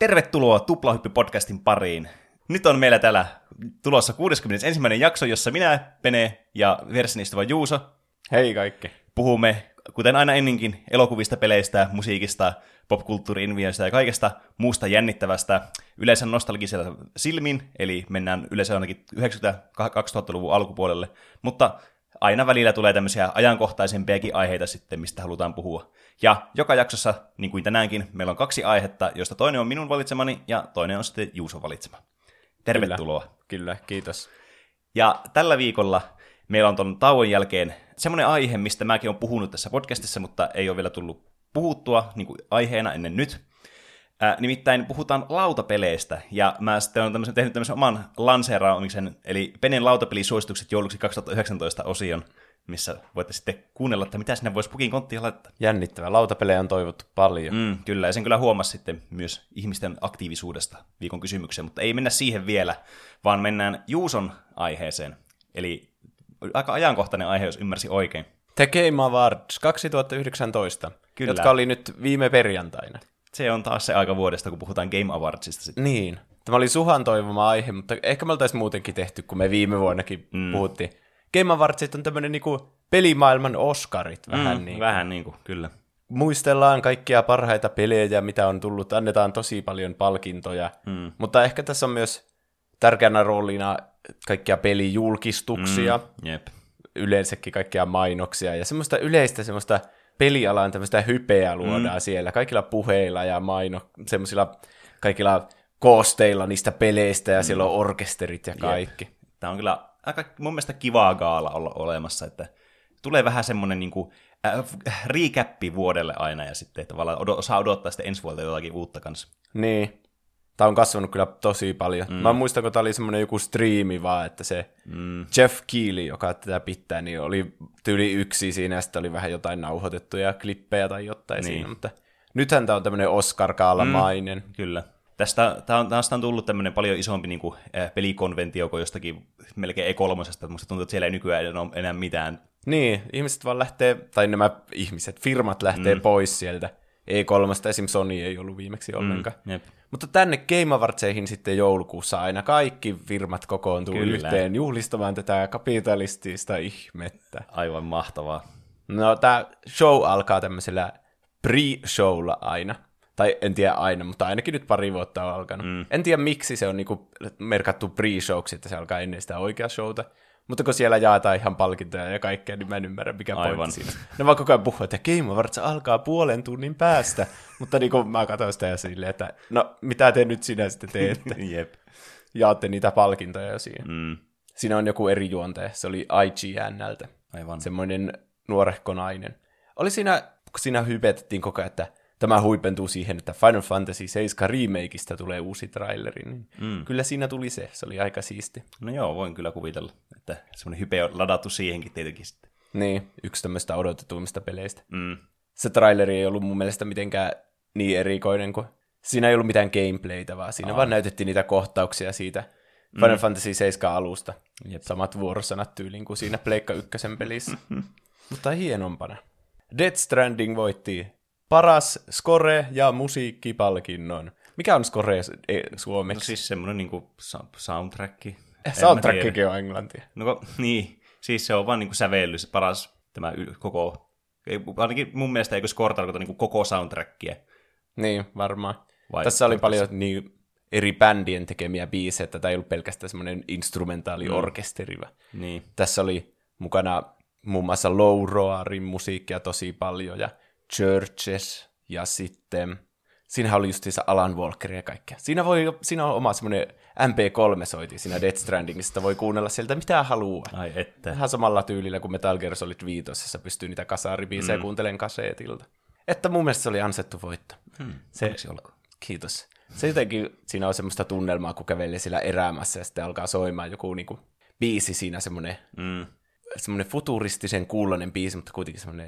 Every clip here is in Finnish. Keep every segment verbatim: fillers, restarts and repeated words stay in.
Tervetuloa Tuplahyppy-podcastin pariin. Nyt on meillä täällä tulossa kuudeskymmenesensimmäinen jakso, jossa minä, Pene ja vieressäni istuva Juuso hei kaikki. Puhumme, kuten aina ennenkin, elokuvista, peleistä, musiikista, popkulttuuri-inviöistä ja kaikesta muusta jännittävästä yleensä nostalgisella silmin, eli mennään yleensä ainakin yhdeksänkymmentä-kaksituhattaluvun alkupuolelle, mutta aina välillä tulee tämmöisiä ajankohtaisempiakin aiheita sitten, mistä halutaan puhua. Ja joka jaksossa, niin kuin tänäänkin, meillä on kaksi aihetta, joista toinen on minun valitsemani ja toinen on sitten Juuson valitsema. Tervetuloa. Kyllä, kyllä, kiitos. Ja tällä viikolla meillä on tuon tauon jälkeen semmoinen aihe, mistä mäkin olen puhunut tässä podcastissa, mutta ei ole vielä tullut puhuttua niin kuin aiheena ennen nyt. Ää, nimittäin puhutaan lautapeleistä, ja mä sitten olen tämmöisen, tehnyt tämmöisen oman lanseeraamisen, eli Penen lautapelisuositukset jouluksi kaksituhattayhdeksäntoista osion, missä voitte sitten kuunnella, että mitä sinne voisi pukin konttiin laittaa. Jännittävää. Lautapelejä on toivottu paljon. Mm, kyllä, ja sen kyllä huomasi sitten myös ihmisten aktiivisuudesta viikon kysymykseen, mutta ei mennä siihen vielä, vaan mennään Juuson aiheeseen. Eli aika ajankohtainen aihe, jos ymmärsin oikein. The Game Awards kaksituhattayhdeksäntoista, kyllä, jotka oli nyt viime perjantaina. Se on taas se aika vuodesta, kun puhutaan Game Awardsista sitten. Niin. Tämä oli Suhan toivoma aihe, mutta ehkä me oltaisiin muutenkin tehty, kun me viime vuonnakin mm. puhuttiin. Game Awardsit on tämmöinen niinku pelimaailman Oscarit vähän mm, niin. Vähän niin kuin, kyllä. Muistellaan kaikkia parhaita pelejä, mitä on tullut, annetaan tosi paljon palkintoja, mm. mutta ehkä tässä on myös tärkeänä roolina kaikkia pelijulkistuksia, mm, jep. yleensäkin kaikkia mainoksia ja semmoista yleistä semmoista pelialan tämmöistä hypeä luodaan mm. siellä, kaikilla puheilla ja maino, semmoisilla kaikilla koosteilla niistä peleistä ja mm. siellä on orkesterit ja kaikki. Jep. Tämä on kyllä aika mun mielestä kivaa gaala olla olemassa, että tulee vähän semmoinen niinku äh, recappi vuodelle aina ja sitten tavallaan odot- osaa odottaa sitten ensi vuodelta jotakin uutta kanssa. Niin. Tämä on kasvanut kyllä tosi paljon. Mm. Mä muistan, kun tämä oli semmoinen joku striimi vaan, että se mm. Jeff Keighley, joka tätä pitää, niin oli tyyli yksi siinä, ja sitten oli vähän jotain nauhoitettuja klippejä tai jotain niin siinä, mutta nythän tämä on tämmöinen Oscar-kaalamainen. Mm, kyllä. Tästä, tämä on, tästä on tullut tämmöinen paljon isompi niin kuin, äh, pelikonventio kuin jostakin melkein E kolme, että musta tuntuu, että siellä ei nykyään ole enää mitään. Niin, ihmiset vaan lähtee, tai nämä ihmiset, firmat lähtee mm. pois sieltä. E kolme, esimerkiksi Sony ei ollut viimeksi ollenkaan. Mm, mutta tänne Game Awardseihin sitten joulukuussa aina kaikki firmat kokoontuu Kyllä. yhteen juhlistamaan tätä kapitalistista ihmettä. Aivan mahtavaa. No, tämä show alkaa tämmöisellä pre-showlla aina. Tai en tiedä aina, mutta ainakin nyt pari vuotta on alkanut. Mm. En tiedä, miksi se on niinku merkattu pre-showksi, että se alkaa ennen sitä oikeaa showta. Mutta kun siellä jaetaan ihan palkintoja ja kaikkea, niin mä en ymmärrä, mikä Aivan. pointti siinä. Ne vaan koko ajan puhuu, että Game Awards alkaa puolen tunnin päästä. Mutta niin kuin mä katsoin sitä ja silleen, että no, mitä te nyt sinä sitten teette? Jep. Jaatte niitä palkintoja jo siinä. Mm. Siinä on joku eri juontaja. Se oli I G N:ltä. Aivan. Semmoinen nuorehko nainen. Oli siinä, kun siinä hypetettiin koko ajan, että tämä huipentuu siihen, että Final Fantasy seitsemän remakeista tulee uusi traileri. Niin mm. Kyllä siinä tuli se. Se oli aika siisti. No joo, voin kyllä kuvitella, että semmoinen hype on ladattu siihenkin tietenkin sitten. Niin, yksi tämmöistä odotetuimmista peleistä. Mm. Se traileri ei ollut mun mielestä mitenkään niin erikoinen kuin... Siinä ei ollut mitään gameplaytä, vaan siinä Aa. vaan näytettiin niitä kohtauksia siitä Final mm. Fantasy seitsemän alusta. Jep. Samat vuorosanat tyyliin kuin siinä Pleikka ykkösen pelissä. Mutta hienompana. Death Stranding voitti paras score- ja musiikkipalkinnon. Mikä on score suomeksi? No siis semmoinen niinku soundtrack. Soundtrackikin on englantia. No niin, siis se on vaan niinku sävellys, paras tämä koko, ainakin mun mielestä eikö score tarkoita niinku koko soundtrackia. Niin, varmaan. Vai tässä oli paljon niin eri bändien tekemiä biisejä, että tämä ei ollut pelkästään semmoinen instrumentaali mm. orkesteri. Niin. Tässä oli mukana muun muassa Low Roarin musiikkia tosi paljon ja Churches ja sitten siinähän oli justiinsa Alan Walker ja kaikkea. Siinä, voi, siinä on oma semmoinen M P kolme soiti siinä Death Strandingista, voi kuunnella sieltä mitä haluaa. Ai että. Ihan samalla tyylillä kuin Metal Gear Solid viisi pystyy niitä kasaribiisejä mm. kuuntelemaan kaseetilta. Että mun mielestä se oli ansaittu voitto. Hmm. Se, kiitos. Se jotenkin, siinä on semmoista tunnelmaa, kun kävelee siellä eräämässä ja sitten alkaa soimaan joku niinku biisi siinä, semmoinen, mm. semmoinen futuristisen kuulonen biisi, mutta kuitenkin semmoinen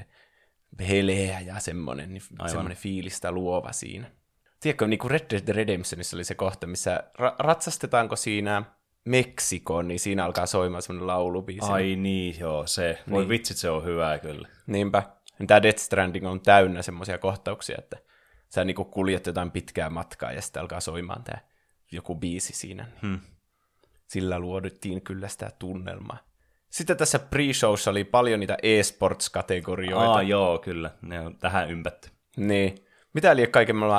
heleä ja semmoinen, niin semmoinen fiilistä luova siinä. Tiedätkö, niin kuin Red Dead Redemptionissa oli se kohta, missä ra- ratsastetaanko siinä Meksikoon, niin siinä alkaa soimaan semmoinen laulubiisi. Ai niin, joo, se. Voi niin. Vitsit, se on hyvä kyllä. Niinpä. Tämä Death Stranding on täynnä semmoisia kohtauksia, että sä niinku kuljet jotain pitkää matkaa ja sitten alkaa soimaan tää joku biisi siinä. Hmm. Sillä luoduttiin kyllä sitä tunnelmaa. Sitten tässä pre-showssa oli paljon niitä e-sports-kategorioita. Aa, joo, kyllä. Ne on tähän ympätty. Niin. Mitä liian kaiken me ollaan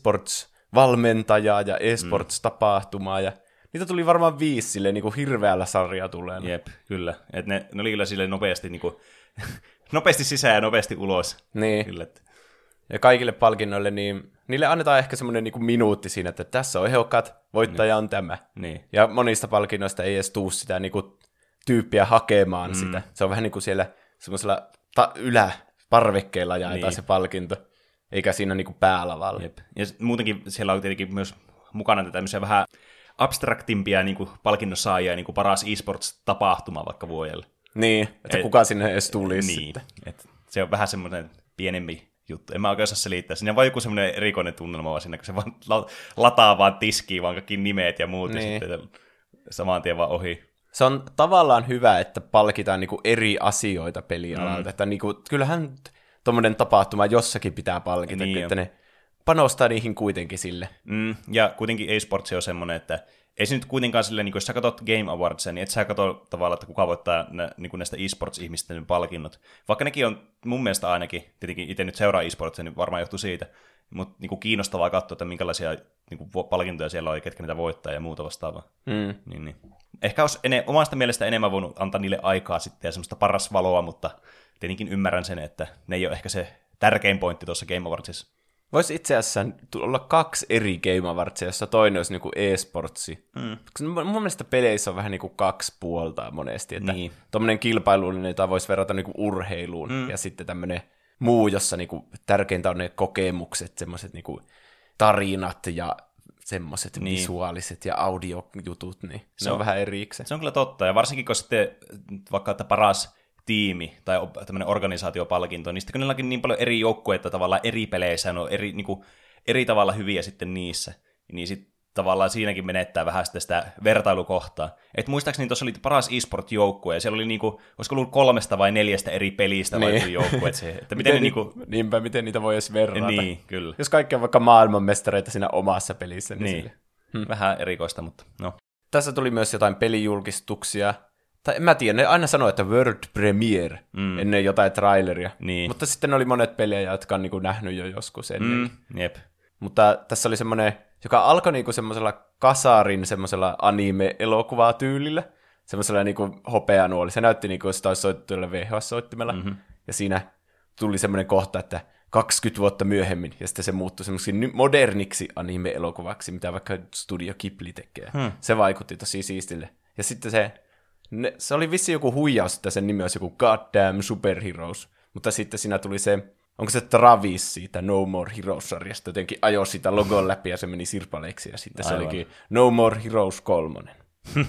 e-sports-valmentajaa ja e-sports-tapahtumaa ja niitä tuli varmaan viisi silleen niin kuin hirveällä sarjaa tulee. Jep, kyllä. Et ne, ne oli kyllä silleen nopeasti, niin kuin, nopeasti sisään ja nopeasti ulos. Niin. Kyllä, että... Ja kaikille palkinnoille, niin niille annetaan ehkä semmoinen niin kuin minuutti siinä, että tässä on ehdokat, voittaja on tämä. Niin. Ja monista palkinnoista ei edes tuu sitä niin kuin tyyppiä hakemaan mm. sitä. Se on vähän niin kuin siellä semmoisella ta- yläparvekkeella jaetaan niin. se palkinto, eikä siinä niin kuin päälavalla. Jep. Ja muutenkin siellä on tietenkin myös mukana tämmöisiä vähän abstraktimpia niin kuin palkinnosaajia, niin kuin paras eSports-tapahtuma vaikka vuodelle. Niin, että et, kuka sinne edes tulisi niin, sitten. Et se on vähän semmoinen pienempi juttu. En mä oikein osaa selittää. Siinä on vaan joku semmoinen erikoinen tunnelma vaan siinä, kun se vaan lataa vaan tiskiin, vaan kaikki nimet ja muut, niin. Ja sitten saman tien vaan ohi. Se on tavallaan hyvä, että palkitaan niinku eri asioita pelialalta. Mm. Että niinku, kyllähän tuommoinen tapahtuma jossakin pitää palkita, niin että ne panostaa niihin kuitenkin sille. Mm, ja kuitenkin eSports on semmoinen, että ei se nyt kuitenkaan silleen, niin jos sä katsot Game Awardsia, niin et sä katso tavallaan, että kuka voittaa nä, niin näistä eSports-ihmisten palkinnot. Vaikka nekin on mun mielestä ainakin, tietenkin itse nyt seuraa eSportsia, niin varmaan johtuu siitä, mutta niin kiinnostavaa katsoa, että minkälaisia niin kuin palkintoja siellä on ja ketkä niitä voittaa ja muuta vastaavaa. Mm. Niin, niin. Ehkä olisi ene, omasta mielestä enemmän voinut antaa niille aikaa sitten ja semmoista paras valoa, mutta tietenkin ymmärrän sen, että ne ei ole ehkä se tärkein pointti tuossa Game Awardsissa. Voisi itse asiassa olla kaksi eri Game Awardsia, jossa toinen olisi niinku e-sportsi. Mm. Mun mielestä peleissä on vähän niinku kaksi puolta monesti, että niin. Tuommoinen kilpailullinen, jota voisi verrata niinku urheiluun, mm. ja sitten tämmöinen muu, jossa niinku tärkeintä on ne kokemukset, semmoiset niinku tarinat ja semmoiset niin. visuaaliset ja audiojutut, niin se no, on vähän erikseen. Se on kyllä totta, ja varsinkin kun sitten vaikka että paras tiimi tai tämmöinen organisaatiopalkinto, niin sitten kun niillä onkin niin paljon eri joukkueita tavallaan eri peleissä, on eri, niin kuin, eri tavalla hyviä sitten niissä, niin sitten tavallaan siinäkin menettää vähän sitä vertailukohtaa. Et muistaakseni tuossa oli paras e-sport-joukkue, ja siellä oli niinku, olisiko ollut kolmesta vai neljästä eri pelistä niin. Valittu joukkue. Että miten miten ne niinku... Niinpä, miten niitä voi edes verrata. Niin, kyllä. Jos kaikki on vaikka maailmanmestareita siinä omassa pelissä. Niin, niin. Hmm. Vähän erikoista, mutta no. Tässä tuli myös jotain pelijulkistuksia. Tai en mä tiedä, ne aina sanoo, että World Premiere mm. ennen jotain traileria. Niin. Mutta sitten oli monet pelejä, jotka on niinku nähnyt jo joskus ennen. Mm, jep. Mutta tässä oli semmoinen, joka alkoi niinku semmoisella kasarin semmoisella anime-elokuvaa-tyylillä. Semmoisella niinku hopeanuoli. Se näytti niinku, sitä olisi soittu V H S-soittimella. Mm-hmm. Ja siinä tuli semmoinen kohta, että kaksikymmentä vuotta myöhemmin. Ja sitten se muuttui semmoiseksi moderniksi anime-elokuvaksi, mitä vaikka Studio Ghibli tekee. Hmm. Se vaikutti tosi siistille. Ja sitten se... Ne, se oli vissi joku huijaus, että sen nimi olisi joku Goddamn Superheroes, mutta sitten siinä tuli se, onko se Travis siitä No More Heroes-sarjasta, jotenkin ajoi sitä logon läpi ja se meni sirpaleiksi ja sitten Aivan. se olikin No More Heroes kolmonen.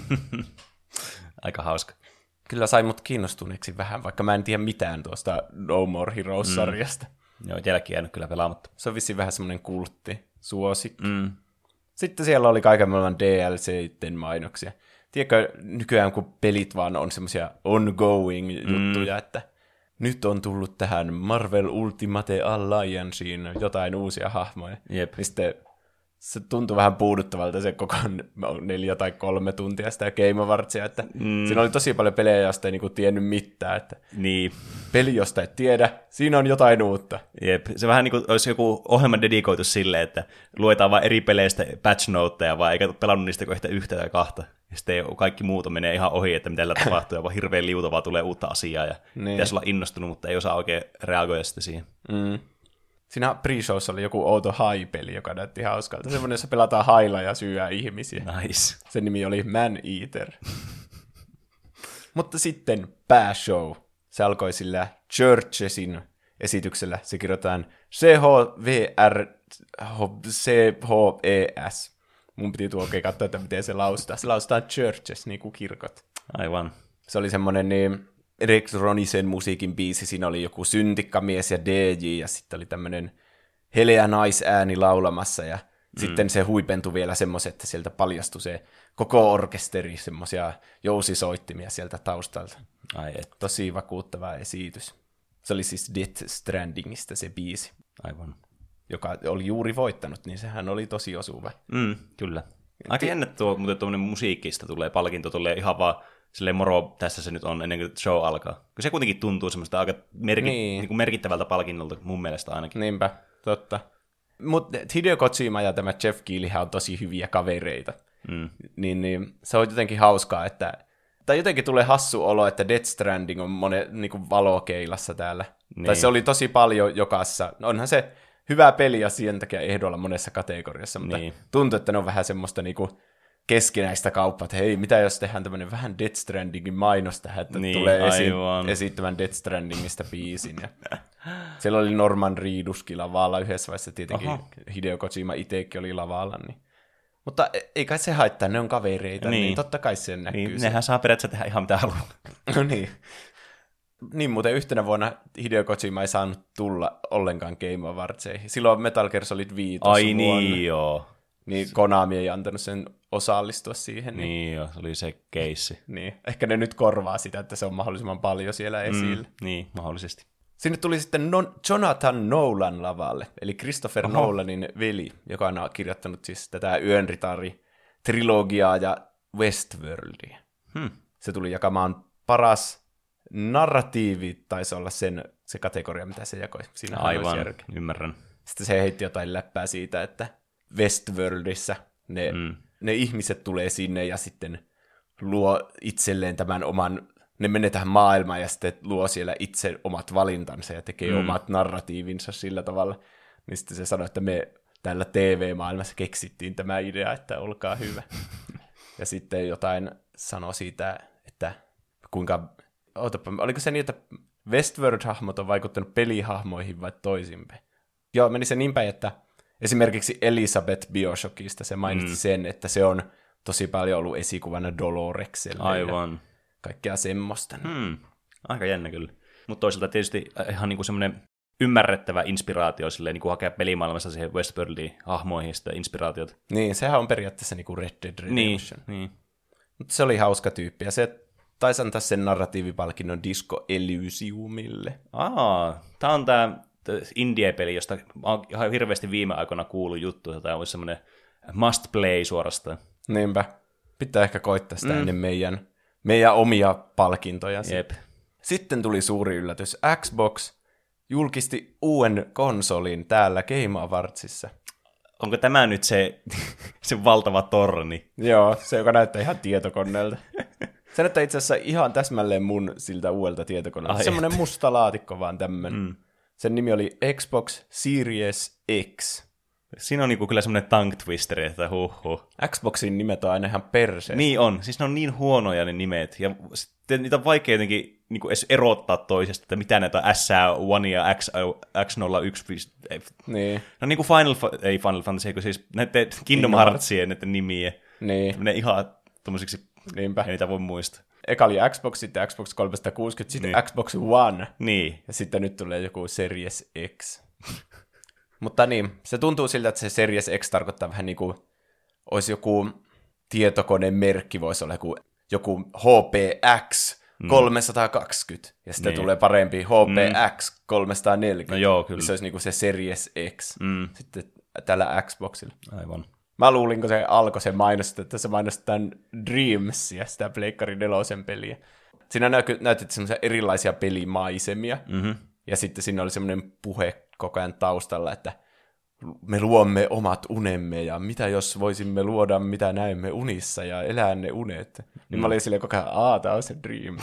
Aika hauska. Kyllä sai mut kiinnostuneeksi vähän, vaikka mä en tiedä mitään tuosta No More Heroes-sarjasta. Mm. Joo, jälkeen jäänyt kyllä pelaamatta. Se on vissi vähän semmoinen kultti, suosikki. Mm. Sitten siellä oli kaiken maailman D L C-iden mainoksia. Tiedätkö, nykyään kun pelit vaan on semmoisia ongoing juttuja, mm. että nyt on tullut tähän Marvel Ultimate Allianceen jotain uusia hahmoja. Jep. Niin sitten se tuntui vähän puuduttavalta se koko neljä tai kolme tuntia sitä Game Awardsia, että mm. siinä oli tosi paljon pelejä, joista ei niinku tiennyt mitään. Että niin. Peli, josta et tiedä, siinä on jotain uutta. Jep, se vähän niin kuin olisi joku ohjelma dedikoitu silleen, että luetaan vain eri peleistä patch noteja, vaan eikä pelannut niistä yhtä yhtä tai kahta. Ja sitten kaikki muuta menee ihan ohi, että mitä tällä tapahtuu, ja vaan hirveän liuta vaan tulee uutta asiaa, ja niin. Pitäisi olla innostunut, mutta ei osaa oikein reagoida sitten siihen. Mm. Siinä pre-showssa oli joku outo hai-peli, joka näytti hauskalta. Semmoinen, jossa pelataan hailla ja syyää ihmisiä. Nice. Sen nimi oli Man Eater. Mutta sitten pääshow. Se alkoi sillä Churchesin esityksellä. Se kirjoitetaan C H V R C H E S. Mun piti tuo oikein katsoa, että miten se lausutaan. Se lausutaan Churches, niin kuin kirkot. Aivan. Se oli semmoinen niin elektronisen musiikin biisi. Siinä oli joku syntikkamies ja D J, ja sitten oli tämmöinen heleä naisääni laulamassa, ja mm. sitten se huipentui vielä semmoisen, että sieltä paljastui se koko orkesteri, semmoisia jousisoittimia sieltä taustalta. Ai et. Tosi vakuuttava esitys. Se oli siis Death Strandingista se biisi. Aivan. joka oli juuri voittanut, niin sehän oli tosi osuva. Mm, kyllä. Aika jännä tuo, mutta tuommoinen musiikista tulee palkinto, tulee ihan vaan silleen moro, tässä se nyt on, ennen kuin show alkaa. Kun se kuitenkin tuntuu semmoista aika merki- niin. Niin kuin merkittävältä palkinnolta, mun mielestä ainakin. Niinpä, totta. Mutta Hideo Kojima ja tämä Jeff Keighleyhän on tosi hyviä kavereita. Mm. Niin, niin se on jotenkin hauskaa, että tai jotenkin tulee hassu olo, että Death Stranding on monen niin kuin valokeilassa täällä. Niin. Tai se oli tosi paljon jokassa. No onhan se hyvä peli ja sen takia ehdolla monessa kategoriassa, mutta niin. Tuntuu, että ne on vähän semmoista niin kuin keskinäistä kauppaa, että hei, mitä jos tehdään tämmöinen vähän Death Strandingin mainos tähän, että niin, tulee esi- esittämään Death Strandingista biisin. Ja siellä oli Norman Reeduskin lavalla yhdessä vaiheessa, tietenkin Oho. Hideo Kojima itsekin oli lavalla. Niin. Mutta ei kai se haittaa, ne on kavereita, niin, niin totta kai se näkyy. Niin, nehän saa periaatteessa tehdä ihan mitä haluaa. No niin. Niin, muuten yhtenä vuonna Hideo Kojima ei saanut tulla ollenkaan Game Awardseihin. Silloin Metal Gear Solid viisi Ai vuonna. niin, joo. Niin Konami ei antanut sen osallistua siihen. Niin, niin joo, se oli se keissi. Niin, ehkä ne nyt korvaa sitä, että se on mahdollisimman paljon siellä esillä. Mm, niin, mahdollisesti. Sinne tuli sitten non- Jonathan Nolan lavalle, eli Christopher Oho. Nolanin veli, joka on kirjoittanut siis tätä Yönritari-trilogiaa ja Westworldia. Hmm. Se tuli jakamaan paras narratiivi, taisi olla sen, se kategoria, mitä se jakoi. Siinä aivan, ymmärrän. Sitten se heitti jotain läppää siitä, että Westworldissa ne, mm. ne ihmiset tulee sinne ja sitten luo itselleen tämän oman, ne menee tähän maailmaan ja sitten luo siellä itse omat valintansa ja tekee mm. omat narratiivinsa sillä tavalla. Niin sitten se sanoi, että me täällä T V-maailmassa keksittiin tämä idea, että olkaa hyvä. Ja sitten jotain sanoi siitä, että kuinka, ootapa, oliko se niin, että Westworld-hahmot on vaikuttanut pelihahmoihin vai toisinpäin? Joo, meni se niin päin, että esimerkiksi Elisabeth Bioshockista se mainitsi mm. sen, että se on tosi paljon ollut esikuvana Dolorekselle. Aivan. Kaikkea semmoista. Hmm. Aika jännä kyllä. Mutta toisaalta tietysti ihan niinku semmoinen ymmärrettävä inspiraatio silleen, niinku hakea pelimaailmassa siihen Westworldin hahmoihin sitä inspiraatiota. Niin, sehän on periaatteessa niinku Red Dead Redemption. Niin, niin. Mutta se oli hauska tyyppi, ja se taisi antaa sen narratiivipalkinnon Disco Elysiumille. Aa, tää on tää indie-peli, josta on ihan hirveästi viime aikoina kuullut juttu, että tämä olisi semmoinen must play suorastaan. Niinpä. Pitää ehkä koittaa sitä mm. ennen meidän, meidän omia palkintoja. Jep. Sitten tuli suuri yllätys. Xbox julkisti uuden konsolin täällä Game Awardsissa. Onko tämä nyt se, se valtava torni? Joo, se joka näyttää ihan tietokoneelta. Se näyttää itse asiassa ihan täsmälleen mun siltä uudelta tietokoneelta. Semmoinen musta laatikko vaan tämmöinen. Mm. Sen nimi oli Xbox Series X. Siinä on niinku kyllä semmoinen tongue twisteri, että huh huh. Xboxin nimet on aina ihan perseestä. Niin on, siis ne on niin huonoja ne nimet, ja sitten niitä on vaikea jotenkin niinku edes erottaa toisesta, että mitä näitä on S yksi ja X, X nolla yksi. Niin. No niinku Final, ei Final Fantasy, kun siis näiden Kingdom Heartsien näiden nimiä. Niin. Ne ihan tommosiksi, niinpä. Ei niitä voi muistaa. Eka oli Xbox, sitten Xbox kolmesataakuusikymmentä, sitten niin. Xbox One. Niin. Ja sitten nyt tulee joku Series X. Mutta niin, se tuntuu siltä, että se Series X tarkoittaa vähän niin kuin olisi joku tietokonemerkki, voisi olla joku, joku H P X kolmesataakaksikymmentä, ja sitten niin. tulee parempi H P X kolmesataaneljäkymmentä. No joo, kyllä. Se olisi niin kuin se Series X mm. sitten tällä Xboxilla. Aivan. Mä luulin, kun se alkoi se mainos, että se mainostetaan Dreamsia, sitä Pleikkari nelosen peliä. Siinä näytettiin semmoisia erilaisia pelimaisemia, mm-hmm. ja sitten siinä oli semmoinen puhe koko ajan taustalla, että me luomme omat unemme, ja mitä jos voisimme luoda, mitä näemme unissa, ja elää ne unet. Mm. Niin mä olin silleen koko ajan, aah, tää on se Dream.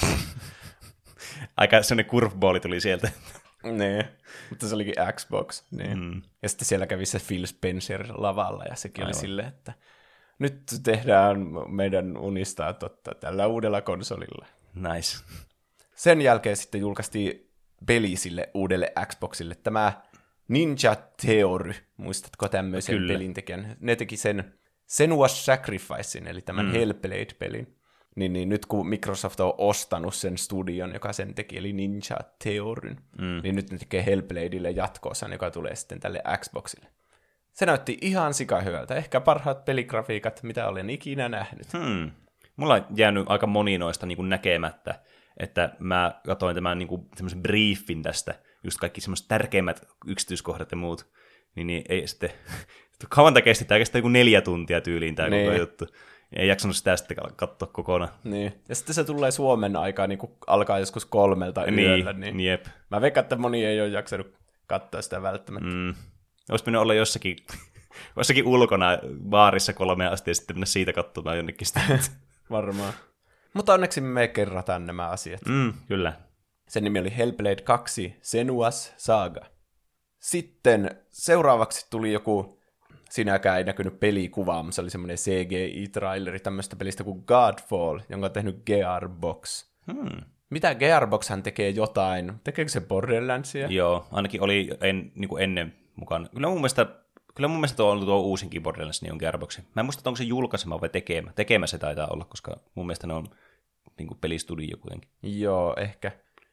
Aika semmoinen curveball tuli sieltä. Niin, mutta se olikin Xbox. Niin. Mm. Ja sitten siellä kävi se Phil Spencer lavalla, ja sekin Aivan. oli silleen, että nyt tehdään meidän unista totta tällä uudella konsolilla. Nice. Sen jälkeen sitten julkaistiin peli sille uudelle Xboxille, tämä Ninja Theory, muistatko tämmöisen Kyllä. pelintekijän? Ne teki sen Senua's Sacrificein, eli tämän mm. Hellblade-pelin. Niin, niin nyt kun Microsoft on ostanut sen studion, joka sen teki, eli Ninja Theoryn, mm. niin nyt ne tekee Hellbladeille jatko-osan, joka tulee sitten tälle Xboxille. Se näytti ihan sikahyvältä. Ehkä parhaat peligrafiikat, mitä olen ikinä nähnyt. Hmm. Mulla on jäänyt aika moni noista niin kuin näkemättä, että mä katsoin tämän niin kuin, semmoisen briefin tästä, just kaikki semmoiset tärkeimmät yksityiskohdat ja muut. Niin, niin ei sitten, kauan tämä kesti, tämä kestää joku neljä tuntia tyyliin tämä niin. koko juttu. Ei jaksanut sitä sitten katsoa kokonaan. Niin. Ja sitten se tulee Suomen aikaan, niin alkaa joskus kolmelta niin, yöllä. Niin jep. Mä veikkaan, että moni ei ole jaksanut katsoa sitä välttämättä. Mm. Olisi mennyt olla jossakin, jossakin ulkona baarissa kolmeen asti ja sitten mennä siitä katsomaan jonnekin sitä. Varmaan. Mutta onneksi me kerrataan nämä asiat. Mm, kyllä. Sen nimi oli Hellblade kaksi Senua's Saga. Sitten seuraavaksi tuli joku, sinäkään ei näkynyt pelikuvaa, mutta se oli semmoinen C G I-traileri tämmöistä pelistä kuin Godfall, jonka on tehnyt Gearbox. Hmm. Mitä Gearboxhan tekee jotain? Tekeekö se Borderlandsia? Joo, ainakin oli en, niin kuin ennen mukaan. Kyllä mun mielestä, kyllä mun mielestä tuo on tuo uusinkin Borderlands, niin on Gearbox. Mä en muista, onko se julkaisema vai tekemä. Tekemä se taitaa olla, koska mun mielestä ne on niin kuin pelistudio kuitenkin. Joo, ehkä.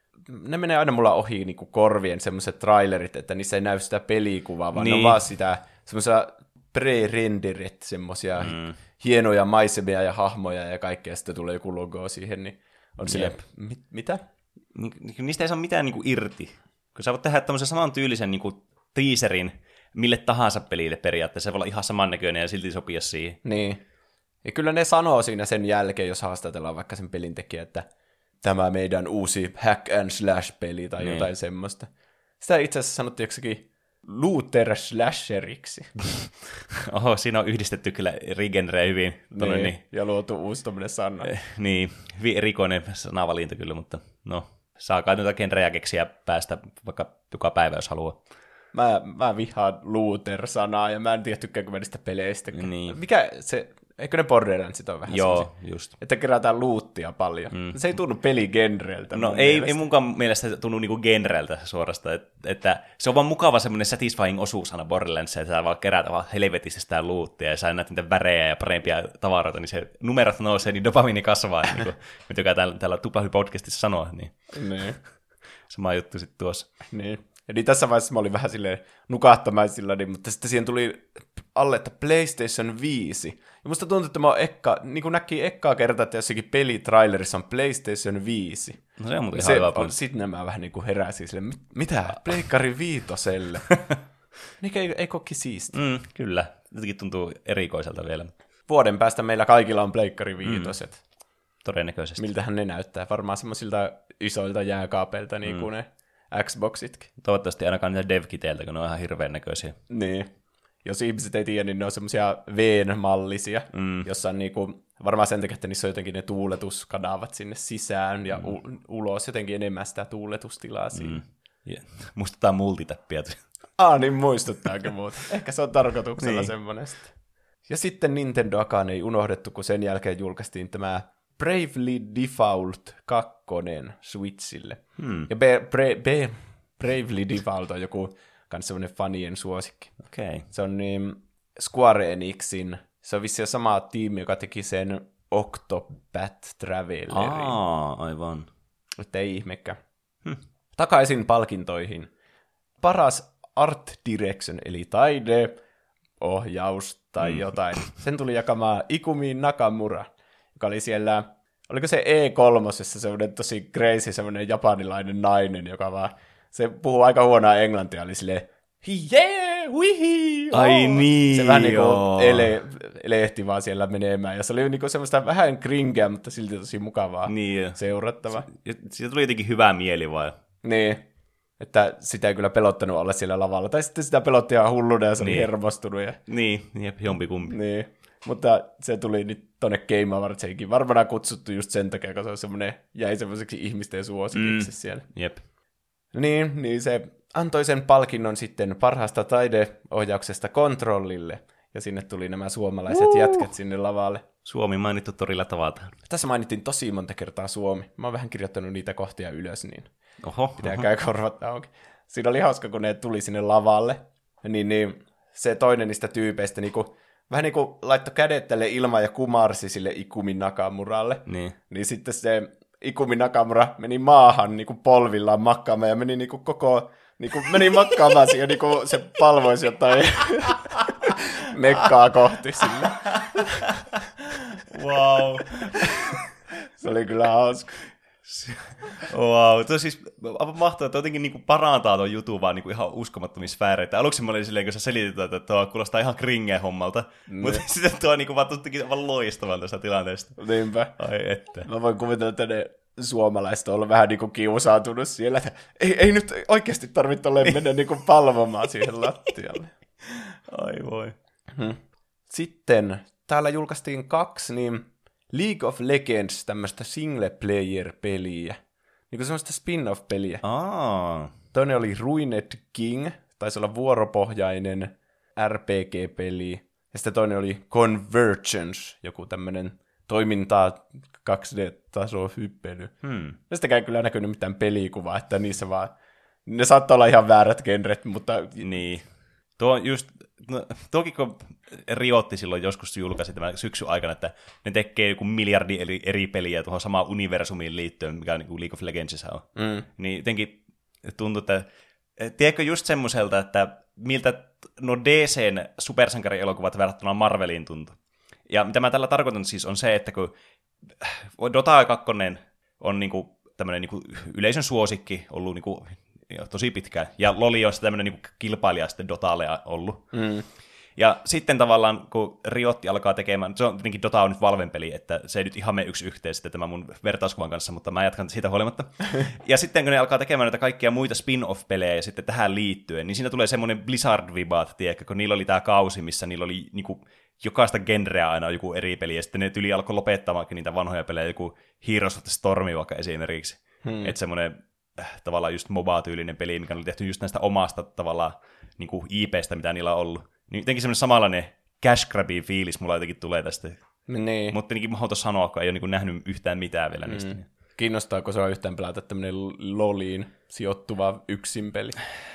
Ne menee aina mulla ohi niin kuin korvien semmoiset trailerit, että niissä ei näy sitä pelikuvaa, vaan niin. Ne on vaan sitä semmoisia pre-renderit, semmoisia mm. hienoja maisemia ja hahmoja ja kaikkea, ja sitten tulee joku logo siihen, niin on silleen, mit, mitä? Ni, niistä ei saa mitään niin kuin irti. Kun sä voit tehdä tämmöisen saman tyylisen niin kuin teaserin mille tahansa pelille periaatteessa, se voi olla ihan samannäköinen ja silti sopia siihen. Niin. Ja kyllä ne sanoo siinä sen jälkeen, jos haastatellaan vaikka sen pelin tekijä, että tämä meidän uusi hack and slash-peli tai niin. Jotain semmoista. Sitä itse asiassa sanottiin joksikin looter slasheriksi. Oho, siinä on yhdistetty kyllä rigenreä hyvin. Niin, niin. Ja luotu uusi tommoinen sana. Eh, niin, hyvin erikoinen sanavalinta kyllä, mutta no, saa kai noita genrejä keksiä päästä vaikka joka päivä, jos haluaa. Mä, mä vihaan looter-sanaa, ja mä en tiedä tykkäänkö mä niistä peleistä. Niin. Mikä se, eikö ne Borderlandsit on vähän joo, semmosia, just. että kerätään loottia paljon. Mm. Se ei tunnu peligenreltä. No ei, ei munkaan mielestä tunnu niinku genreltä suorastaan, että, että se on vaan mukava semmoinen satisfying osuus aina Borderlandsia, että sä vaan kerätä vaan helvetissä sitä loottia, ja sä näet niitä värejä ja parempia tavaroita, niin se numerot nousee, niin dopamiini kasvaa, niin kuin me tykkää täällä, täällä Tuplahyp-podcastissa sanoa, niin niin. Sama juttu sitten tuossa. Niin. Eli tässä vaiheessa mä olin vähän silleen nukahtamaisilla, niin, mutta sitten siihen tuli alle, että PlayStation viisi. Ja musta tuntuu, että mä ekka, niin kuin näki ekkaa kertaa, että jossakin pelitrailerissa on PlayStation viisi. No se on muuten ihan hyvä pointti. Sitten nämä vähän niin kuin heräsi silleen, mitä? Pleikkari viitoselle? Niin ei, ei kokki siisti. Mm, kyllä. Jotenkin tuntuu erikoiselta vielä. Vuoden päästä meillä kaikilla on pleikkari viitoset. Mm. Todennäköisesti. Miltähän ne näyttää? Varmaan semmoisilta isoilta jääkaapeilta, niin kuin mm. ne Xboxitkin. Toivottavasti ainakaan niitä dev-kiteiltä, kun ne on ihan hirveän näköisiä. Niin. Jos ihmiset ei tiedä, niin ne on semmoisia V-mallisia, mm. jossa on niinku, varmaan sen takia, että niissä on jotenkin ne tuuletuskanavat sinne sisään ja mm. u- ulos jotenkin enemmän sitä tuuletustilaa siinä. Mm. Yeah. Muistutaan multitappia. Ah, niin muistuttaako muuta. Ehkä se on tarkoituksella niin. Semmoinen sitten. Ja sitten Nintendoakaan ei unohdettu, kun sen jälkeen julkaistiin tämä Bravely Default kaksi Switchille. Hmm. Ja Be- Bra- Be- Bravely Default on joku kans semmoinen fanien suosikki. Okay. Se on niin Square Enixin, se on vissiin sama tiimi, joka teki sen Octopath Travelerin. Aa, aivan. Että ei ihmekään. Hm. Takaisin palkintoihin. Paras Art Direction, eli taide, ohjaus tai mm. jotain. Sen tuli jakamaan Ikumi Nakamura, joka oli siellä, oliko se E kolme, semmoinen tosi crazy, semmoinen japanilainen nainen, joka vaan, se puhuu aika huonoa englantia, oli silleen, jee, wihi, oh. Ai niin, se vähän niinku ele, elehti vaan siellä menemään, ja se oli niinku semmoista vähän krinkeä, mutta silti tosi mukavaa niin. seurattava. Siitä tuli jotenkin hyvä mieli vai? Niin, että sitä ei kyllä pelottanut olla siellä lavalla, tai sitten sitä pelotti ihan hulluna, ja se niin. oli hermostunut. Ja... Niin, jep, jompikumpi. Niin, mutta se tuli nyt tonne Game Awardsiinkin varmaan kutsuttu just sen takia, kun se on semmoinen, jäi semmoiseksi ihmisten suosikiksi mm. siellä. Jep. Niin, niin se antoi sen palkinnon sitten parhaasta taideohjauksesta Kontrollille, ja sinne tuli nämä suomalaiset uh. jätkät sinne lavalle. Suomi mainittu torilla tavataan. Tässä mainittiin tosi monta kertaa Suomi. Mä oon vähän kirjoittanut niitä kohtia ylös, niin oho, pitää käy korvat auki. Siinä oli hauska, kun ne tuli sinne lavalle, niin, niin se toinen niistä tyypeistä niinku, vähän niin kuin laittoi kädet tälle ilmaan ja kumarsi sille Ikumi Nakamuralle. Niin. Niin sitten se Ikumi Nakamura meni maahan niin kuin polvillaan makkaamaan ja meni niin kuin koko, niin kuin meni makkaamaan siihen, niin kuin se palvoisi jotain mekkaa kohti sille. Wow. Se oli kyllä hauska. Wow, tuo siis mahtavaa, että jotenkin niinku parantaa tuon jutun vaan niinku ihan uskomattomia sfääreitä. Aluksi mä olin silleen, kun sä selitit, että tuo kuulostaa ihan kringeä hommalta, mm. mutta sitten tuo niinku vaan tuttikin aivan loistavan tästä tilanteesta. Niinpä. Ai että. Mä voin kuvitella, että ne suomalaiset on ollut vähän niinku kiusautunut siellä, että ei, ei nyt oikeasti tarvitse olla mennä niinku palvomaan siihen lattialle. Ai voi. Hmm. Sitten täällä julkaistiin kaksi niin League of Legends tämmöistä single-player-peliä. Niinku semmoista spin-off-peliä. Aa. Toinen oli Ruined King, taisi olla vuoropohjainen R P G-peli. Ja sitten toinen oli Convergence, joku tämmöinen toimintaa kaksi D-taso hyppely. Hmm. Ja sitäkään ei kyllä näkynyt mitään pelikuvaa, että niissä vaan, ne saattaa olla ihan väärät genret, mutta... Niin. Tuo just, no, toki kun Riotti silloin joskus julkaisi tämän syksyn aikana, että ne tekee joku miljardi eri, eri peliä tuohon samaan universumiin liittyen, mikä niin kuin League of Legendsissa on. Mm. Niin jotenkin tuntuu, että tiedätkö just semmoiselta, että miltä no D C:n supersankarielokuvat verrattuna Marveliin tuntuu. Ja mitä mä tällä tarkoitan siis on se, että kun Dota kaksi on niinku tämmöinen niinku yleisön suosikki ollut niinku tosi pitkään, ja Loli on tämmöinen niinku kilpailija sitten Dotalle ollut. Mm. Ja sitten tavallaan, kun Riotti alkaa tekemään, se on tietenkin Dota on nyt Valven peli, että se ei nyt ihan mene yksi yhteen sitten tämän mun vertauskuvan kanssa, mutta mä jatkan siitä huolimatta. Ja sitten kun ne alkaa tekemään näitä kaikkia muita spin-off-pelejä ja sitten tähän liittyen, niin siinä tulee semmoinen Blizzard-vibaat, tiedätkö, kun niillä oli tämä kausi, missä niillä oli niinku jokaista genreä aina joku eri peli, ja sitten ne tyli alkoi lopettamaankin niitä vanhoja pelejä, joku Heroes of the Storm vaikka esimerkiksi. Hmm. Että semmoinen äh, tavallaan just MOBA-tyylinen peli, mikä oli tehty just näistä omasta tavallaan niinku I P:stä, mitä niillä on ollut. Niin jotenkin semmoinen samanlainen cash grabin fiilis mulla jotenkin tulee tästä. Niin. Mutta jotenkin mahdoton sanoa, kun ei ole niin nähnyt yhtään mitään vielä niistä. Mm. Kiinnostaako se yhtään pelata tämmöinen Loliin sijoittuva yksin peli?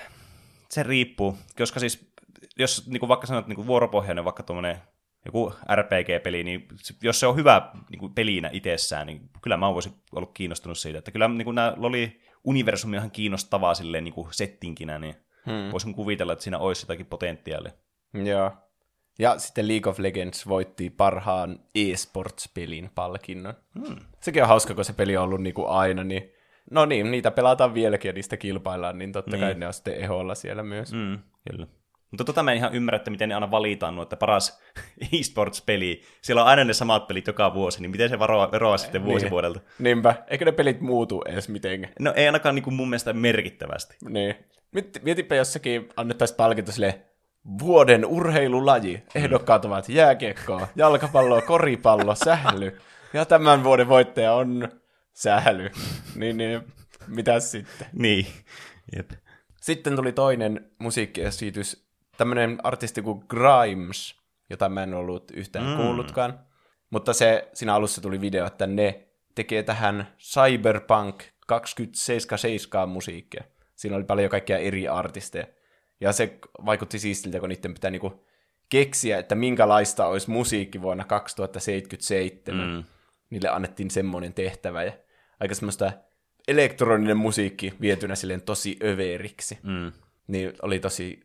Se riippuu, koska siis, jos niin kuin vaikka sanot niin kuin vuoropohjainen, vaikka tuommoinen joku R P G-peli, niin jos se on hyvä niin kuin pelinä itsessään, niin kyllä mä voisin ollut kiinnostunut siitä. Että kyllä niin kuin nämä Loli-universumi on ihan kiinnostavaa silleen niin kuin settinkinä, niin hmm. voisin kuvitella, että siinä olisi jotakin potentiaalia. Joo. Ja sitten League of Legends voitti parhaan e-sports-pelin palkinnon. Hmm. Sekin on hauska, kun se peli on ollut niin kuin aina, niin no niin, niitä pelataan vieläkin ja niistä kilpaillaan, niin totta niin. kai ne on sitten eholla siellä myös. Mm, kyllä. Mutta tota mä en ihan ymmärrä, että miten ne aina valitaan, että paras e-sports-peli, siellä on aina ne samat pelit joka vuosi, niin miten se varoaa, veroaa sitten vuosi niin. vuodelta? Niinpä, eikö ne pelit muutu edes mitenkään? No ei ainakaan niin kuin mun mielestä merkittävästi. Niin. Mietipä jossakin annettaisiin palkinto silleen, vuoden urheilulaji. Ehdokkaat mm. ovat jääkiekkoa, jalkapalloa, koripallo, sähly. Ja tämän vuoden voittaja on sähly. niin, niin, mitäs sitten? Niin, jep. Sitten tuli toinen musiikkiesitys, tämmöinen artisti kuin Grimes, jota mä en ollut yhtään mm. kuullutkaan. Mutta se, siinä alussa tuli video, että ne tekee tähän Cyberpunk kaksituhattaseitsemänkymmentäseitsemän musiikkia. Siinä oli paljon kaikkia eri artisteja. Ja se vaikutti siistiltä, kun niiden pitää niinku keksiä, että minkälaista olisi musiikki vuonna kaksituhattaseitsemänkymmentäseitsemän. Mm. Niille annettiin semmoinen tehtävä. Ja aika semmoista elektroninen musiikki vietynä silleen tosi överiksi. Mm. Niin oli tosi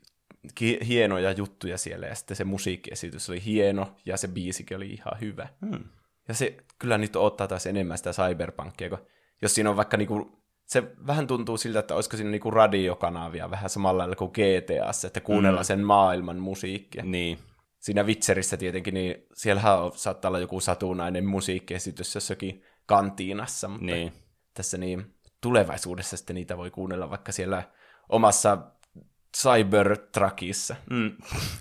hienoja juttuja siellä. Ja sitten se musiikkiesitys oli hieno, ja se biisikin oli ihan hyvä. Mm. Ja se kyllä nyt ottaa taas enemmän sitä cyberpunkia, kun jos siinä on vaikka niinku... Se vähän tuntuu siltä, että olisiko siinä niinku radiokanavia vähän samalla lailla kuin G T A:ssa, että kuunnellaan mm. sen maailman musiikkia. Niin. Siinä Witcherissä tietenkin, niin siellähän on, saattaa olla joku satunnainen musiikkiesitys jossakin kantiinassa, mutta niin. tässä niin tulevaisuudessa sitten niitä voi kuunnella vaikka siellä omassa Cybertruckissa. Mm.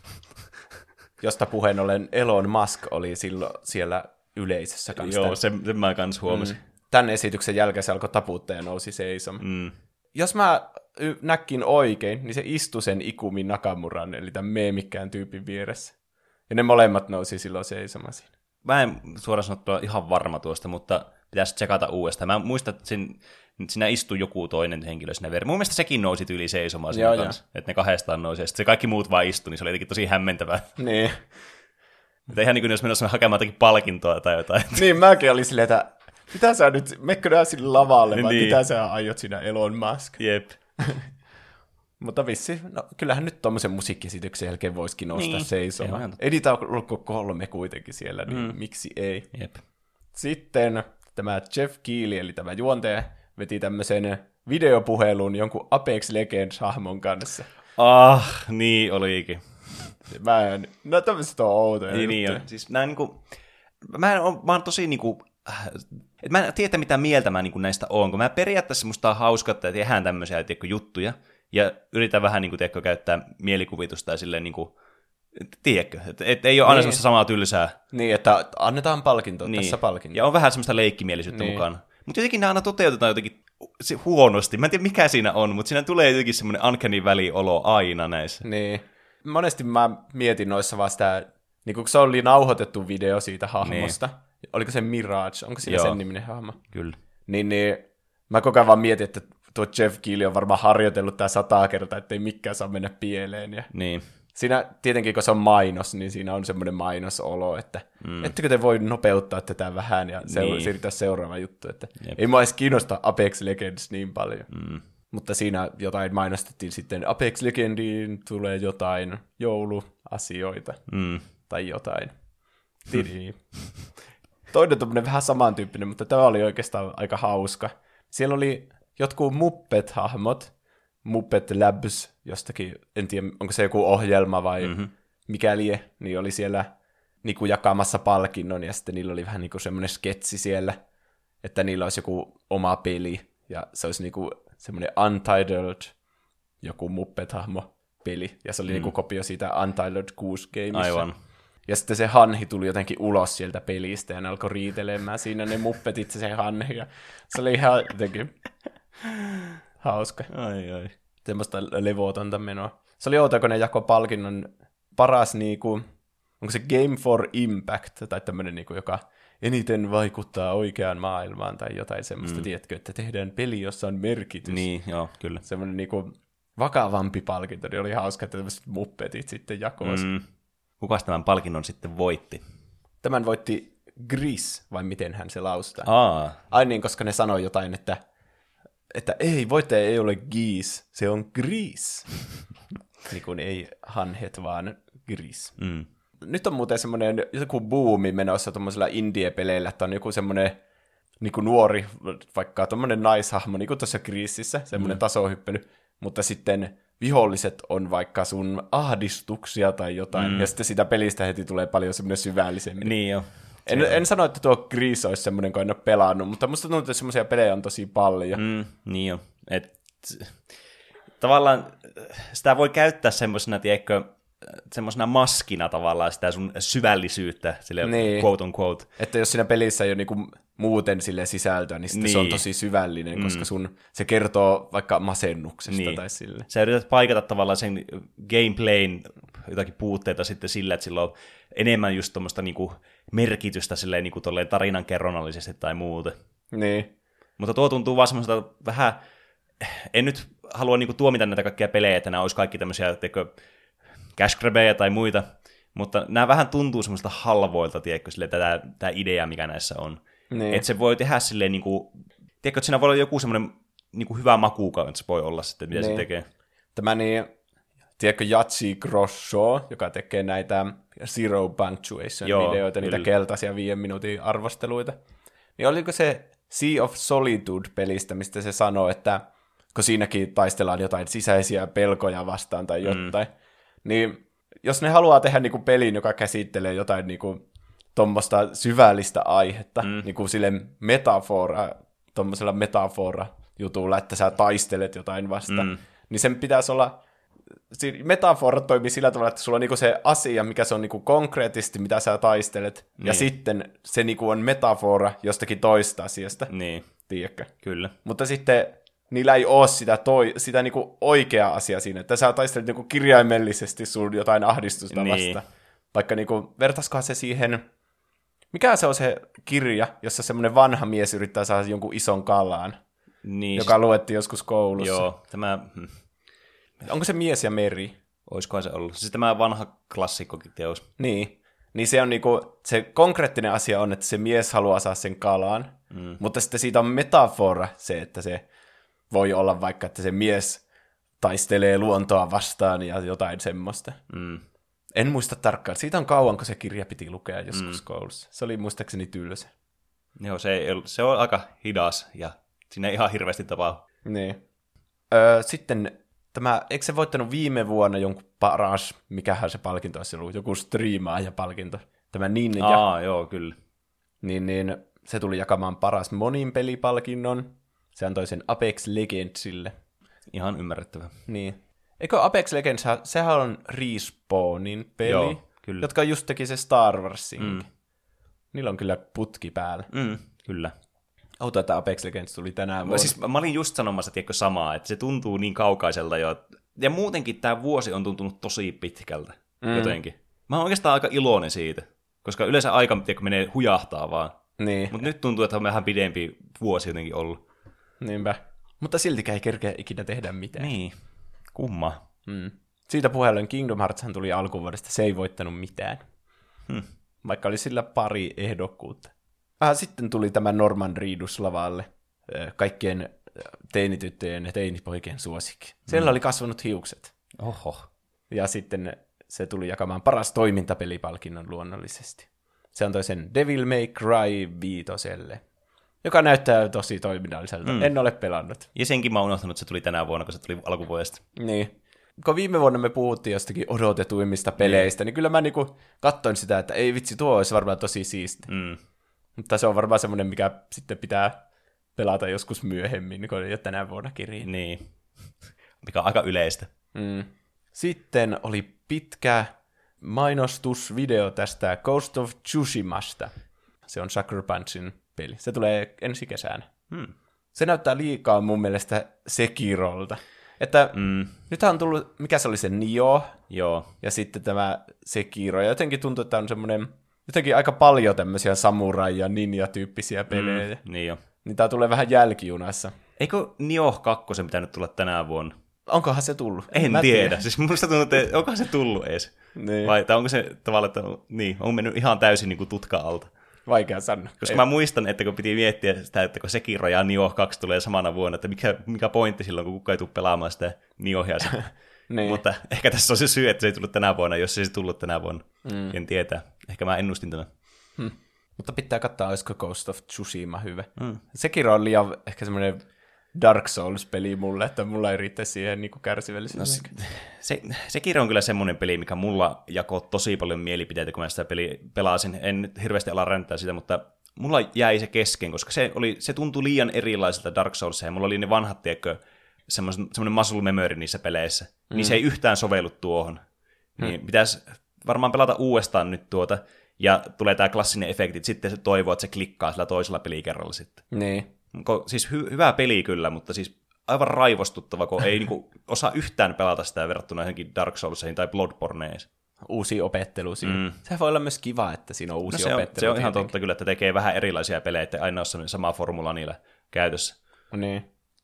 Josta puheen ollen Elon Musk oli silloin siellä yleisössä kanssa. Joo, sen, sen mä kans huomasin. Mm. Tämän esityksen jälkeen se alkoi taputtaa ja nousi seisomaan. Mm. Jos mä näkin oikein, niin se istui sen Ikumi Nakamuran, eli tämän meemikkään tyypin vieressä. Ja ne molemmat nousi silloin seisomaan siinä. Mä en suoraan sanottua ihan varma tuosta, mutta pitäisi tsekata uudestaan. Mä muistan, että siinä, siinä istui joku toinen henkilö siinä vieressä. Mun mielestä sekin nousi tyyli seisomaan siinä kanssa, että ne kahdestaan nousi. Ja sitten se kaikki muut vaan istui, niin se oli jotenkin tosi hämmentävää. Niin. Että ihan niin kuin jos mennessä hakemaan jotakin palkintoa tai jotain. Niin, mäkin olin silleen, että mitä sä nyt, mekkö nää sille lavalle, vai niin. mitä sä aiot siinä Elon Musk? Jep. Mutta vissi, no kyllähän nyt tommosen musiikkiesityksen jälkeen voisikin nostaa niin. seisomaan. Ei niitä ole kolme kuitenkin siellä, niin mm. miksi ei? Jep. Sitten tämä Jeff Keighley, eli tämä juontaja, veti tämmöisen videopuhelun jonkun Apex Legends-hahmon kanssa. Ah, niin olikin. Mä en, no tämmöiset on outoja niin, niin on. Siis näin niinku, mä, en, mä oon tosi niinku, et mä en tiedä mitä mieltä mä niinku näistä oon, kun mä periaatteessa musta on hauska, että tehdään tämmöisiä tiedätkö, juttuja, ja yritän vähän niinku, tiedätkö, käyttää mielikuvitusta ja silleen niinku, tiedätkö, että et ei ole aina niin. semmoista samaa tylsää. Niin, että annetaan palkintoa, niin. tässä palkinto. Ja on vähän semmoista leikkimielisyyttä niin. mukana. Mutta jotenkin nämä aina toteutetaan jotenkin se huonosti. Mä en tiedä mikä siinä on, mutta siinä tulee jotenkin semmoinen uncanny valley-olo aina näissä. Niin. Monesti mä mietin noissa vaan sitä, niin kun se oli nauhoitettu video siitä hahmosta. Niin. Oliko se Mirage? Onko siinä Joo. sen niminen hahmo? Kyllä. Niin, niin mä koko ajan vaan mietin, että tuo Jeff Keighley on varmaan harjoitellut tää sataa kertaa, ettei mikään saa mennä pieleen. Ja niin. Siinä tietenkin, kun se on mainos, niin siinä on semmoinen mainosolo, että mm. ettekö te voi nopeuttaa tätä vähän ja se- niin. siirtää seuraava juttu. Että ei mua edes kiinnosta Apex Legends niin paljon. Mm. Mutta siinä jotain mainostettiin sitten, Apex Legendiin tulee jotain jouluasioita mm. tai jotain. Tiri. Toinen tommoinen vähän samantyyppinen, mutta tämä oli oikeastaan aika hauska. Siellä oli jotkut Muppet-hahmot, Muppet Labs jostakin, en tiedä, onko se joku ohjelma vai mm-hmm. mikä lie, niin oli siellä niinku jakamassa palkinnon, ja sitten niillä oli vähän niinku semmoinen sketsi siellä, että niillä olisi joku oma peli, ja se olisi niinku semmoinen Untitled, joku Muppet-hahmo peli, ja se oli mm. niinku kopio siitä Untitled kuusi gameissa. Aivan. Ja sitten se hanhi tuli jotenkin ulos sieltä pelistä, ja ne alkoi riitelemään siinä ne Muppetit se hanhi, ja se oli ihan jotenkin hauska. Ai ai. Semmoista levotonta menoa. Se oli outoa, kun ne jako palkinnon paras, niinku, onko se Game for Impact, tai tämmöinen, niinku, joka eniten vaikuttaa oikeaan maailmaan, tai jotain semmoista, mm. tiedätkö, että tehdään peli, jossa on merkitys. Niin, joo, kyllä. Semmoinen niinku, vakavampi palkinto, niin oli hauska, että tämmöiset muppetit sitten jakoos. Mm. Kukas tämän palkinnon sitten voitti? Tämän voitti Gris, vai miten hän se laustaa. Aa. Ai niin, koska ne sanoi jotain, että että ei, voittaja ei ole Geese, se on Gris. Niin kuin ei hanhet, vaan Gris. Mm. Nyt on muuten semmoinen joku buumi menossa tuommoisilla indie-peleillä, että on joku semmoinen niin kuin nuori, vaikka tuommoinen naishahmo, niin kuin tuossa Grisissä, semmoinen mm. tasohyppely, mutta sitten viholliset on vaikka sun ahdistuksia tai jotain, mm. ja sitten sitä pelistä heti tulee paljon semmoinen syvällisemmin. Niin jo. En, en sano, että tuo Gris olisi semmoinen, kun en ole pelannut, mutta musta tuntuu, että semmoisia pelejä on tosi paljon. Mm, niin jo. Et, tavallaan sitä voi käyttää semmoisena, tiedätkö, semmoisena maskina tavallaan sitä sun syvällisyyttä, silleen niin. quote on quote. Että jos siinä pelissä ei ole niinku muuten sille sisältöä, niin, niin se on tosi syvällinen, mm. koska sun, se kertoo vaikka masennuksesta niin. tai sille. Sä yrität paikata tavallaan sen gameplayn jotakin puutteita sitten sillä, että sillä on enemmän just tuommoista niinku merkitystä silleen niinku tolleen tarinan kerronnallisesti tai muuten. Niin. Mutta tuo tuntuu vaan semmoista vähän, en nyt halua niinku tuomita näitä kaikkia pelejä, että nämä olisi kaikki tämmöisiä, teikö, cash grabbeja tai muita, mutta nämä vähän tuntuu semmoista halvoilta, tiedätkö, silleen, tämä, tämä idea, mikä näissä on. Niin. Että se voi tehdä silleen, niinku, tiedätkö, että siinä voi olla joku semmoinen niinku hyvä makuuka, että se voi olla sitten, mitä niin. se tekee. Tämä niin, tiedätkö, Jatsi Grosso, joka tekee näitä Zero Punctuation-videoita, niitä keltaisia viiden minuutin arvosteluita. Niin oliko se Sea of Solitude-pelistä, mistä se sanoo, että kun siinäkin taistellaan jotain sisäisiä pelkoja vastaan tai jotain, mm. niin jos ne haluaa tehdä niinku pelin, joka käsittelee jotain niinku tuommoista syvällistä aihetta, mm. niinku sille metafora, tuommoisella metafora-jutulla, että sä taistelet jotain vastaan, mm. niin sen pitäisi olla, metafora toimii sillä tavalla, että sulla on niinku se asia, mikä se on niinku konkreettisesti, mitä sä taistelet, niin. ja sitten se niinku on metafora jostakin toista asiasta, niin. tiedätkö? Kyllä. Mutta sitten niillä ei ole sitä, toi, sitä niinku oikeaa asiaa siinä, että sä taistelet niinku kirjaimellisesti sun jotain ahdistusta niin. vasta. Vaikka niinku, vertaiskohan se siihen, mikä se on se kirja, jossa semmoinen vanha mies yrittää saada jonkun ison kalaan, niin, joka siis luettiin joskus koulussa. Joo, tämä onko se Mies ja meri? Oiskohan se ollut. Siis tämä vanha klassikkokin teos. Niin. Niin se on niinku, se konkreettinen asia on, että se mies haluaa saada sen kalan, mm. mutta sitten siitä on metafora se, että se voi olla vaikka, että se mies taistelee luontoa vastaan ja jotain semmoista. Mm. En muista tarkkaan. Siitä on kauan, kun se kirja piti lukea joskus mm. koulussa. Se oli muistaakseni tylsä. Joo, se, se on aika hidas ja Siinä ei ihan hirveästi tapaa. Niin. Öö, sitten tämä, eikö se voittanut viime vuonna jonkun paras, mikähän se palkinto olisi ollut, joku striimaaja-palkinto, tämä Ninja. Aa, joo, kyllä. Niin, niin se tuli jakamaan paras monin pelipalkinnon. Se antoi sen Apex Legendsille. Ihan ymmärrettävä. Niin. Eikö Apex Legends, sehän on Respawnin peli, Joo, kyllä. jotka just teki se Star Warsin. Mm. Niillä on kyllä putki päällä. Mm, kyllä. Auto, että Apex Legends tuli tänään vuonna. Siis mä olin just sanomassa, tiedätkö, samaa, että se tuntuu niin kaukaiselta jo. Ja muutenkin tämä vuosi on tuntunut tosi pitkältä mm. jotenkin. Mä oon oikeastaan aika iloinen siitä, koska yleensä aika tiedätkö, menee hujahtaa vaan. Niin. Mutta nyt tuntuu, että on vähän pidempi vuosi jotenkin ollut. Niinpä. Mutta siltikään ei kerkeä ikinä tehdä mitään. Niin. Kumma. Mm. Siitä puheellen Kingdom Heartshan tuli alkuvuodesta, se ei voittanut mitään. Hmm. Vaikka oli sillä pari ehdokkuutta. Ah, sitten tuli tämä Norman Reedus lavalle. Kaikkien teinityttöjen ja teinipoikien suosikki. Siellä hmm. oli kasvanut hiukset. Oho. Ja sitten se tuli jakamaan paras toimintapelipalkinnon luonnollisesti. Se antoi sen Devil May Cry viitoselle, joka näyttää tosi toiminnalliselta. Mm. En ole pelannut. Ja senkin mä oon unohtanut, että se tuli tänä vuonna, kun se tuli alkuvuodesta. Niin. Kun viime vuonna me puhuttiin jostakin odotetuimmista peleistä, mm. niin kyllä mä niinku katsoin sitä, että ei vitsi, tuo olisi varmaan tosi siisti. Mm. Mutta se on varmaan semmoinen, mikä sitten pitää pelata joskus myöhemmin, kun ei ole tänä vuonna kirjaa. Niin. Mikä on aika yleistä. Mm. Sitten oli pitkä mainostusvideo tästä Ghost of Tsushimasta. Se on Sucker Punchin peli. Se tulee ensi kesänä. Hmm. Se näyttää liikaa mun mielestä Sekirolta. Että mm. nythän on tullut, mikä se oli se Nioh, Joo. ja sitten tämä Sekiro. Ja jotenkin tuntuu, että on semmoinen, jotenkin aika paljon tämmöisiä samurai- ja ninja-tyyppisiä pelejä. Mm. Niin jo. Niin tää tulee vähän jälkijunassa. Eikö Nioh kaksi pitänyt tulla tänä vuonna? Onkohan se tullut? En Mä tiedä. tiedä. Siis musta tuntuu, että onkohan se tullut edes? Niin. Vai tai onko se tavallaan, että niin, on mennyt ihan täysin niin kuin tutka alta. Vaikea sanoa. Koska Ei. mä muistan, että kun piti miettiä sitä, että kun Sekiro ja Nioh kaksi tulee samana vuonna, että mikä, mikä pointti silloin, kun kukaan ei tule pelaamaan sitä Niohia. niin. Mutta ehkä tässä on se syy, että se ei tullut tänä vuonna, jos se ei tullut tänä vuonna. Mm. En tietää. Ehkä mä ennustin tämän. Hmm. Mutta pitää katsoa, olisiko Ghost of Tsushima hyvä. Mm. Sekiro on liian ehkä semmoinen Dark Souls-peli mulle, että mulla ei riitä siihen niin kärsivällisyys. No, se, Sekiro on kyllä semmoinen peli, mikä mulla jakoi tosi paljon mielipiteitä, kun mä sitä peliä pelasin. En nyt hirveästi ala ränttää sitä, mutta mulla jäi se kesken, koska se, oli, se tuntui liian erilaiselta Dark Soulsia, ja mulla oli ne vanhat, tiedätkö, semmoinen muscle memory niissä peleissä. Mm. Niin se ei yhtään sovellu tuohon. Mm. Niin pitäisi varmaan pelata uudestaan nyt tuota, ja tulee tää klassinen efekti, että sitten se toivoo, että se klikkaa sillä toisella pelikerralla sitten. Niin. Siis hy- hyvä peli kyllä, mutta siis aivan raivostuttava, kun ei niinku osaa yhtään pelata sitä verrattuna johonkin Dark Soulsiin tai Bloodborneen. Uusi opettelu siinä. Mm. Sehän voi olla myös kiva, että siinä on uusi no se opettelu. On, se on ihan totta kyllä, että tekee vähän erilaisia pelejä, että aina ole sama formula niillä käytössä. Niin.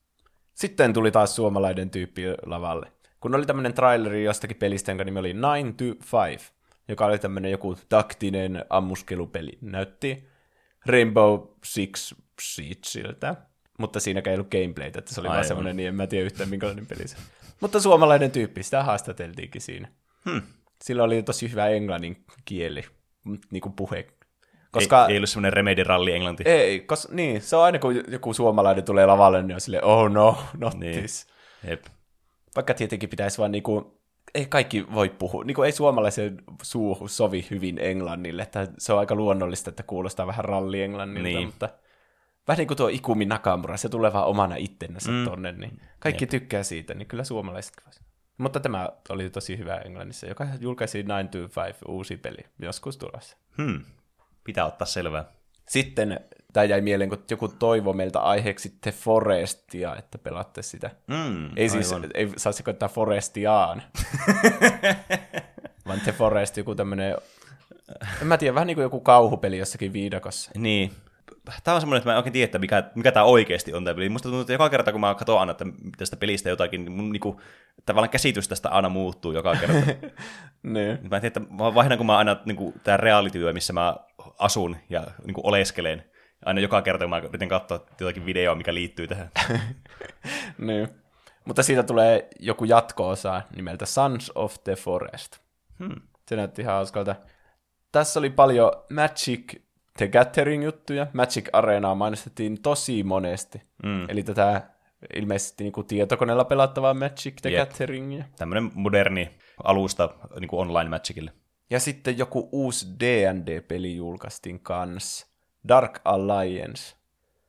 Sitten tuli taas suomalainen tyyppi lavalle. Kun oli tämmöinen traileri jostakin pelistä, jonka nimi oli nine to five, joka oli tämmöinen joku taktinen ammuskelupeli. Näytti Rainbow Six Siegeiltä, mutta siinäkään ei ollut gameplaytä, että se oli Aivan. vaan semmoinen, niin en mä tiedä yhtään minkälainen peli se. Mutta suomalainen tyyppi, sitä haastateltiinkin siinä. Hmm. Sillä oli tosi hyvä englannin kieli, niin kuin puhe. Koska, ei, ei ollut semmoinen Remedy-ralli englanti. Ei, koska niin, se on aina kun joku suomalainen tulee lavalle, niin on silleen, oh no, not niin. this. Jep. Vaikka tietenkin pitäisi vaan niinku, ei kaikki voi puhua, niinku ei suomalaisen suuhun sovi hyvin englannille, että se on aika luonnollista, että kuulostaa vähän ralli englannilta, niin. Mutta vähän niin kuin tuo Ikumi Nakamura, se tulee vaan omana ittensä mm. tonne, niin kaikki Jep. tykkää siitä, niin kyllä suomalaisetkin voisi. Mutta tämä oli tosi hyvä englannissa, joka julkaisi nine to five uusi peli joskus tulossa. Hmm. Pitää ottaa selvää. Sitten tämä jäi mieleen, kun joku toivo meiltä aiheeksi The Forestia, että pelaatte sitä. Mm, ei siis, ei saa sekoittaa Forestiaan, vaan The Forest, joku tämmöinen, en mä tiedä, vähän niin kuin joku kauhupeli jossakin viidakossa. Niin. Tämä on semmoinen, että mä en oikein tiedä, että mikä, mikä tämä oikeasti on tämä peli. Musta tuntuu, että joka kerta, kun mä katson aina että tästä pelistä jotakin, niin mun niinku, tavallaan käsitys tästä aina muuttuu joka kerta. niin. Mä en tiedä, että vaihdanko mä aina niinku, tämä reality, missä mä asun ja niinku, oleskelen. Aina joka kerta, kun mä yritän katsoa jotakin videoa, mikä liittyy tähän. niin. Mutta siitä tulee joku jatko-osa nimeltä Sons of the Forest. Hmm. Se näytti ihan hauskalta. Tässä oli paljon Magic The Gathering-juttuja. Magic Arenaa mainostettiin tosi monesti. Mm. Eli tätä ilmeisesti niin kuin tietokoneella pelattavaa Magic The yep. Gatheringia. Tämmöinen moderni alusta niin kuin online Magicille. Ja sitten joku uusi D and D-peli julkaistiin kanssa. Dark Alliance.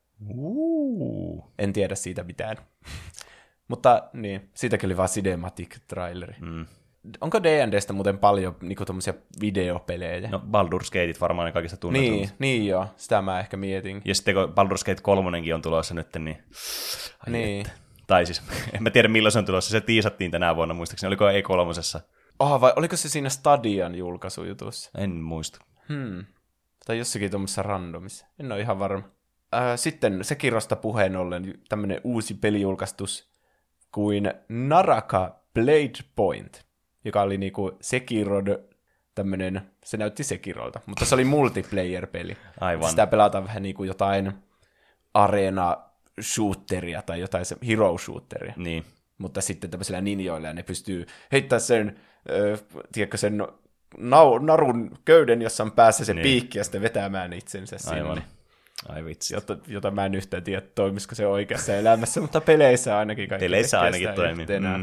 Uh. En tiedä siitä mitään. Mutta niin, siitäkin oli vaan cinematic traileri. Mm. Onko D and D:stä muuten paljon niinku tommosia videopelejä? No Baldur's Gateit varmaan ne kaikista tunnetuimmat. Niin, niin joo, sitä mä ehkä mietin. Ja sitten kun Baldur's Gate kolmonenkin on tulossa nyt, niin... Ai niin. Että. Tai siis, en mä tiedä milloin se on tulossa, se tiisattiin tänä vuonna, muistaakseni, oliko E kolme? Oh, vai oliko se siinä Stadian julkaisujutussa? En muista. Hmm. Tai jossakin tuommoisessa randomissa, en ole ihan varma. Äh, sitten Sekirosta puheen ollen tämmönen uusi pelijulkaistus kuin Naraka Blade Point, joka oli niinku Sekirod tämmönen, se näytti Sekirolta, mutta se oli multiplayer-peli. Aivan. Sitä pelataan vähän niinku jotain arena-shooteria tai jotain se hero-shooteria. Niin. Mutta sitten tämmöisillä ninjoilla ne pystyy heittämään sen, äh, tiedätkö, sen nau- narun köyden, jossa on päässä se niin. piikki ja sitten vetämään itsensä sinne. Aivan. Ai vitsi. Jota, jota mä en yhtään tiedä, toimisiko se oikeassa elämässä, mutta peleissä ainakin kaikki peleissä ainakin toimii. Mm.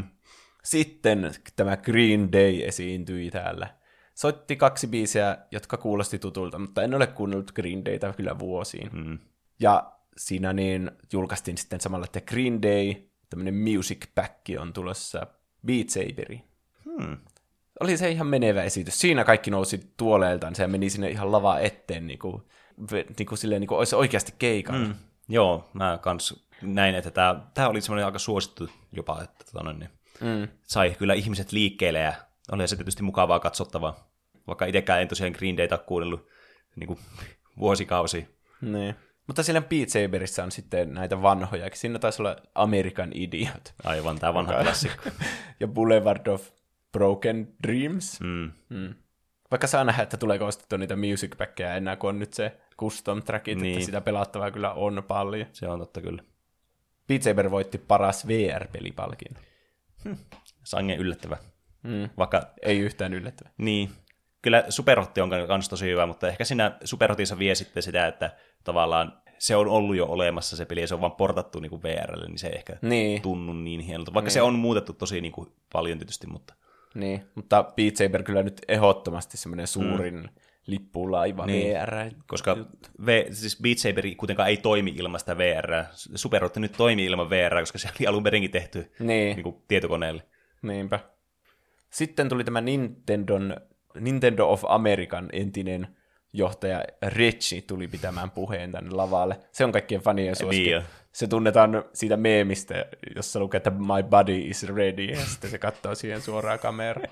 Sitten tämä Green Day esiintyi täällä. Soitti kaksi biisiä, jotka kuulosti tutulta, mutta en ole kuunnellut Green Dayta kyllä vuosiin. Mm. Ja siinä niin julkaistiin sitten samalla, että Green Day, tämmöinen music pack on tulossa Beat Saberiin. Hmm. Oli se ihan menevä esitys. Siinä kaikki nousi tuoleeltaan, se meni sinne ihan lavaa eteen, niin kuin, niin kuin silleen, niin kuin olisi oikeasti keikalla. Mm. Joo, mä kans näin, että tämä, tämä oli semmoinen aika suosittu jopa, että tota, niin, mm. sai kyllä ihmiset liikkeelle ja oli se tietysti mukavaa katsottavaa, vaikka itsekään en tosiaan Green Dayta kuunnellut niin kuin vuosikausia. Niin. Mutta siellä Beat Saberissä on sitten näitä vanhoja. Siinä taisi olla American Idiot. Aivan, tämä vanha klassikko. Ja Boulevard of Broken Dreams. Mm. Mm. Vaikka saa nähdä, että tuleeko ostettua niitä music packkejä enää, kun on nyt se custom trackit, niin. Että sitä pelattavaa kyllä on paljon. Se on totta kyllä. Beat Saber voitti paras V R-pelipalkin. Hm. Sangen yllättävä. Mm. Vaikka... Ei yhtään yllättävä. Niin. Kyllä Superhotti on myös tosi hyvä, mutta ehkä siinä Superhotissa vie sitten sitä, että tavallaan se on ollut jo olemassa se peli ja se on vaan portattu niin kuin V R:lle, niin se ei ehkä niin. tunnu niin hienolta. Vaikka niin. se on muutettu tosi niin kuin paljon tietysti, mutta... Niin, mutta Beat Saber kyllä nyt ehdottomasti semmoinen suurin mm. lippulaiva niin. V R. Koska v, siis Beat Saber kuitenkaan ei toimi ilman sitä V R. Superhotti nyt toimii ilman V R, koska se oli alun perinkin tehty niin. Niin kuin tietokoneelle. Niinpä. Sitten tuli tämä Nintendon, Nintendo of American entinen johtaja Reggie tuli pitämään puheen tänne lavalle. Se on kaikkien fanien suosikki. Niin se tunnetaan siitä meemistä, jossa lukee, että my body is ready, ja sitten se katsoo siihen suoraan kameraan.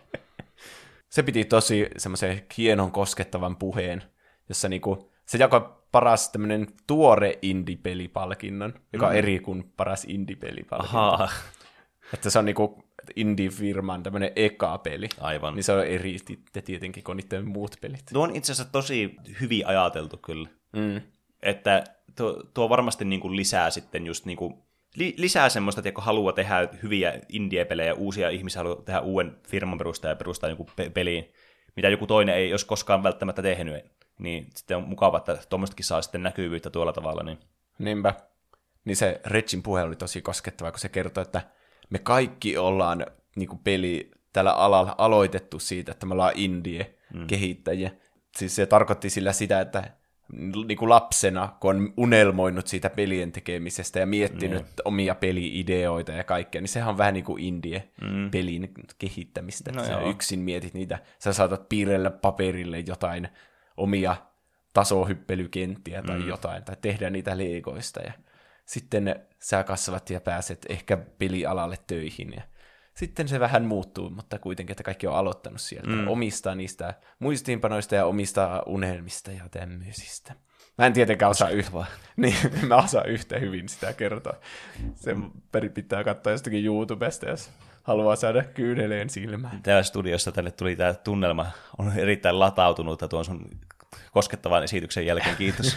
Se piti tosi semmoisen hienon koskettavan puheen, jossa niinku, se jakoi paras tämmöinen tuore indie-pelipalkinnon, joka on mm. eri kuin paras indie-pelipalkinnon. Että se on niinku indie-firman tämmöinen eka peli. Aivan. Niin se on eri tietenkin kuin niiden muut pelit. Tuo on itse asiassa tosi hyvin ajateltu kyllä. Mm. Että tuo, tuo varmasti niin kuin lisää sitten just niin kuin, li, lisää semmoista, että kun haluaa tehdä hyviä indie-pelejä, uusia ihmisiä haluaa tehdä uuden firman perustaa ja perustaa jonkun pe- peliin, mitä joku toinen ei olisi koskaan välttämättä tehnyt, niin sitten on mukava, että tuommoistakin saa sitten näkyvyyttä tuolla tavalla. Niin. Niinpä. Niin se Regin puhe oli tosi koskettava, kun se kertoi, että me kaikki ollaan niin kuin peli tällä alalla aloitettu siitä, että me ollaan indie-kehittäjiä. Mm. Siis se tarkoitti sillä sitä, että niin kuin lapsena, kun on unelmoinut siitä pelien tekemisestä ja miettinyt mm. omia peli-ideoita ja kaikkea, niin sehän on vähän niin kuin indie-pelin mm. kehittämistä. No sä yksin mietit niitä, sä saatat piirrellä paperille jotain omia tasohyppelykenttiä tai mm. jotain, tai tehdä niitä legoista ja sitten sä kasvat ja pääset ehkä pelialalle töihin. Ja sitten se vähän muuttuu, mutta kuitenkin, että kaikki on aloittanut sieltä. Mm. Omistaa niistä muistiinpanoista ja omistaa unelmista ja tämmöisistä. Mä en tietenkään osaa yhtä, niin, mä osaan yhtä hyvin sitä kertoa. Se peri pitää katsoa jostakin YouTubesta, jos haluaa saada kyyneleen silmään. Täällä studiossa tälle tuli tämä tunnelma. On erittäin latautunut tuon sun koskettavan esityksen jälkeen. Kiitos.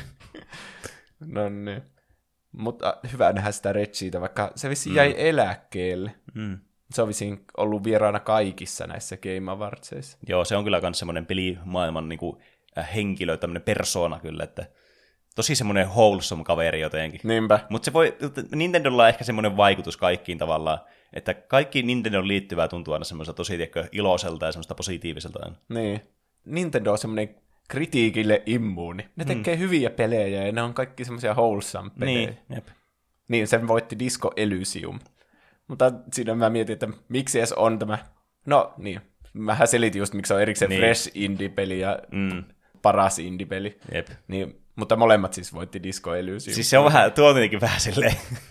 No niin. Mutta hyvä nähdä sitä Regiitä, vaikka se vissiin mm. jäi eläkkeelle. Mm. Se on vissiin ollut vieraana kaikissa näissä Game Awardsissa. Joo, se on kyllä myös semmoinen pelimaailman niin kuin henkilö, tämmöinen persona kyllä, että tosi semmoinen wholesome kaveri jotenkin. Niinpä. Mutta se voi, Nintendolla on ehkä semmoinen vaikutus kaikkiin tavallaan, että kaikki Nintendon liittyvää tuntuu aina semmoista tosi tiedätkö, iloiselta ja semmoista positiiviselta aina. Niin. Nintendo on semmoinen kritiikille immuuni. Ne tekee hmm. hyviä pelejä ja ne on kaikki semmoisia wholesome pelejä. Niin, jep. Niin, sen voitti Disco Elysium. Mutta siinä mä mietin, että miksi edes on tämä... No niin, mähän selitin just, miksi on erikseen niin. Fresh Indie-peli ja mm. paras Indie-peli. Jep. Niin, mutta molemmat siis voitti Disco Elysium. Siis se on vähän, tuo on tietenkin vähän silleen,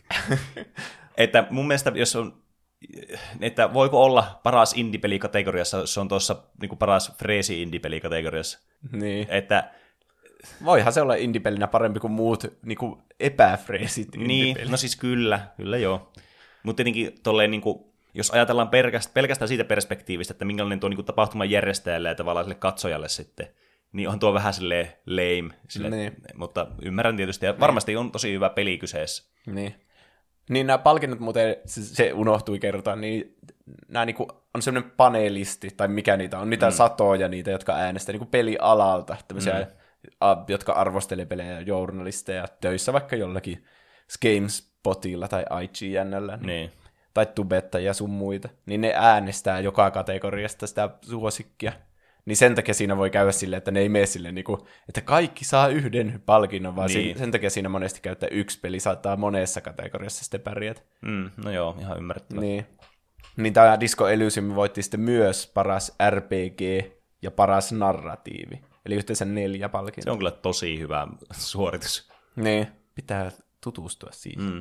että mun mielestä jos on, että voiko olla paras indie-peli kategoriassa, se on tuossa niin paras freesi indie-peli kategoriassa. Niin. Että voihan se olla indie-pelinä parempi kuin muut niin kuin epäfreesit indie-pelit. Niin, no siis kyllä, kyllä joo. Mutta tietenkin tolleen, niin kuin, jos ajatellaan pelkästään siitä perspektiivistä, että minkälainen tuo niin kuin tapahtuman järjestäjälle ja tavallaan sille katsojalle sitten, niin on tuo vähän silleen lame, sille, niin. Mutta ymmärrän tietysti, ja niin. Varmasti on tosi hyvä peli kyseessä. Niin. Niin nämä palkinnot muuten, se unohtui kertoa, niin nämä niinku on semmoinen panelisti, tai mikä niitä on, niitä mm. satoja niitä, jotka äänestää niinku pelialalta, tämmöisiä, mm. a, jotka arvostelee pelejä, journalisteja töissä vaikka jollakin GameSpotilla tai I G N:llä, niin. Niin. Tai Tubetta ja sun muita, niin ne äänestää joka kategoriasta sitä suosikkia. Niin sen takia siinä voi käydä silleen, että ne ei mene silleen, että kaikki saa yhden palkinnon, vaan niin. Sen takia siinä monesti käyttää yksi peli, saattaa monessa kategoriassa sitten pärjätä. Mm, no joo, ihan ymmärrettävä. Niin. Niin tämä Disco Elysium voitti sitten myös paras R P G ja paras narratiivi. Eli yhteensä neljä palkintoa. Se on kyllä tosi hyvä suoritus. Niin, pitää tutustua siihen. Mm.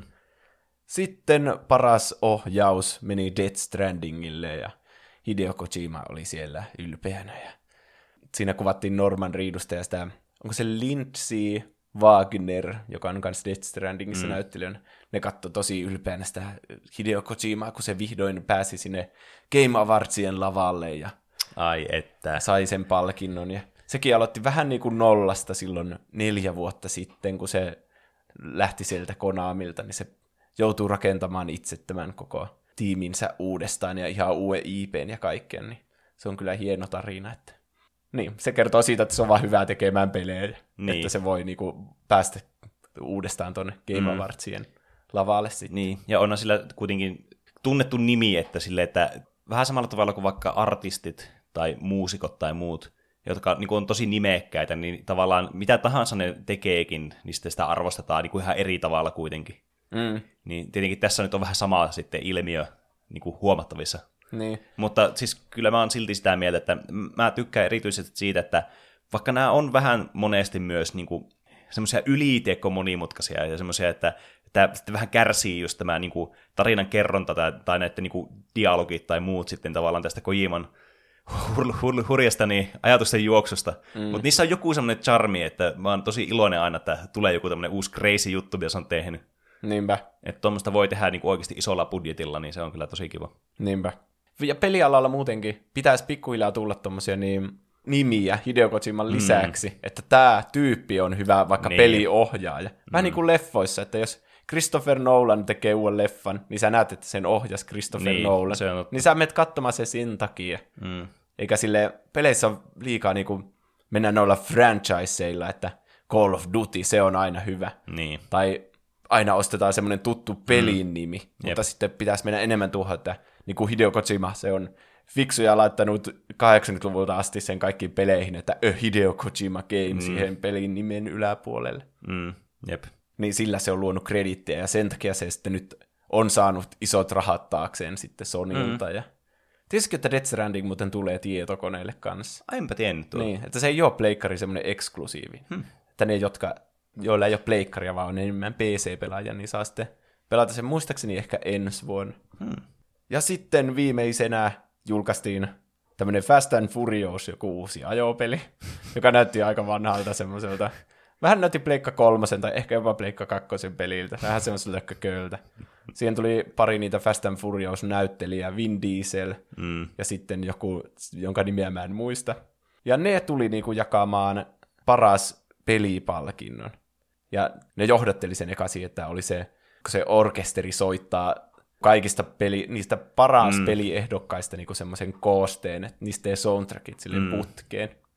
Sitten paras ohjaus meni Death Strandingille ja Hideo Kojima oli siellä ylpeänä. Ja siinä kuvattiin Norman Reedusta ja sitä, onko se Lindsay Wagner, joka on myös Death Strandingissa mm. näyttelijänä. Ne katsoi tosi ylpeänä sitä Hideo Kojimaa, kun se vihdoin pääsi sinne Game Awardsien lavalle ja ai että sai sen palkinnon. Ja sekin aloitti vähän niin kuin nollasta silloin neljä vuotta sitten, kun se lähti sieltä Konamilta, niin se joutuu rakentamaan itse tämän koko tiiminsä uudestaan ja ihan uuden I P:n ja kaikkeen, niin se on kyllä hieno tarina. Että niin, se kertoo siitä, että se on vaan hyvää tekemään pelejä, niin. Että se voi niinku päästä uudestaan tuonne Game Awardsien mm. lavalle sitten. Niin, ja onhan sillä kuitenkin tunnettu nimi, että, sille, että vähän samalla tavalla kuin vaikka artistit tai muusikot tai muut, jotka niin kuin on tosi nimekkäitä, niin tavallaan mitä tahansa ne tekeekin, niin sitten sitä arvostetaan niin kuin ihan eri tavalla kuitenkin. Mm. Niin tietenkin tässä nyt on vähän sama sitten ilmiö niin kuin huomattavissa. Niin. Mutta siis kyllä mä oon silti sitä mieltä, että mä tykkään erityisesti siitä, että vaikka nämä on vähän monesti myös niin kuin semmoisia yliteko monimutkaisia ja semmoisia, että tämä sitten vähän kärsii just tämä niin kuin tarinan kerronta tai, tai näiden niin kuin dialogit tai muut sitten tavallaan tästä Kojiman hur- hur- hurjasta niin ajatusten juoksusta. Mm. Mutta niissä on joku semmoinen charmi, että mä oon tosi iloinen aina, että tulee joku tämmöinen uusi crazy juttu, mitä se on tehnyt. Niinpä. Että tuommoista voi tehdä niin kuin oikeasti isolla budjetilla, niin se on kyllä tosi kiva. Niinpä. Ja pelialalla muutenkin pitäisi pikkuhiljaa tulla tommosia niin nimiä Hideo Kojiman lisäksi, mm. että tämä tyyppi on hyvä vaikka niin. peliohjaaja. Vähän mm. niin kuin leffoissa, että jos Christopher Nolan tekee uuden leffan, niin sä näet, että sen ohjas Christopher niin, Nolan. Niin sä menet katsomaan se sen takia. Mm. Eikä sille peleissä on liikaa niin kuin mennä noilla franchiseilla, että Call of Duty, se on aina hyvä. Niin. Tai aina ostetaan semmoinen tuttu pelin mm. nimi, mutta Jep. sitten pitäisi mennä enemmän tuohon, että niin kuin Hideo Kojima, se on fiksu ja laittanut kahdeksankymmentäluvulta asti sen kaikkiin peleihin, että A Hideo Kojima Game mm. siihen pelin nimen yläpuolelle. Mm. Jep. Niin sillä se on luonut krediittiä, ja sen takia se sitten nyt on saanut isot rahat taakseen sitten Sonylta. Mm. Ja tiesitkö, että Death Stranding muuten tulee tietokoneelle kanssa? Enpä tiennyt tuolla. Niin, että se ei ole pleikkari semmoinen eksklusiivi. Hmm. Että ne, jotka, joilla ei ole pleikkaria, vaan on enemmän P C-pelaaja, niin saa sitten pelata sen muistaakseni ehkä ensi vuonna. Hmm. Ja sitten viimeisenä julkaistiin tämmöinen Fast and Furious, joku uusi ajopeli, joka näytti aika vanhalta semmoiselta. Vähän näytti Pleikka kolmosen tai ehkä jopa Pleikka kakkosen peliltä. Vähän semmoiselta kököltä. Siihen tuli pari niitä Fast and Furious-näyttelijää, Vin Diesel mm. ja sitten joku, jonka nimeä mä en muista. Ja ne tuli niinku jakamaan paras pelipalkinnon. Ja ne johdatteli sen ekasi, että oli se, kun se orkesteri soittaa kaikista peli, niistä paras mm. peliehdokkaista niinku semmoisen koosteen, että niistä tee soundtrackit silleen mm. putkeen.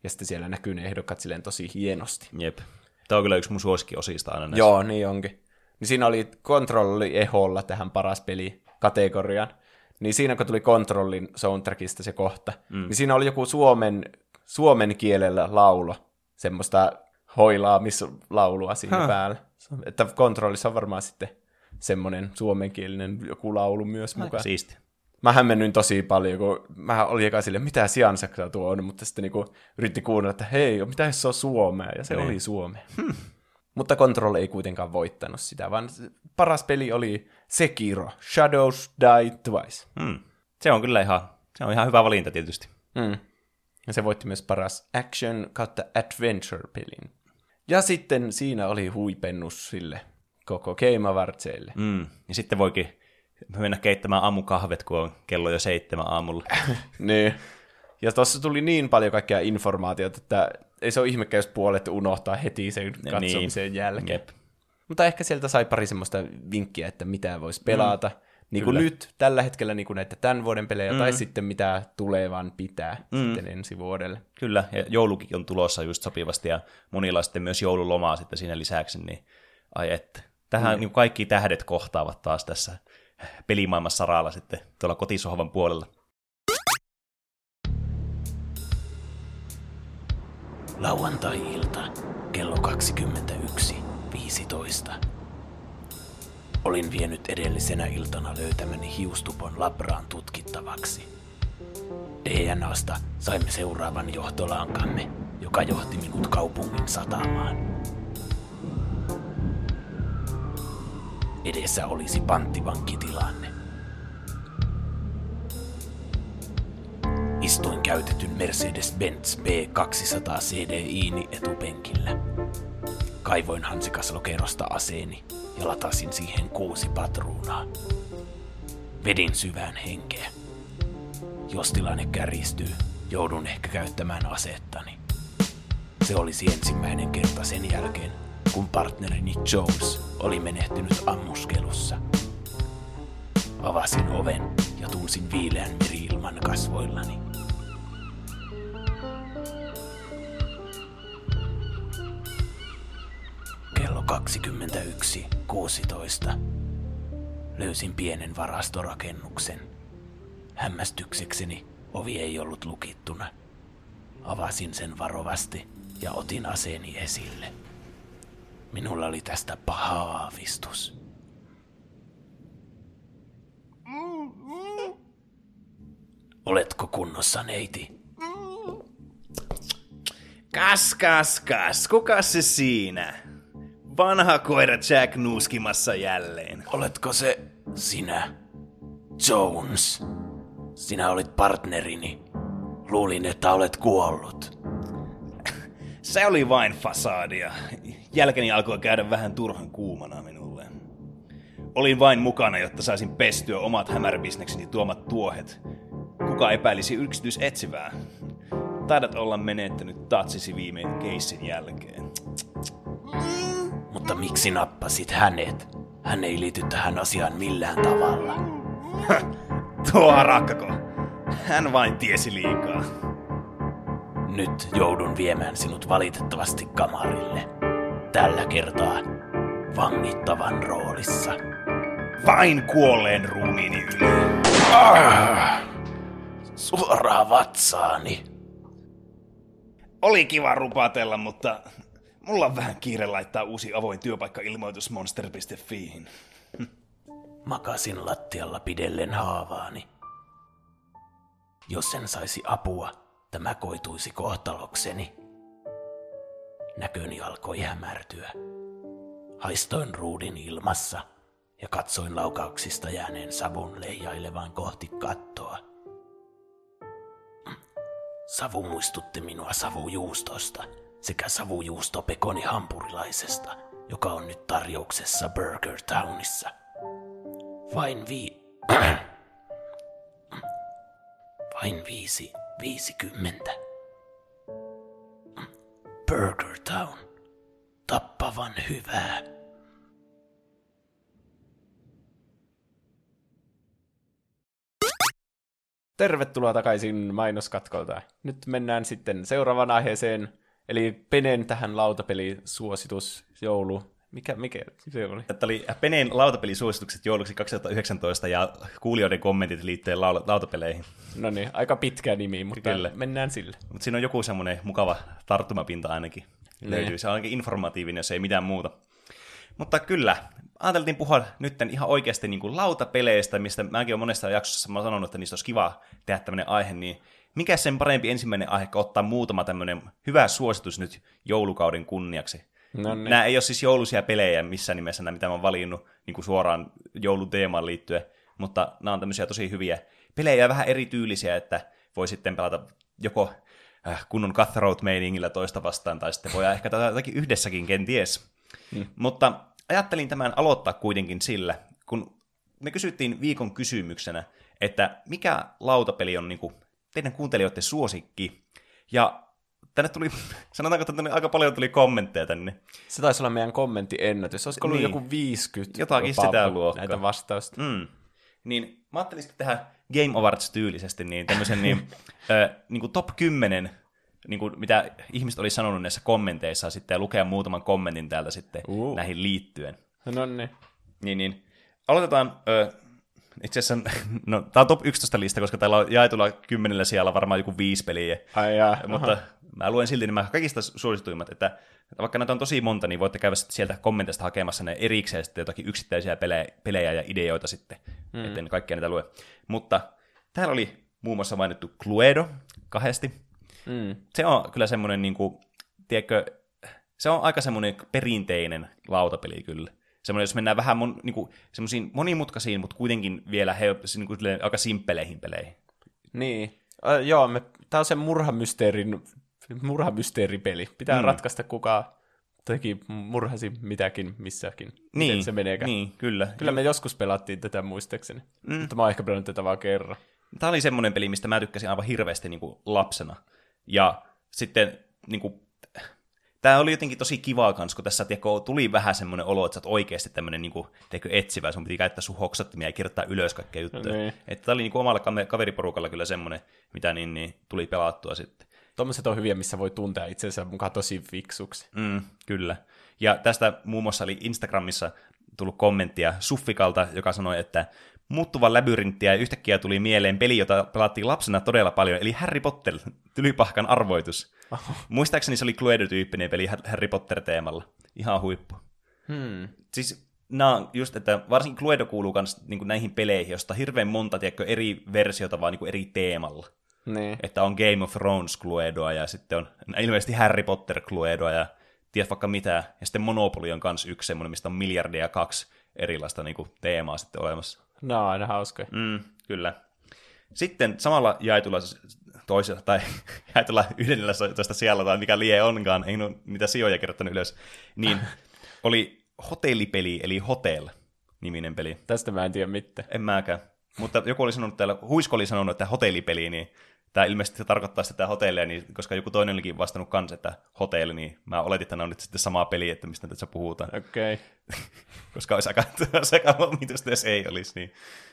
ja sitten siellä näkyy ne ehdokkaat silleen tosi hienosti. Jep. Tämä on kyllä yksi mun suosikkiosista aina näissä. Joo, niin onkin. Niin siinä oli kontrolli eholla tähän paras peli kategoriaan. Niin siinä kun tuli kontrollin soundtrackista se kohta, mm. niin siinä oli joku suomen, suomen kielellä laulo, semmoista hoilaamislaulua siinä huh. päällä. Että kontrollissa on varmaan sitten semmoinen suomenkielinen joku laulu myös mukaan. Siisti. Mä hämmennyin tosi paljon, kun mä olin eka silleen, mitä siansaksaa tuo on, mutta sitten niinku yritti kuunnella, että hei, mitä jos se on suomea, ja se ne. oli suomea. Hmm. Mutta Control ei kuitenkaan voittanut sitä, vaan paras peli oli Sekiro, Shadows Die Twice. Hmm. Se on kyllä ihan, se on ihan hyvä valinta tietysti. Hmm. Ja se voitti myös paras action kautta adventure-pelin. Ja sitten siinä oli huipennus sille koko Game Awardsille. Hmm. Ja sitten voikin mennä keittämään aamukahvet, kun on kello jo seitsemän aamulla. Niin. Ja tuossa tuli niin paljon kaikkea informaatiota, että ei se ole ihmekään, jos puolet unohtaa heti sen katsomisen niin. jälkeen. Jep. Mutta ehkä sieltä sai pari semmoista vinkkiä, että mitä voisi pelata. Mm. Niin kuin nyt, tällä hetkellä niin kuin näitä tämän vuoden pelejä, mm. tai sitten mitä tulevan pitää mm. sitten ensi vuodelle. Kyllä, ja joulukin on tulossa just sopivasti, ja monilla sitten myös joululomaa sitten siinä lisäksi, niin ai että. Tähän mm. niin kaikki tähdet kohtaavat taas tässä pelimaailmassa saralla sitten tuolla kotisohvan puolella. Lauantai-ilta, kello kaksikymmentäyksi viisitoista. Olin vienyt edellisenä iltana löytämäni hiustupon labraan tutkittavaksi. D N A:sta saimme seuraavan johtolankamme, joka johti minut kaupungin satamaan. Edessä olisi panttivankkitilanne. Istuin käytetyn Mercedes-Benz B kaksisataa C D I:ni etupenkillä. Kaivoin hansikaslokerosta aseeni ja latasin siihen kuusi patruunaa. Vedin syvään henkeä. Jos tilanne kärjistyy, joudun ehkä käyttämään asettani. Se olisi ensimmäinen kerta sen jälkeen, kun partnerini Jones oli menehtynyt ammuskelussa. Avasin oven ja tunsin viileän meri-ilman kasvoillani. Kello kaksikymmentäyksi kuusitoista. Löysin pienen varastorakennuksen. Hämmästyksekseni ovi ei ollut lukittuna. Avasin sen varovasti ja otin aseeni esille. Minulla oli tästä paha aavistus. Oletko kunnossa, neiti? Kas, kas, kas. Kukas se siinä? Vanha koira Jack nuuskimassa jälleen. Oletko se sinä, Jones? Sinä olit partnerini. Luulin, että olet kuollut. Se oli vain fasadia. Jälkeni alkoi käydä vähän turhan kuumana minulle. Olin vain mukana, jotta saisin pestyä omat hämärbisnekseni tuomat tuohet. Kuka epäilisi yksityisetsivää? Taidat olla menettänyt tatsisi viimein keissin jälkeen. Mutta miksi nappasit hänet? Hän ei liity tähän asiaan millään tavalla. Tuo harakkako. Hän vain tiesi liikaa. Nyt joudun viemään sinut valitettavasti kamarille. Tällä kertaa vangittavan roolissa. Vain kuolleen ruumiini yli. Ah! Suoraa vatsaani. Oli kiva rupatella, mutta mulla on vähän kiire laittaa uusi avoin työpaikka-ilmoitus monster piste fiihin. Makasin lattialla pidellen haavaani. Jos en saisi apua, tämä koituisi kohtalokseni. Näköni alkoi hämärtyä. Haistoin ruudin ilmassa ja katsoin laukauksista jääneen savun leijailevan kohti kattoa. Savu muistutti minua savujuustosta sekä savujuustopekoni hampurilaisesta, joka on nyt tarjouksessa Burger Townissa. Vain vi... Vain viisi, viisikymmentä. Burger Town. Tappavan hyvää. Tervetuloa takaisin mainoskatkolta. Nyt mennään sitten seuraavaan aiheeseen, eli Penen tähän lautapelisuositus joulu. Mikä, mikä se oli? Tämä oli Penen lautapelisuositukset jouluksi kaksituhattayhdeksäntoista ja kuulijoiden kommentit liittyen laula- lautapeleihin. No niin, aika pitkä nimi, mutta Kyllä. mennään sille. Mutta siinä on joku semmoinen mukava tarttumapinta ainakin. Ne. Löytyy. Se on ainakin informatiivinen, jos ei mitään muuta. Mutta kyllä, ajateltiin puhua nyt ihan oikeasti niin kuin lautapeleistä, mistä mäkin olen monessa jaksossa mä sanonut, että niistä olisi kiva tehdä tämmöinen aihe, niin mikä sen parempi ensimmäinen aihe, ottaa muutama tämmöinen hyvä suositus nyt joulukauden kunniaksi. No niin. Nämä ei ole siis jouluisia pelejä missään nimessä, nämä, mitä mä oon valinnut niin kuin suoraan jouluteemaan liittyen, mutta nämä on tämmöisiä tosi hyviä pelejä, vähän erityylisiä, että voi sitten pelata joko äh, kunnon cutthroat-meiningillä toista vastaan, tai sitten voi ehkä tätä jotakin yhdessäkin, kenties. Hmm. Mutta ajattelin tämän aloittaa kuitenkin sillä, kun me kysyttiin viikon kysymyksenä, että mikä lautapeli on niin kuin teidän kuuntelijoiden suosikki, ja tänne tuli, sanotaanko, että tänne aika paljon tuli kommentteja tänne. Se taisi olla meidän kommenttiennätys. Olisiko ollut Niin. joku viisikymmentä Jotakin sitä luokkaa. näitä vastausta? Mm. Niin mä ajattelin sitten tehdä Game Awards-tyylisesti niin tämmöisen niin, ö, niin kuin top kymmenen, niin kuin mitä ihmiset oli sanonut näissä kommenteissa sitten, ja lukea muutaman kommentin täältä sitten Uh. näihin liittyen. No niin. Niin, niin. Aloitetaan, ö, itse asiassa, no tää on top yksitoista lista, koska täällä on jaetulla kymmenellä siellä varmaan joku viisi peliä. Ai jaa, Mutta aha. mä luen silti nämä kaikista suosituimmat, että, että vaikka näitä on tosi monta, niin voitte käydä sitten sieltä kommenteista hakemassa ne erikseen sitten jotakin yksittäisiä pelejä, pelejä ja ideoita sitten, mm. etten kaikkia näitä lue. Mutta täällä oli muun muassa mainittu Cluedo kahdesti. Mm. Se on kyllä semmoinen, niin kuin, tiedätkö, se on aika semmoinen perinteinen lautapeli kyllä. Semmoinen, jos mennään vähän mon, niin kuin, semmoisiin monimutkaisiin, mutta kuitenkin vielä he, niin kuin, aika simppeleihin peleihin. Niin. Äh, joo, me, tää on se murhamysteerin, murhamysteeripeli. Pitää Mm. mm. ratkaista, kuka teki murhasi mitäkin missäkin. Niin, Miten se meneekään. niin, kyllä. Kyllä me joskus pelattiin tätä muistaakseni. Mm. Mutta mä oon ehkä pelannut tätä vaan kerran. Tämä oli semmoinen peli, mistä mä tykkäsin aivan hirveästi niin kuin lapsena. Ja sitten niin kuin, tämä oli jotenkin tosi kivaa kanssa, kun tässä tiedätkö, tuli vähän semmoinen olo, että sä oot oikeasti tämmöinen niin kuin, tiedätkö, etsivä, sun piti käyttää sun hoksattimia ja kirjoittaa ylös kaikkea juttuja. Niin. Että tämä oli niin kuin, omalla kaveriporukalla kyllä semmoinen, mitä niin, niin, tuli pelattua sitten. Tuommoiset on hyviä, missä voi tuntea itsensä mukaan tosi fiksuksi. Mm, kyllä. Ja tästä muun muassa oli Instagramissa tullut kommenttia Suffikalta, joka sanoi, että muuttuva labyrinttiä ja yhtäkkiä tuli mieleen peli, jota pelattiin lapsena todella paljon, eli Harry Potter, Tylypahkan arvoitus. Oho. Muistaakseni se oli Cluedo-tyyppinen peli Harry Potter-teemalla. Ihan huippu. Hmm. Siis nämä on just, että varsinkin Cluedo kuuluu myös niin näihin peleihin, josta hirveän monta tiedätkö, eri versiota vaan niin eri teemalla. Niin. Että on Game of Thrones Cluedoa ja sitten on ilmeisesti Harry Potter Cluedoa ja tiedät vaikka mitä. Ja sitten Monopoly on myös yksi semmoinen, mistä on miljardia ja kaksi erilaista niin kuin, teemaa sitten olemassa. No on aina hauskoja. Mm, kyllä. Sitten samalla jaetulla toisella, tai jaetulla yhdennellätoista siellä, tai mikä lie onkaan, ei ole niitä sijoja kirjoittanut ylös, niin oli hotellipeli, eli Hotel-niminen peli. Tästä mä en tiedä mitään. En mäkään. Mutta joku oli sanonut täällä, Huisko oli sanonut, että hotellipeli, niin tämä ilmeisesti tarkoittaa sitä hotellia, niin koska joku toinen olikin vastannut kanssa, että hotelli, niin mä oletin, että tämä on nyt sitten sama peli, että mistä tässä puhutaan. Okei. Okay. Koska olisi aika, olisi aika omitusta, jos ei olisi, niin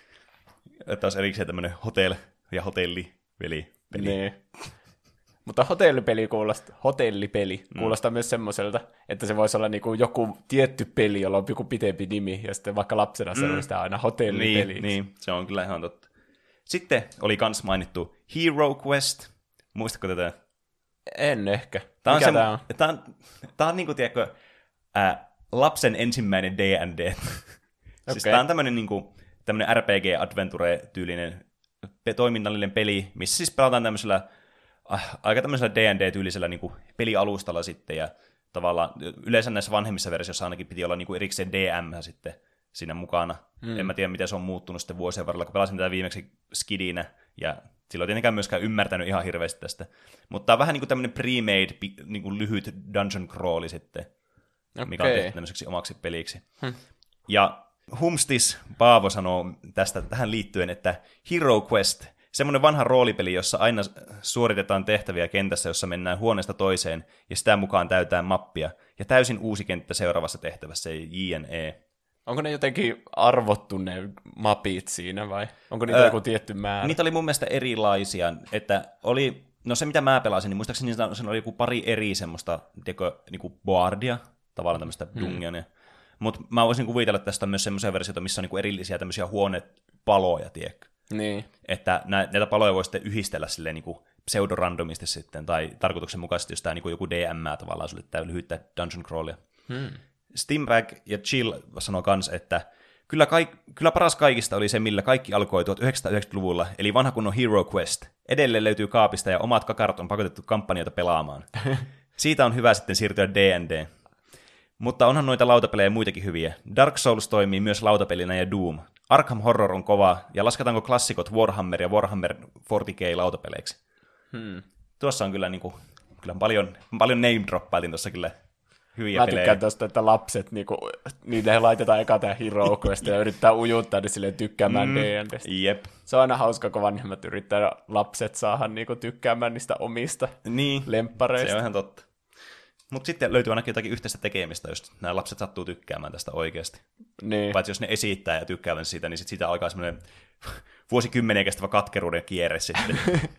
että olisi erikseen tämmöinen hotel- ja hotellipeli. Peli. Niin. Mutta hotellipeli kuulostaa, hotellipeli Mm. kuulostaa myös semmoiselta, että se voisi olla niinku joku tietty peli, jolla on joku pitempi nimi, ja sitten vaikka lapsena se Mm. oli sitä aina hotellipeli. Niin, niin, se on kyllä ihan totta. Sitten oli kans mainittu Hero Quest. Muistatko tätä? En ehkä. Tämä on, Mikä se, tää on? Tämä on, tämä on niin kuin, tiedätkö, ää, lapsen ensimmäinen D and D. Siis Okei. tämä on tämmöinen, niin kuin, tämmöinen R P G-adventure-tyylinen pe- toiminnallinen peli, missä siis pelataan tämmöisellä äh, aika tämmöisellä D and D-tyylisellä niin kuin pelialustalla sitten, ja tavallaan yleensä näissä vanhemmissa versioissa ainakin piti olla niin kuin erikseen D M sitten siinä mukana. Mm. En mä tiedä, miten se on muuttunut sitten vuosien varrella, kun pelasin tätä viimeksi skidinä, ja silloin tietenkään myöskään ymmärtänyt ihan hirveästi tästä. Mutta tämä on vähän niin kuin tämmöinen pre-made, niin kuin lyhyt dungeon crawli sitten, okay, mikä on tehty tämmöiseksi omaksi peliksi. Hmm. Ja Humstis Paavo sanoo tästä tähän liittyen, että Hero Quest, semmoinen vanha roolipeli, jossa aina suoritetaan tehtäviä kentässä, jossa mennään huoneesta toiseen, ja sitä mukaan täytään mappia, ja täysin uusi kenttä seuraavassa tehtävässä, J N E. Onko ne jotenkin arvottu ne mapit siinä vai onko niitä Öö, joku tietty määrä? Niitä oli mun mielestä erilaisia, että oli, no se mitä mä pelasin, niin muistaakseni siinä oli joku pari eri semmoista, tiedätkö, niinku boardia, tavallaan tämmöistä hmm. dungeonia. Mutta mä voisin kuvitella, että tästä on myös semmoisia versioita, missä on niinku erillisiä tämmöisiä huonepaloja, tiedätkö? Niin. Että näitä paloja voi sitten yhdistellä silleen niinku pseudorandomisti sitten, tai tarkoituksenmukaisesti, jos tämä niinku joku D M tavallaan sulle tää lyhyttä dungeon crawlia. Hmm. Steambag ja Chill sanoo kans, että kyllä, kaik- kyllä paras kaikista oli se, millä kaikki alkoi tuhatyhdeksänsataayhdeksänkymmentäluvulla, eli vanha kunnon Hero Quest. Edelleen löytyy kaapista ja omat kakarat on pakotettu kampanjoita pelaamaan. Siitä on hyvä sitten siirtyä D and D. Mutta onhan noita lautapelejä muitakin hyviä. Dark Souls toimii myös lautapelinä ja Doom. Arkham Horror on kova, ja lasketaanko klassikot Warhammer ja Warhammer neljäkymmentä K lautapeleiksi? Hmm. Tuossa on kyllä, niin kuin, kyllä paljon, paljon name-droppailin tuossa kyllä hyviä Mä pelejä. tykkään tosta, että lapset, niinku, niille laitetaan eka tää Hero Quest ja yrittää ujuttaa ne silleen tykkäämään mm, D and D:stä. Jep. Se on aina hauska, kun vanhemmat yrittää lapset saada niinku, tykkäämään niistä omista niin, lemppareista. Se on ihan totta. Mutta sitten löytyy ainakin jotakin yhteistä tekemistä, jos nämä lapset sattuu tykkäämään tästä oikeasti. Niin. Paitsi jos ne esittää ja tykkäävät siitä, niin sit siitä alkaa semmoinen vuosikymmeniä kestävä katkeruuden kierre sitten.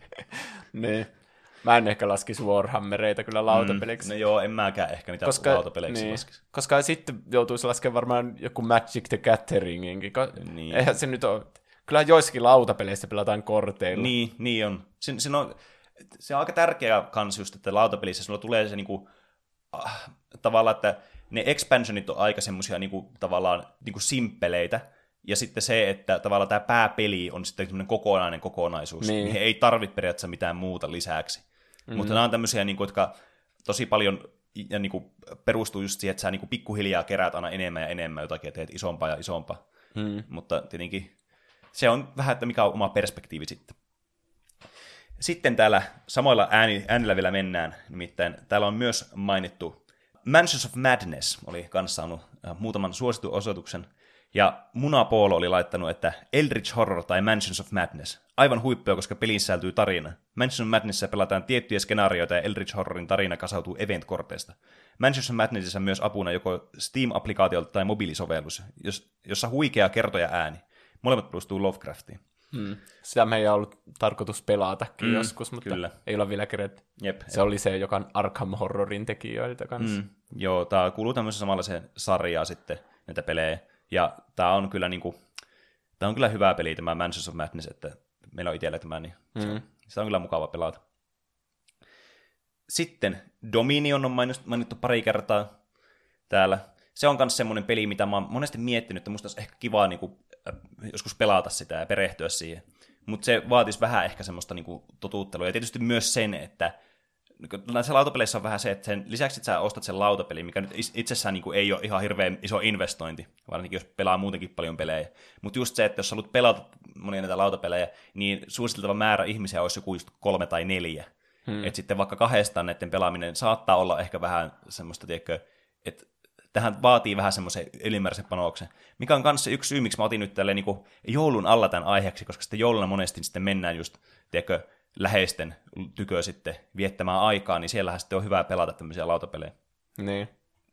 Niin. Mä en ehkä laskisi Warhammereita kyllä lautapeliksi. Mm, no joo, en mäkään ehkä niitä koska, lautapeleiksi niin, laskisi. Koska sitten joutuisi laskemaan varmaan joku Magic the Gatheringinkin. Niin. Eihän se nyt ole. Kyllä joissakin lautapeleissä pelataan korteilla. Niin, niin on. Se, se on. Se on aika tärkeä kans just, että lautapelissä sulla tulee se niinku, ah, tavallaan, että ne expansionit on aika semmosia niinku, tavallaan niinku simppeleitä, ja sitten se, että tavallaan tämä pääpeli on sitten semmoinen kokonainen kokonaisuus, niin, niin ei tarvitse periaatteessa mitään muuta lisäksi. Mm-hmm. Mutta nämä on tämmöisiä, niin kuin, jotka tosi paljon ja, niin kuin, perustuu just siihen, että sä niin kuin, pikkuhiljaa keräät aina enemmän ja enemmän jotakin ja teet isompaa ja isompaa. Mm. Mutta tietenkin se on vähän, että mikä on oma perspektiivi sitten. Sitten täällä samoilla ääni, äänillä vielä mennään, nimittäin täällä on myös mainittu Mansions of Madness, oli kanssa saanut muutaman suositun osoituksen. Ja Munapoolo oli laittanut, että Eldritch Horror tai Mansions of Madness. Aivan huippua, koska peliin sisältyy tarina. Mansions of Madnessissa pelataan tiettyjä skenaarioita ja Eldritch Horrorin tarina kasautuu event-korteista. Mansions of Madnessissa myös apuna joko Steam-applikaatiolta tai mobiilisovellus, jossa huikea kertoja ääni. Molemmat perustuu Lovecraftiin. Hmm. Sitä meidän on ollut tarkoitus pelatakin mm, joskus, mutta kyllä. Ei ole vielä keretty. Jep, se jep. oli se, joka on Arkham Horrorin tekijöiltä kanssa. Mm. Joo, tämä kuuluu tämmöiseen samanlaiseen sarjaan sitten, näitä pelejä. Ja tämä on kyllä niinku, tämä on kyllä hyvä peli, tämä Mansions of Madness, että meillä on itsellä tämä, niin mm. se, on, se on kyllä mukava pelata. Sitten Dominion on mainittu pari kertaa täällä. Se on myös semmoinen peli, mitä mä oon monesti miettinyt, että musta olisi ehkä kivaa niinku, joskus pelata sitä ja perehtyä siihen. Mutta se vaatisi vähän ehkä semmoista niinku, totuuttelua. Ja tietysti myös sen, että näissä lautapeleissä on vähän se, että sen lisäksi että sä ostat sen lautapelin, mikä nyt itsessään niin kuin ei ole ihan hirveän iso investointi, varsinkin jos pelaa muutenkin paljon pelejä. Mutta just se, että jos sä haluat pelata monia näitä lautapelejä, niin suositeltava määrä ihmisiä olisi joku just kolme tai neljä. Hmm. Että sitten vaikka kahdestaan näiden pelaaminen saattaa olla ehkä vähän semmoista, tiedätkö, että tähän vaatii vähän semmoisen ylimääräisen panoksen. Mikä on kanssa yksi syy, miksi mä otin nyt tälleen niin kuin joulun alla tämän aiheeksi, koska sitten jouluna monesti sitten mennään just, tiedätkö, läheisten tykö sitten viettämään aikaa, niin siellähän sitten on hyvä pelata tämmöisiä lautapelejä. Niin.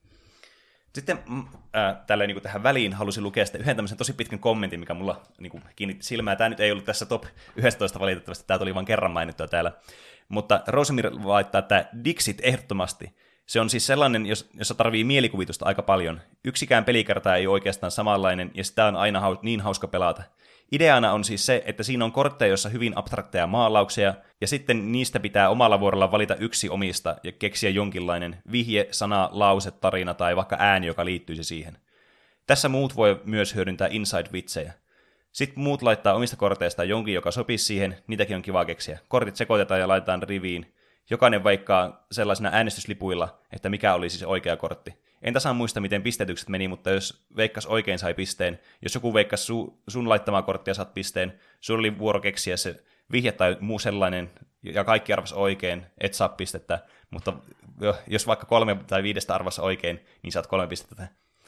Sitten äh, tälleen niin kuin tähän väliin halusin lukea sitten yhden tämmöisen tosi pitkän kommentin, mikä mulla niin kuin kiinnitti silmää. Tämä nyt ei ollut tässä top yksitoista valitettavasti, tämä tuli vain kerran mainittua täällä. Mutta Rosemir laittaa, että Dixit ehdottomasti. Se on siis sellainen, jossa tarvii mielikuvitusta aika paljon. Yksikään pelikerta ei ole oikeastaan samanlainen, ja sitä on aina niin hauska pelata. Ideana on siis se, että siinä on kortteja, jossa hyvin abstrakteja maalauksia, ja sitten niistä pitää omalla vuorolla valita yksi omista ja keksiä jonkinlainen vihje, sana, lause, tarina tai vaikka ääni, joka liittyisi siihen. Tässä muut voi myös hyödyntää inside-vitsejä. Sitten muut laittaa omista korteista jonkin, joka sopisi siihen, niitäkin on kiva keksiä. Kortit sekoitetaan ja laitetaan riviin. Jokainen vaikkaa sellaisina äänestyslipuilla, että mikä olisi se oikea kortti. En tasan muista, miten pistetykset meni, mutta jos veikkas oikein sai pisteen, jos joku veikkas su- sun laittamaa korttia saat pisteen, sun oli vuoro keksiä se vihje tai muu sellainen, ja kaikki arvas oikein, et saa pistettä, mutta jos vaikka kolme tai viidestä arvas oikein, niin saat kolme pistettä.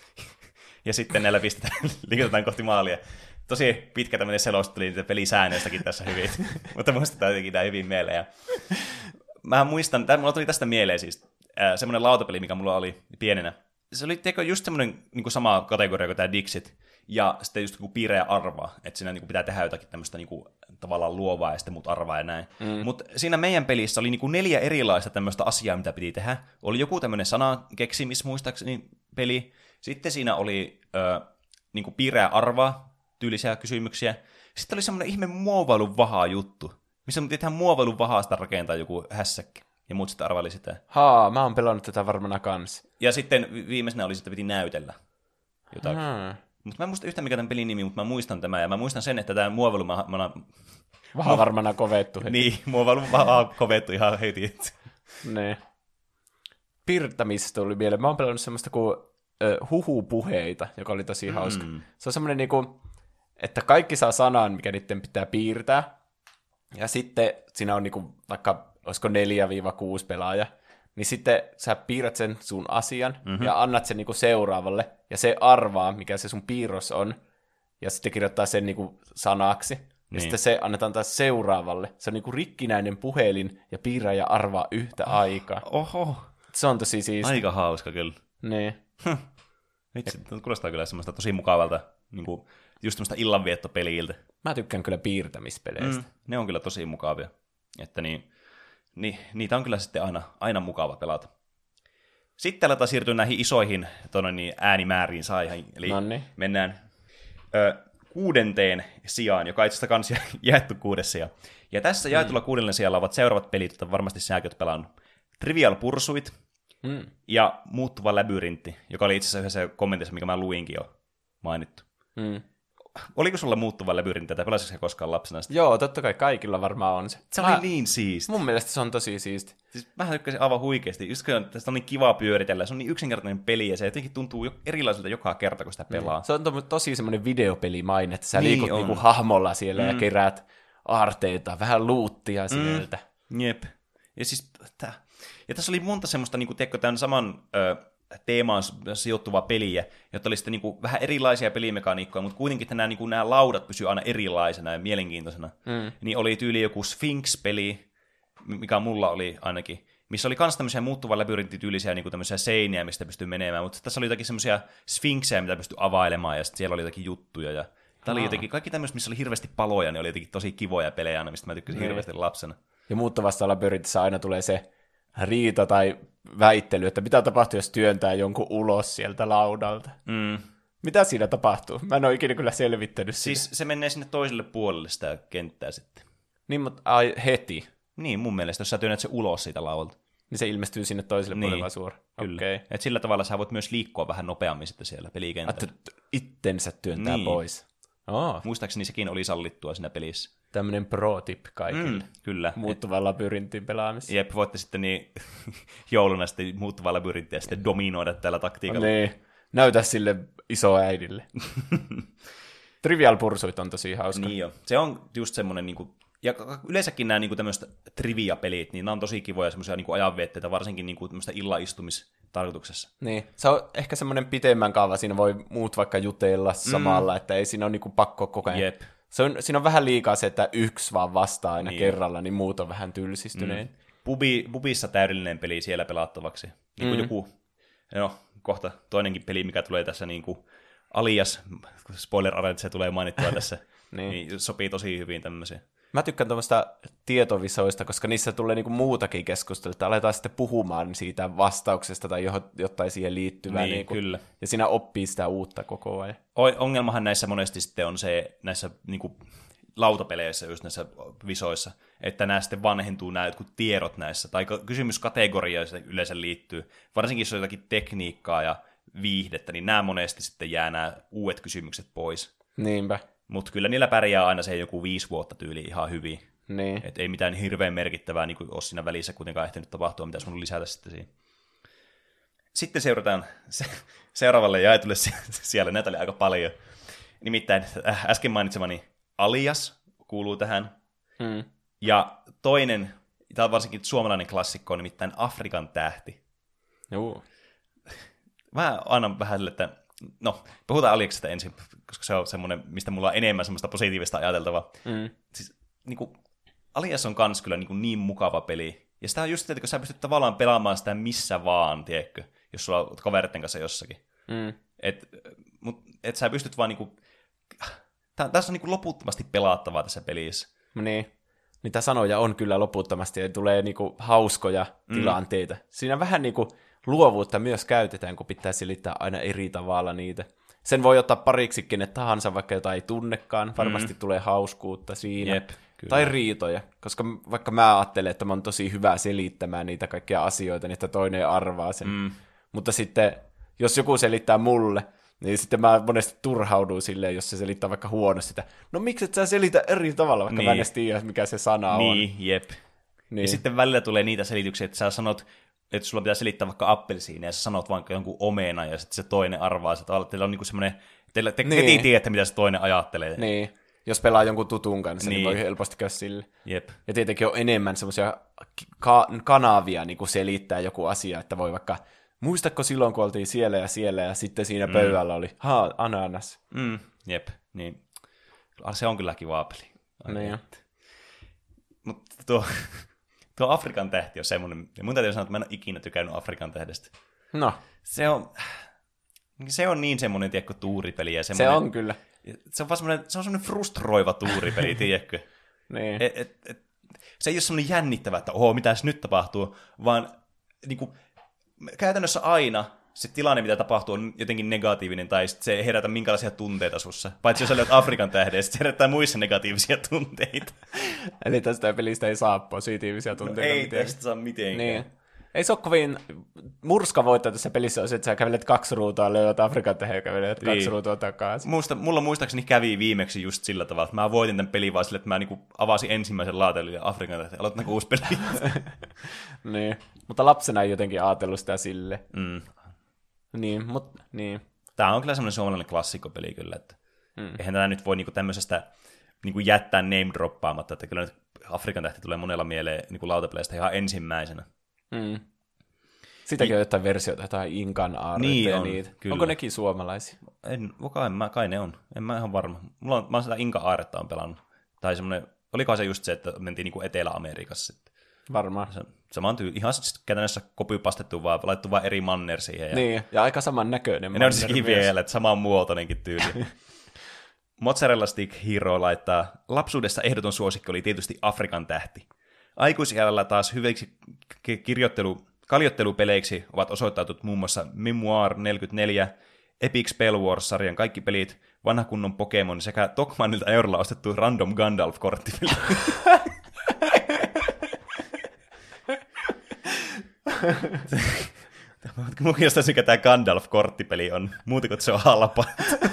Ja sitten näillä pistetään, liikutetaan kohti maalia. Tosi pitkä tämmöinen selostelu niitä pelisäännöistäkin tässä hyvin, mutta muistetaan jotenkin nämä hyvin mieleen. Mä muistan, tämä mulla tuli tästä mieleen siis, äh, semmoinen lautapeli, mikä mulla oli pienenä. se oli teko just semmoinen niin sama kategoria kuin tämä Dixit, ja sitten just joku piirre ja arvaa, että siinä niin pitää tehdä jotakin tämmöistä niin kuin, tavallaan luovaa ja sitten muut arvaa ja näin. Mm. Mutta siinä meidän pelissä oli niin kuin neljä erilaista tämmöistä asiaa, mitä piti tehdä. Oli joku tämmöinen sanakeksimis, muistaakseni, peli. Sitten siinä oli ö, niin kuin piirre ja arvaa, tyylisiä kysymyksiä. Sitten oli semmoinen ihme muovailun vahaa juttu, missä me tehdään muovailun vahasta rakentaa joku hässäkkä. Ja muut sitten arvaili sitä. Haa, mä oon pelannut tätä varmana kanssa. Ja sitten viimeisenä oli, että piti näytellä jotakin. Hmm. Mutta mä en muista yhtään mikä tämän pelin nimi, mutta mä muistan tämän. Ja mä muistan sen, että tämä muovailu... Mä, mä, Vähän varmana kovettu heti. Niin, muovailu vähän kovettu ihan heti. Ne. Piirtämistä tuli mieleen. Mä oon pelannut semmoista kuin ö, huhupuheita, joka oli tosi mm. hauska. Se on semmoinen niinku, että kaikki saa sanan, mikä niiden pitää piirtää. Ja sitten siinä on niinku vaikka, olisiko neljä kuusi pelaaja. Niin sitten sä piirrät sen sun asian mm-hmm. ja annat sen niinku seuraavalle. Ja se arvaa, mikä se sun piirros on. Ja sitten kirjoittaa sen niinku sanaksi. Ja niin. Sitten se annetaan taas seuraavalle. Se on niinku rikkinäinen puhelin ja piirrä ja arvaa yhtä oh. aikaa. Oho. Se on tosi siisti. Aika hauska kyllä. Niin. Vitsi, ja... kuulostaa kyllä semmoista tosi mukavalta, niinku, just semmoista illanviettopeliltä. Mä tykkään kyllä piirtämispeleistä. Mm, ne on kyllä tosi mukavia. Että niin, niin, niitä on kyllä sitten aina, aina mukava pelata. Sitten aletaan siirtyä näihin isoihin tonne, niin äänimääriin saihin. Eli Nonni. mennään ö, kuudenteen sijaan, joka on itse asiassa kans jaettu kuudes sija. Ja tässä jaetulla mm. kuudellen sijalla ovat seuraavat pelit, joita varmasti säkin oot pelannut. Trivial Pursuit mm. ja Muuttuva labyrintti, joka oli itse asiassa yhdessä kommentissa, mikä mä luinkin jo mainittu. Mm. Oliko sulla Muuttuva labyrintti, tai pelasitko koskaan lapsena sitä? Joo, totta kai kaikilla varmaan on se. Se mä... oli niin siisti. Mun mielestä se on tosi siisti. Siis mä tykkäsin aivan huikeasti. Just kun tästä on niin kiva pyöritellä, se on niin yksinkertainen peli, ja se jotenkin tuntuu erilaiselta joka kerta, kun sitä pelaa. Mm. Se on to- tosi semmoinen videopelimainen, että sä niin liikut niinku hahmolla siellä mm. ja keräät aarteita, vähän luuttia sieltä. Mm. Jep. Ja siis tää... Ja tässä oli monta semmoista, niin kuin, tiedätkö, tämän saman ö, teemaan sijoittuvaa peliä, jotta oli sitten niin kuin, vähän erilaisia pelimekaniikkoja, mutta kuitenkin nämä, niin kuin, nämä laudat pysyivät aina erilaisena ja mielenkiintoisena. Mm. Niin oli tyyli joku Sphinx-peli, mikä mulla oli ainakin, missä oli myös tämmöisiä muuttuvan labyrintityylisiä niin kuin tämmöisiä seiniä, mistä pystyy menemään, mutta tässä oli jotakin semmoisia Sphinxejä, mitä pystyi availemaan, ja sitten siellä oli jotakin juttuja, ja tämä oli jotenkin, kaikki tämmöistä, missä oli hirveästi paloja, niin oli jotenkin tosi kivoja pelejä aina, mistä mä tykkäsin mm. hirveästi lapsena. Ja muuttuvassa labyrintissa aina tulee se riita tai väittely, että mitä tapahtuu, jos työntää jonkun ulos sieltä laudalta. Mm. Mitä siinä tapahtuu? Mä en ole ikinä kyllä selvittänyt Siis sitä. Se menee sinne toiselle puolelle sitä kenttää sitten. Niin, mutta ai, heti? Niin, mun mielestä, jos sä työnnät se ulos siitä laudalta. Niin se ilmestyy sinne toiselle niin, puolelle suoraan. Kyllä. Okay. Et sillä tavalla sä voit myös liikkua vähän nopeammin sitten siellä pelikentällä. Että ittensä työntää niin. pois. Oh. Muistaakseni sekin oli sallittua siinä pelissä. Tämmöinen pro-tip kaikille. Mm, kyllä. Muuttuvan labyrintin pelaamista. Jep, voitte sitten niin jouluna sitten muuttuvan labyrinttiä sitten dominoida tällä taktiikalla. Niin, näytä sille isoäidille. Trivial Pursuit on tosi hauska. Niin jo. Se on just semmoinen, niin kuin, ja yleensäkin nämä niin tämmöiset trivia-pelit, niin nämä on tosi kivoja semmoisia niin ajanvietteitä, varsinkin niin tämmöistä illaistumistarkoituksessa. Niin, se on ehkä semmoinen pitemmän kaava, siinä voi muut vaikka jutella samalla, mm. että ei siinä ole niin kuin pakko koko ajan. Jep. Se on, siinä on vähän liikaa se, että yksi vaan vastaa aina niin. kerralla, niin muut on vähän tylsistyneen. Mm. Pubi, Pubissa täydellinen peli siellä pelattavaksi. Niin kuin mm. joku, no kohta toinenkin peli, mikä tulee tässä niin kuin alias, spoiler alert, se tulee mainittua tässä, niin. niin sopii tosi hyvin tämmöisiä. Mä tykkään tuommoista tietovisoista, koska niissä tulee niinku muutakin keskustelua, että aletaan sitten puhumaan siitä vastauksesta tai jotain siihen liittyvää. Niin, niinku, kyllä. Ja siinä oppii sitä uutta koko ajan. Ongelmahan näissä monesti sitten on se, näissä niinku lautapeleissä, just näissä visoissa, että nämä sitten vanhentuu nämä jotkut tiedot näissä, tai kysymyskategorioissa yleensä liittyy. Varsinkin jos on jotakin tekniikkaa ja viihdettä, niin nämä monesti sitten jää nämä uudet kysymykset pois. Niinpä. Mutta kyllä niillä pärjää aina se joku viisi vuotta tyyli ihan hyvin. Niin. Että ei mitään hirveän merkittävää niin ole siinä välissä kuitenkaan ehtinyt tapahtua, mitä sun lisätä sitten siihen. Sitten seurataan se, seuraavalle jaetulle siellä, näitä oli aika paljon. Nimittäin äh, äsken mainitsemani Alias kuuluu tähän. Hmm. Ja toinen, tämä on varsinkin suomalainen klassikko, on nimittäin Afrikan tähti. Joo. Mä annan vähän sille, että no, puhutaan Aliaksesta ensin, koska se on semmoinen, mistä mulla on enemmän semmoista positiivista ajateltavaa. Mm. Siis, niin kuin, Alias on kans kyllä niin, niin mukava peli. Ja sitä on just, että kun sä pystyt tavallaan pelaamaan sitä missä vaan, tiedätkö? jos sulla on kaveritten kanssa jossakin. Mm. Et, mut, et sä pystyt vaan niinku... Tää, tässä on niinku loputtomasti pelattavaa tässä pelissä. Niin. Niitä sanoja on kyllä loputtomasti ja tulee niinku hauskoja mm. tilanteita. Siinä vähän niinku luovuutta myös käytetään, kun pitää selittää aina eri tavalla niitä. Sen voi ottaa pariksi kenet tahansa, vaikka jotain ei tunnekaan. Varmasti mm. tulee hauskuutta siinä. Jep, tai riitoja, koska vaikka mä ajattelen, että mä oon tosi hyvä selittämään niitä kaikkia asioita, niin että toinen arvaa sen. Mm. Mutta sitten, jos joku selittää mulle, niin sitten mä monesti turhaudun silleen, jos se selittää vaikka huonosti sitä. No miksi et sä selitä eri tavalla, vaikka niin. mä en edes tiedä, mikä se sana niin, on. Niin, jep. Niin. Ja sitten välillä tulee niitä selityksiä, että sä sanot, että sulla pitää selittää vaikka appelsiinia, ja sä sanot vaikka jonkun omena, ja sitten se toinen arvaa, että teillä on niinku semmoinen, teillä te niin. heti tiedätte, mitä se toinen ajattelee. Niin, jos pelaa jonkun tutun kanssa, niin, niin voi helposti käydä sille. Jep. Ja tietenkin on enemmän semmoisia ka- kanavia niin kuin selittää joku asia, että voi vaikka, muistatko silloin, kun oltiin siellä ja siellä, ja sitten siinä mm. pöydällä oli, haa, ananas. Mm, jep, niin. Se on kyllä kivaa peli. Niin. Mutta tuo... Tuo Afrikan tähti on semmoinen, ja mun täytyy sanoa, että mä en ole ikinä tykännyt Afrikan tähdestä. No. Se on, se on niin semmoinen, tiedätkö, tuuripeli. Ja se on kyllä. Se on vaan semmoinen, se on semmoinen frustroiva tuuripeli, tiedätkö? Niin. Et, et, et, se ei ole semmoinen jännittävä, että oho, mitäs nyt tapahtuu, vaan niin kuin, käytännössä aina se tilanne, mitä tapahtuu, on jotenkin negatiivinen, tai se ei herätä minkälaisia tunteita sussa. Paitsi jos olet Afrikan tähdestä, se herättää muissa negatiivisia tunteita. Eli tästä pelistä ei saa positiivisia tunteita. No ei miten. Tästä saa mitenkään. Niin. Ei se ole kovin murskavoittaa tässä pelissä on se, että sä kävelet kaksi ruutua, löydät Afrikan tähden ja kävelet niin. kaksi ruutua takaisin. Musta, mulla muistaakseni kävi viimeksi just sillä tavalla, että mä voitin tämän pelin vaan sille, että mä niinku avasin ensimmäisen laatelin ja Afrikan tähden, aloitan uusi peli. Niin, mutta lapsena ei jotenkin ajatellut sitä sille. Mm. Niin, mutta niin. Tää on kyllä semmoinen suomalainen klassikkopeli kyllä, että mm. eihän tätä nyt voi niinku tämmöisestä niinku jättää name-droppaamatta, että kyllä nyt Afrikan tähti tulee monella mieleen niinku lautapeleistä ihan ensimmäisenä. Mm. Sitäkin I... on jotain versioita, jotain Inkan aarteja niin on, niitä. kyllä. Onko nekin suomalaisia? En, kai, mä, kai ne on, en mä ihan varma. Mulla on, mä oon sitä Inka-aaretta on pelannut. Tai semmoinen, olikohan se just se, että mentiin niinku Etelä-Amerikassa sitten. Varmaan. Se, sama on tyy- ihan siis käytännössä kopypastettu vaan, laittu vaan eri manner siihen. Ja... Niin, ja aika saman näköinen manner. Ne on siis vielä, että saman muotoinenkin tyyli. Mozzarella Stick Hero laittaa, lapsuudessa ehdoton suosikki oli tietysti Afrikan tähti. Aikuisiällä taas hyviksi kirjoittelu, kaljottelupeleiksi ovat osoittautuneet muun muassa Memoir neljäkymmentäneljä, Epic Spell Wars-sarjan kaikki pelit, vanha kunnon Pokemon sekä Tokmanilta eurolla ostettu Random Gandalf-korttipeli. Mun kiinnostaa, mikä tämä Gandalf-korttipeli on. Muuten kuin se on halpa.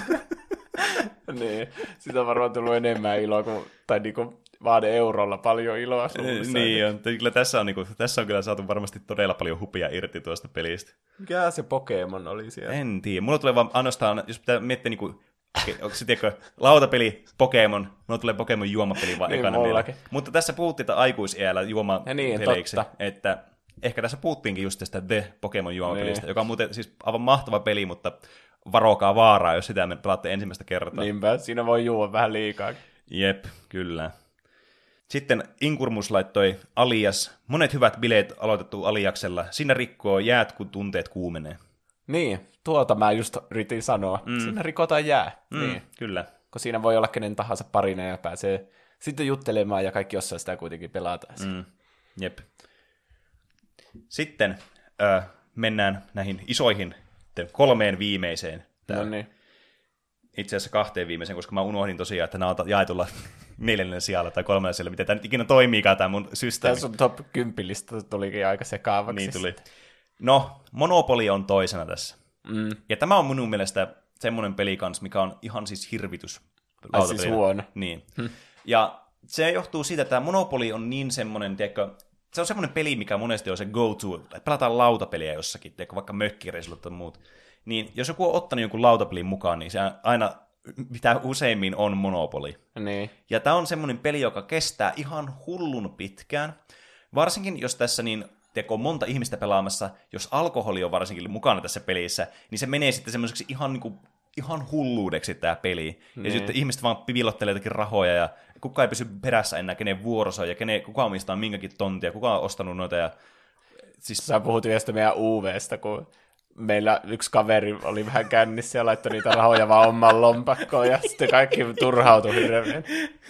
Niin, sitä on varmaan tullut enemmän iloa, kuin, tai niinku vaan eurolla paljon iloa. Niin on. Kyllä tässä, on, niinku, tässä on kyllä saatu varmasti todella paljon hupia irti tuosta pelistä. Mikä se Pokemon oli siellä? En tiedä. Mulla tulee vaan ainoastaan, jos pitää miettiä, niinku, onko se tiedätkö, lautapeli, Pokemon, mulla tulee Pokemon juomapeli vaan niin, ekana mieleen. Mutta tässä puhuttiin aikuisiällä juomapeleiksi, niin, että ehkä tässä puhuttiinkin just tästä The Pokemon juomapelistä, niin. Joka on muuten siis aivan mahtava peli, mutta varokaa vaaraa, jos sitä me pelaatte ensimmäistä kertaa. Niinpä, siinä voi juoda vähän liikaa. Jep, kyllä. Sitten Inkurmus laittoi Alias. Monet hyvät bileet aloitettu Aliaksella. Siinä rikkoo jäät, kun tunteet kuumenee. Niin, tuota mä just yritin sanoa. Mm. Siinä rikotaan jää. Mm, niin. Kyllä. Kun siinä voi olla kenen tahansa parina ja pääsee sitten juttelemaan ja kaikki jossain sitä kuitenkin pelataan. Mm. Jep. Sitten äh, mennään näihin isoihin kolmeen viimeiseen. No niin. Itse asiassa kahteen viimeiseen, koska mä unohdin tosiaan, että nämä on jaetulla neljännen sijalla tai kolmannella sijalla, miten tämä nyt ikinä toimiikaan tämä mun systeemi. Tässä on top kymmenen lista tulikin aika sekaavaksi. Niin tuli. No, Monopoly on toisena tässä. Mm. Ja tämä on minun mielestä semmoinen peli kanssa, mikä on ihan siis hirvitys. Ai siis huono. Niin. Hm. Ja se johtuu siitä, että tämä Monopoly on niin semmoinen, tiedätkö, se on semmoinen peli, mikä monesti on se go-to, että pelataan lautapeliä jossakin, tiedätkö, vaikka mökkireissulla tai muut. Niin jos joku on ottanut jonkun lautapelin mukaan, niin se aina, mitä useimmin on Monopoly. Niin. Ja tämä on semmoinen peli, joka kestää ihan hullun pitkään. Varsinkin, jos tässä niin, tiedätkö, on monta ihmistä pelaamassa, jos alkoholi on varsinkin mukana tässä pelissä, niin se menee sitten semmoiseksi ihan, niin kuin, ihan hulluudeksi tämä peli. Niin. Ja sitten ihmiset vaan piilottelee jotakin rahoja, ja kukaan ei pysy perässä enää, kenen vuorossa, ja kenen, kuka omistaa minkäkin tontia, kuka on ostanut noita. Ja... Siis... Sä puhut yhdestä meidän U V:stä, kun meillä yksi kaveri oli vähän kännissä ja laittoi niitä rahoja vaan omaan lompakkoon, ja sitten kaikki turhautui hirveän.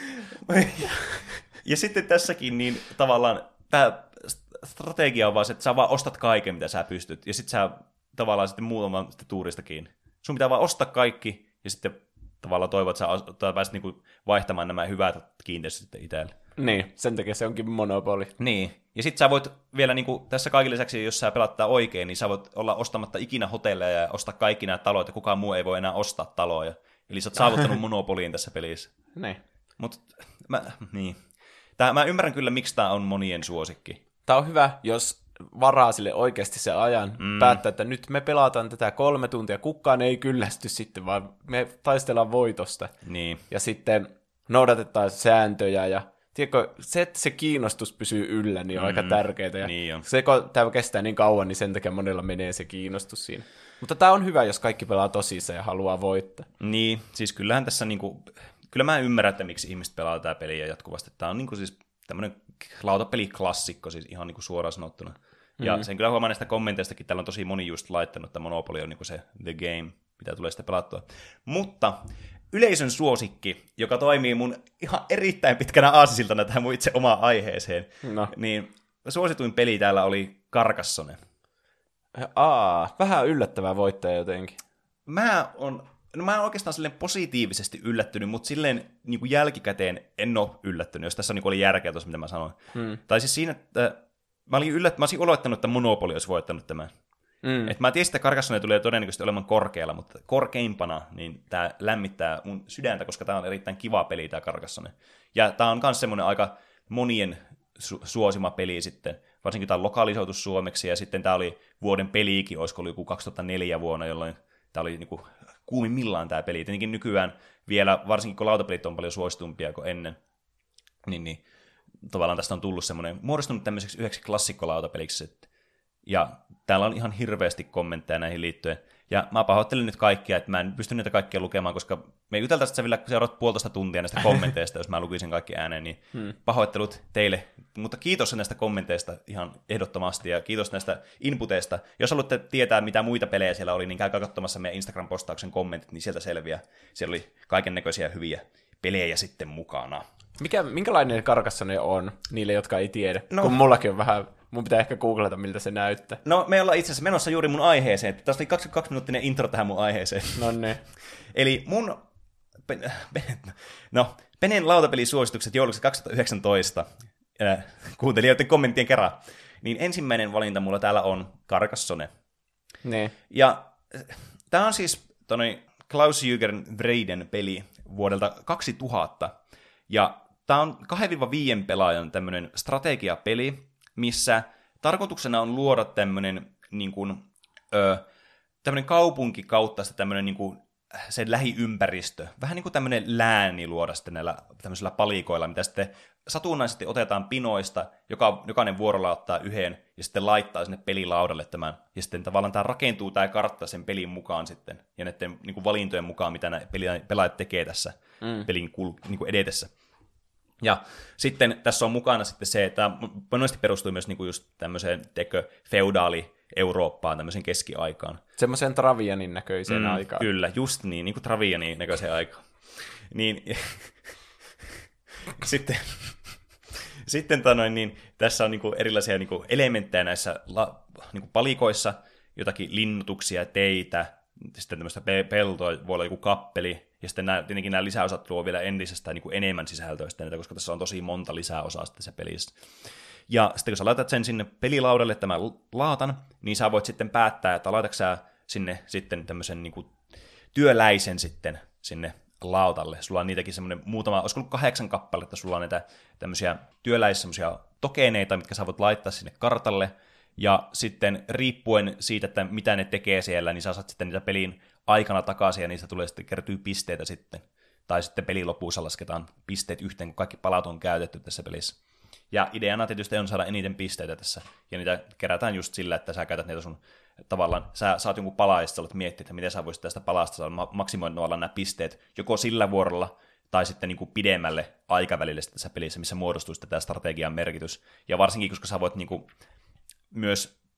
Ja sitten tässäkin niin tavallaan tämä strategia on vaan se, että sä vaan ostat kaiken, mitä sä pystyt, ja sitten sä tavallaan sitten muutaman sitten tuurista kiinni. Sun pitää vaan ostaa kaikki, ja sitten tavallaan toivot, että sä pääset niinku vaihtamaan nämä hyvät kiinteistöt sitten itselle. Niin, sen takia se onkin monopoli. Niin, ja sitten sä voit vielä niinku, tässä kaiken lisäksi, jos sä pelattaa oikein, niin sä voit olla ostamatta ikinä hotelleja ja ostaa kaikki nämä talot, ja kukaan muu ei voi enää ostaa taloja. Eli sä oot saavuttanut monopoliin tässä pelissä. Niin. Mut mä, niin. Tää, mä ymmärrän kyllä, miksi tää on monien suosikki. Tää on hyvä, jos varaa sille oikeasti se ajan, mm. päättää, että nyt me pelataan tätä kolme tuntia, kukaan ei kyllästy sitten, vaan me taistellaan voitosta. Niin. Ja sitten noudatetaan sääntöjä, ja tiedätkö, se, että se kiinnostus pysyy yllä, niin on mm. aika tärkeää. Ja niin on. se, kun tämä kestää niin kauan, niin sen takia monella menee se kiinnostus siinä. Mutta tämä on hyvä, jos kaikki pelaa tosissaan ja haluaa voittaa. Niin, siis kyllähän tässä niinku, kyllä mä ymmärrän, että miksi ihmiset pelaa tätä peliä jatkuvasti. Tämä on niinku siis tämmöinen lautapeliklassikko, siis ihan niinku suoraan sanottuna. Ja mm. sen kyllä huomaa näistä kommenteistakin, täällä on tosi moni just laittanut, että Monopoly on niinku se the game, mitä tulee sitten pelattua. Mutta yleisön suosikki, joka toimii mun ihan erittäin pitkänä aasisiltana tähän mun itse omaan aiheeseen, no. niin suosituin peli täällä oli Carcassonne. Aa, vähän yllättävää voittaja jotenkin. Mä on, no mä oon oikeastaan silleen positiivisesti yllättynyt, mutta silleen niin kuin jälkikäteen en ole yllättynyt, jos tässä niin kuin oli järkeä tuossa, mitä mä sanoin. Hmm. Tai siis siinä, että mä olin yllättynyt, mä olisin olettanut, että Monopoly olisi voittanut tämän. Mm. Et mä tiesin, että Carcassonne tulee todennäköisesti olemaan korkealla, mutta korkeimpana niin tää lämmittää mun sydäntä, koska tää on erittäin kiva peli, tää Carcassonne. Ja tää on myös semmoinen aika monien su- suosima peli sitten, varsinkin tää on lokalisoitu suomeksi, ja sitten tää oli vuoden peliikin, olisiko ollut joku kaksituhattaneljä vuonna, jolloin tää oli niinku kuumimmillaan tää peli. Tietenkin nykyään vielä, varsinkin kun lautapelit on paljon suositumpia kuin ennen, niin, niin tavallaan tästä on tullut semmoinen, muodostunut tämmöiseksi yhdeksi klassikkolautapeliksi sitten. Ja täällä on ihan hirveästi kommentteja näihin liittyen. Ja mä pahoittelen nyt kaikkia, että mä en pysty niitä kaikkia lukemaan, koska me juteltaisiin, että sä vielä seuraat puolitoista tuntia näistä kommenteista, jos mä lukisin kaikki ääneen, niin hmm. pahoittelut teille. Mutta kiitos näistä kommenteista ihan ehdottomasti, ja kiitos näistä inputeista. Jos haluatte tietää, mitä muita pelejä siellä oli, niin käykää katsomassa meidän Instagram-postauksen kommentit, niin sieltä selviää. Siellä oli kaiken näköisiä hyviä pelejä sitten mukana. Mikä, minkälainen Carcassonne on niille, jotka ei tiedä? No. Kun mullakin on vähän, mun pitää ehkä googlata, miltä se näyttää. No, me ollaan itse asiassa menossa juuri mun aiheeseen. Tässä oli kaksikymmentäkaksi-minuuttinen intro tähän mun aiheeseen. No ne. Eli mun, no, Penen lautapelisuositukset jouluksi kaksituhattayhdeksäntoista, äh, kuuntelijoiden kommenttien kerran, niin ensimmäinen valinta mulla täällä on Carcassonne. Ne. Ja tää on siis tonne Klaus-Jürgen Wreden peli vuodelta kaksituhatta. Ja tää on kahdesta viiteen pelaajan tämmönen strategiapeli, missä tarkoituksena on luoda tämmönen niin kuin, ö, tämmönen kaupunki kautta sitä tämmönen niin kuin, sen lähiympäristö. Vähän niin kuin tämmönen lääni luoda sitten näillä tämmöisillä palikoilla, mitä sitten satunnaisesti otetaan pinoista, joka, jokainen vuorolla ottaa yhden ja sitten laittaa sinne pelilaudalle tämän. Ja sitten tavallaan tämä rakentuu tämä kartta sen pelin mukaan sitten, ja näiden niin kuin valintojen mukaan, mitä nämä pelaajat tekee tässä mm. pelin kul- niin kuin edetessä. Ja sitten tässä on mukana sitten se, että monesti perustuu myös niinku just tämmöiseen tekö feudaali Eurooppaan, tämmöiseen keskiaikaan. Semmoiseen Travianin näköiseen mm, aikaan. Kyllä, just niin, niin kuin Travianin näköiseen aikaan. Niin, sitten, sitten tanoin, niin, tässä on niinku erilaisia niinku elementtejä näissä la, niinku palikoissa, jotakin linnutuksia, teitä, sitten tämmöistä pe- peltoa, voi olla joku kappeli, ja sitten nämä, tietenkin nämä lisäosat luo vielä entisestään niin kuin enemmän sisältöä sitten, koska tässä on tosi monta lisäosaa sitten se pelissä. Ja sitten kun sä laitat sen sinne pelilaudalle tämän laatan, niin sä voit sitten päättää, että laitatko sä sinne sitten tämmöisen niin kuin työläisen sitten sinne lautalle. Sulla on niitäkin semmoinen muutama, olisiko ollut kahdeksan kappaletta, sulla on näitä tämmöisiä työläisiä semmoisia tokeneita, mitkä sä voit laittaa sinne kartalle, ja sitten riippuen siitä, että mitä ne tekee siellä, niin sä saat sitten niitä pelin aikana takaisin, ja niistä tulee sitten kertyy pisteitä sitten. Tai sitten pelin lopussa lasketaan pisteet yhteen, kun kaikki palat on käytetty tässä pelissä. Ja ideana tietysti on saada eniten pisteitä tässä. Ja niitä kerätään just sillä, että sä käytät niitä sun tavallaan, sä saat jonkun palaa, ja sä olet miettiä, että miten sä voisit tästä palasta saada maksimoida nämä pisteet, joko sillä vuorolla, tai sitten niin kuin pidemmälle aikavälille tässä pelissä, missä muodostuu tämä strategian merkitys. Ja varsinkin, koska sä voit niin kuin myös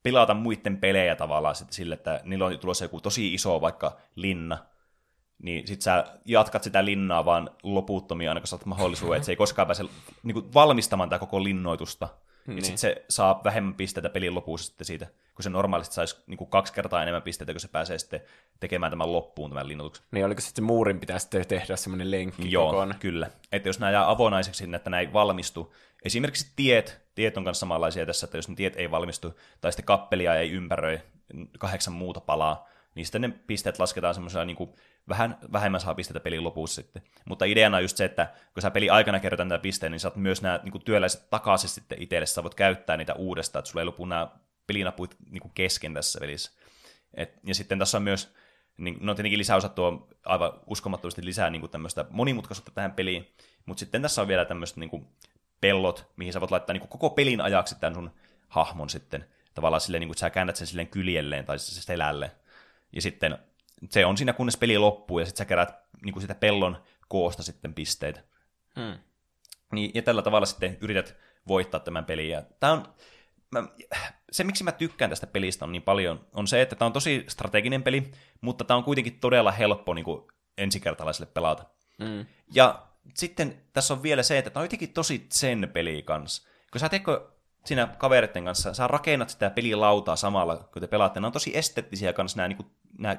pelata muiden pelejä tavallaan sitten sille, että niillä on tulossa joku tosi iso vaikka linna, niin sit sä jatkat sitä linnaa vaan loputtomia aina kun saat mahdollisuuden, että se ei koskaan pääse niin kuin valmistamaan tätä koko linnoitusta. Niin. Ja sitten se saa vähemmän pisteitä pelin lopussa sitten siitä, kun se normaalisti saisi niin kuin kaksi kertaa enemmän pisteitä, kun se pääsee sitten tekemään tämän loppuun, tämän linnoituksen. Niin, oliko sitten se muurin pitäisi tehdä semmoinen lenkki Joo, kokoon? Kyllä. Että jos nämä jää avonaiseksi sinne, että nämä ei valmistu, esimerkiksi tiet, tiet on myös samanlaisia tässä, että jos ne tiet ei valmistu, tai sitten kappelia ei ympäröi kahdeksan muuta palaa, niin sitten ne pisteet lasketaan semmoisella niin kuin vähän vähemmän saa pisteitä pelin lopussa sitten. Mutta ideana on just se, että kun sä peli aikana kerrotaan näitä pisteitä, niin saat myös nämä niin kuin työläiset takaisin sitten itselle, sä voit käyttää niitä uudestaan, että sulla ei lopu nämä pelinapuit niin kuin kesken tässä pelissä. Et, ja sitten tässä on myös, niin, no tietenkin lisäosat tuo aivan uskomattomasti lisää niin kuin tämmöistä monimutkaisuutta tähän peliin, mutta sitten tässä on vielä tämmöiset niin kuin pellot, mihin sä voit laittaa niin kuin koko pelin ajaksi tämän sun hahmon sitten, tavallaan silleen, niin kuin, että sä käännät sen silleen kyljelleen tai siis selälle. Ja sitten se on siinä, kunnes peli loppuu, ja sitten sä kerät niin kuin sitä pellon koosta sitten pisteitä. Hmm. Niin, ja tällä tavalla sitten yrität voittaa tämän pelin. Ja tää on, mä, se, miksi mä tykkään tästä pelistä on niin paljon, on se, että tämä on tosi strateginen peli, mutta tämä on kuitenkin todella helppo niin kuin ensikertalaiselle pelata. Hmm. Ja sitten tässä on vielä se, että tämä on jotenkin tosi zen peli kanssa. Kun sä teekö siinä kaveritten kanssa, sä rakennat sitä pelilautaa samalla, kun te pelaatte. Nämä on tosi esteettisiä kanssa nämä, niin kuin, nämä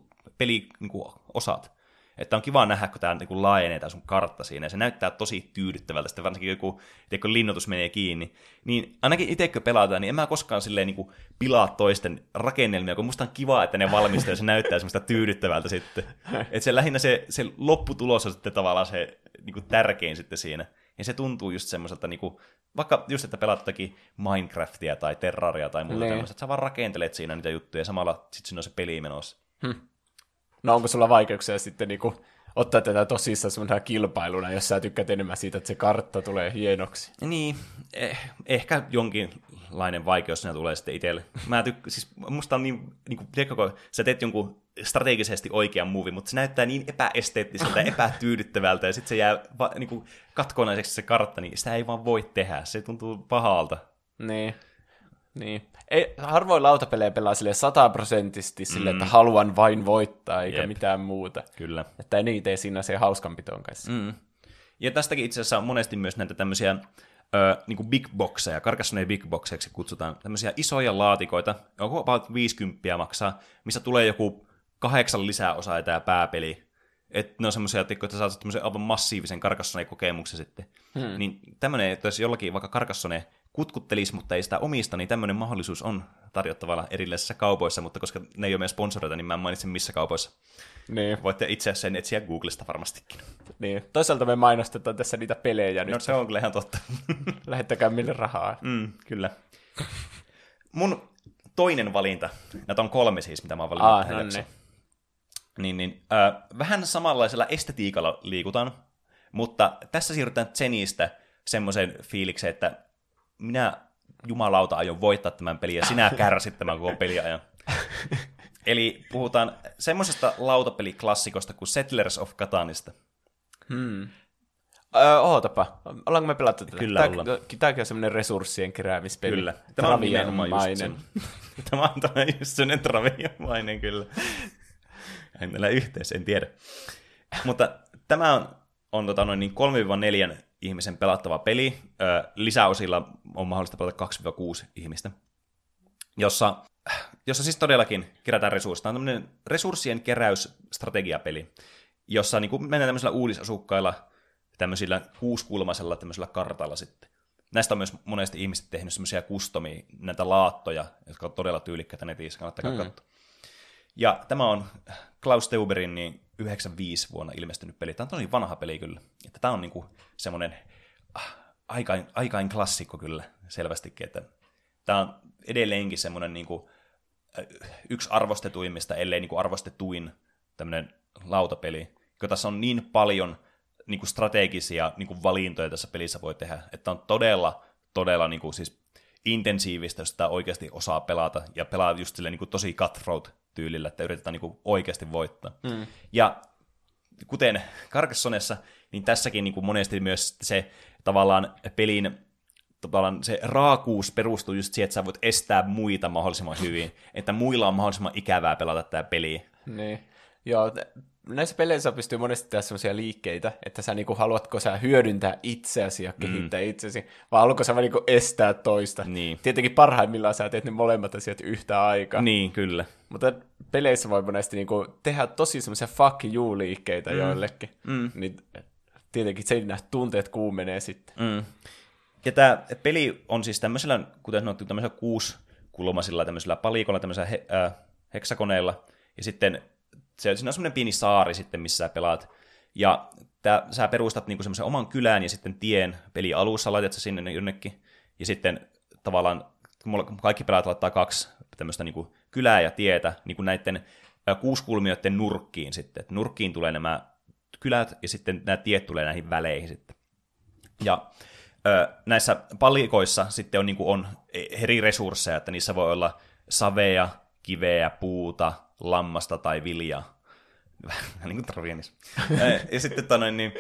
peliosat. Että on kiva nähdä, kun tämä niin kuin laajenee tämä sun kartta siinä, ja se näyttää tosi tyydyttävältä. Sitten varsinkin joku, kun linnoitus menee kiinni. Niin ainakin itse, kun pelataan, niin en mä koskaan silleen niin kuin pilaa toisten rakennelmia, kun musta on kiva, että ne valmistuu, ja se näyttää semmoista tyydyttävältä sitten. Että se lähinnä se, se lopputulos on sitten tavallaan se niin kuin tärkein sitten siinä. Ja se tuntuu just semmoiselta, niin kuin, vaikka just, että pelaat jotakin Minecraftia tai Terraria tai muuta tämmöistä, että sä vaan rakentelet siinä niitä juttuja, ja samalla sitten siinä on se peli menossa. Hmm. No onko sulla vaikeuksia sitten niinku ottaa tätä tosissaan semmoisena kilpailuna, jos sä tykkäät enemmän siitä, että se kartta tulee hienoksi? Niin, eh, ehkä jonkinlainen vaikeus siinä tulee sitten itselle. Mä tyk- siis musta on niin, niin kuin, tiedätkö, kun sä teet jonkun strategisesti oikean movie, mutta se näyttää niin epäesteettiseltä ja epätyydyttävältä, ja sitten se jää va- niin kuin katkonaiseksi se kartta, niin sitä ei vaan voi tehdä. Se tuntuu pahalta. Niin. Niin. Ei, harvoin lautapelejä pelaa sille sataprosenttisesti sille, Mm. että haluan vain voittaa, eikä Jep. mitään muuta. Kyllä. Että ei niitä siinä se hauskanpitoon kanssa. Mm. Ja tästäkin itse asiassa on monesti myös näitä tämmöisiä ö, niin kuin big boxeja, Carcassonne big boxeiksi kutsutaan, tämmöisiä isoja laatikoita, joku about viisikymmentä maksaa, missä tulee joku kahdeksan lisäosaa ja tämä pääpeli. Että ne on semmoisia, että saat tämmöisen aivan massiivisen Carcassonne-kokemuksen sitten. Hmm. Niin tämmöinen, että jos jollakin vaikka Carcassonne kutkuttelisi, mutta ei sitä omista, niin tämmöinen mahdollisuus on tarjottavalla erilaisissa kaupoissa, mutta koska ne ei ole meidän sponsoreita, niin mä en mainitse missä kaupoissa. Niin. Voitte itse asiassa sen etsiä Googlesta varmastikin. Niin. Toisaalta me mainostetaan tässä niitä pelejä nyt. No se on kyllä ihan totta. Lähettäkää mille rahaa. Mm, kyllä. Mun toinen valinta, näitä on kolme siis, mitä mä oon valinnut Ah, tähän no jaksoon. niin. Niin, niin, äh, vähän samanlaisella estetiikalla liikutaan, mutta tässä siirrytään Zenistä semmoiseen fiilikseen, että minä jumalauta aion voittaa tämän pelin ja sinä kärsit tämän koko peliajan. Eli puhutaan semmoisesta lautapeliklassikosta kuin Settlers of Catanista. Hmm. Öö, ootapa, ollaanko me pelattu tätä? Kyllä Tää, ollaan. Tämäkin on semmoinen resurssien keräämispeli. Kyllä. Tämä on Travian nimenomaan just mainen. sen. Tämä on tämä just semmoinen Travian-mainen, kyllä. En meillä yhteys, en tiedä. Mutta tämä on, on tota, noin niin kolme neljä ihmisen pelattava peli. Ö, lisäosilla on mahdollista pelata kaksi kuusi ihmistä, jossa, jossa siis todellakin kerätään resursseja. Tämä on tämmöinen resurssien keräysstrategiapeli, jossa niin kuin mennään tämmöisillä uudisasukkailla, tämmöisillä kuusikulmaisella tämmöisellä kartalla sitten. Näistä on myös monesti ihmiset tehnyt semmoisia customia, näitä laattoja, jotka on todella tyylikkäitä netissä, kannattaa mm. katsoa. Ja tämä on Klaus Teuberin niin yhdeksänkymmentäviisi vuonna ilmestynyt peli. Tämä on tosi vanha peli kyllä. Että tämä on niinku semmoinen ah, aikain, aikain klassikko kyllä selvästikin. Että tämä on edelleenkin semmoinen niinku, yksi arvostetuimmista, ellei niinku arvostetuin tämmöinen lautapeli. Kun tässä on niin paljon niinku strategisia niinku valintoja tässä pelissä voi tehdä. Että on todella, todella niinku siis intensiivistä, jos sitä oikeasti osaa pelata. Ja pelaa just silleen niinku tosi cutthroat tyylillä, että yritetään niinku oikeasti voittaa. Mm. Ja kuten Carcassonnessa, niin tässäkin niinku monesti myös se tavallaan pelin tavallaan se raakuus perustuu just siihen, että sä voit estää muita mahdollisimman hyvin, että muilla on mahdollisimman ikävää pelata tätä peliä. Niin, joo, näissä peleissä pystyy monesti tehdä sellaisia liikkeitä, että sä niinku haluatko sä hyödyntää itseäsi ja kehittää mm. itsesi, vai haluatko sä vaan niinku estää toista. Niin. Tietenkin parhaimmillaan sä teet ne molemmat asiat yhtä aikaa. Niin, kyllä. Mutta peleissä voi monesti niinku tehdä tosi semmoisia fuck you-liikkeitä mm. joillekin. Mm. Niin tietenkin siinä tunteet kuumenee sitten. Mm. Ja tämä peli on siis tämmöisellä, kuten sanottu, tämmöisellä kuusikulmaisilla, tämmöisellä palikolla, tämmöisellä he, äh, heksakoneilla, ja sitten se, siinä on semmoinen pieni saari sitten, missä sä pelaat, ja tää, sä perustat niinku semmoisen oman kylän ja sitten tien peli alussa, laitat sä sinne jonnekin, ja sitten tavallaan kaikki pelaat laittaa kaksi tämmöistä niinku kylää ja tietä niinku näiden äh, kuusikulmioiden nurkkiin sitten. Et nurkkiin tulee nämä kylät, ja sitten nämä tiet tulee näihin väleihin sitten. Ja ö, näissä palikoissa sitten on, niin kuin on eri resursseja, että niissä voi olla savea, kiveä, puuta, lammasta tai viljaa. Vähän niin kuin Trovianis. Ja sitten tonoin, niin,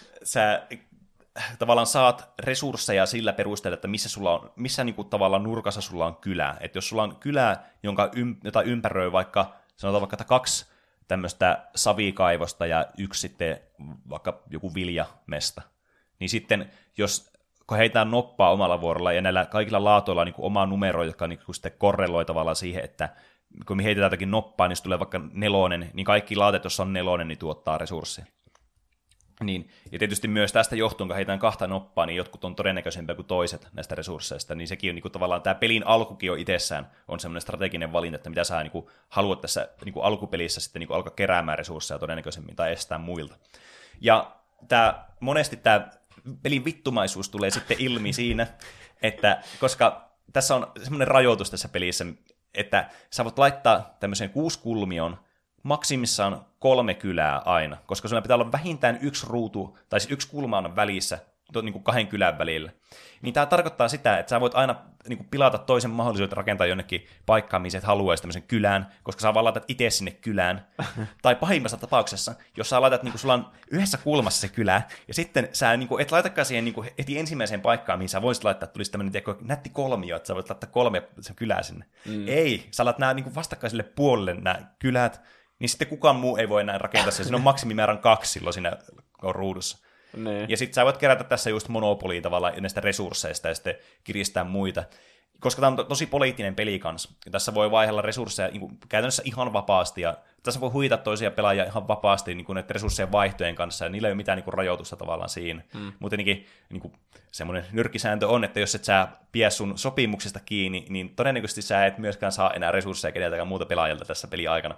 sä tavallaan saat resursseja sillä perusteella, että missä, sulla on, missä niin kuin, tavallaan nurkassa sulla on kylä. Että jos sulla on kylä, jonka ym, jota ympäröi vaikka, sanotaan vaikka että kaksi tämmöistä savikaivosta ja yksi sitten vaikka joku viljamesta, niin sitten jos kun heitään noppaa omalla vuorolla, ja näillä kaikilla laatoilla on niin kuin oma numero, jotka niin kuin sitten korreloi tavallaan siihen, että kun me heitetään jotakin noppaa, niin jos tulee vaikka nelonen, niin kaikki laatet, jos on nelonen, niin tuottaa resursseja. Niin, ja tietysti myös tästä johtuen, kun heitään kahta noppaa, niin jotkut on todennäköisempiä kuin toiset näistä resursseista, niin sekin on niin kuin, tavallaan tämä pelin alkukin jo itsessään on semmoinen strateginen valinta, että mitä sä niin kuin, haluat tässä niin kuin alkupelissä sitten niin kuin, alkaa keräämään resursseja todennäköisemmin tai estää muilta. Ja tämä, monesti tämä pelin vittumaisuus tulee sitten ilmi siinä, että koska tässä on semmoinen rajoitus tässä pelissä, että sä voit laittaa tämmöisen kuusikulmion maksimissaan kolme kylää aina, koska sulla pitää olla vähintään yksi ruutu, tai siis yksi kulma on välissä, niin kuin kahden kylän välillä. Niin tämä tarkoittaa sitä, että sä voit aina niin kuin pilata toisen mahdollisuuden rakentaa jonnekin paikkaan, missä et haluaisi tämmöisen kylän, koska sä vaan laitat itse sinne kylään. Tai pahimmassa tapauksessa, jos sä laitat, niin kuin sulla on yhdessä kulmassa se kylä, ja sitten sä niin kuin, et laitakaan siihen niin kuin, heti ensimmäiseen paikkaan, mihin sä voisit laittaa, että tulisi tämmöinen tiedätkö, nätti kolmio, että sä voit laittaa kolme sen kylää sinne. Mm. Ei, sä laitat nämä niin kuin vastakkaiselle puolelle nämä kylät, niin sitten kukaan muu ei voi enää rakentaa sen. Siinä on maksimimäärän kaksi silloin siinä ruudussa. Ne. Ja sitten sä voit kerätä tässä just monopoliin tavallaan näistä resursseista ja sitten kiristää muita. Koska tämä on to- tosi poliittinen peli kanssa. Ja tässä voi vaihella resursseja niin kuin, käytännössä ihan vapaasti. Ja tässä voi huita toisia pelaajia ihan vapaasti niin kuin näiden resurssien vaihtojen kanssa. Ja niillä ei ole mitään niin kuin, rajoitusta tavallaan siinä. Hmm. Mutta niin kuin, semmoinen nyrkkisääntö on, että jos et sä pidä sun sopimuksesta kiinni, niin todennäköisesti sä et myöskään saa enää resursseja keneltäkään muuta pelaajalta tässä peli aikana.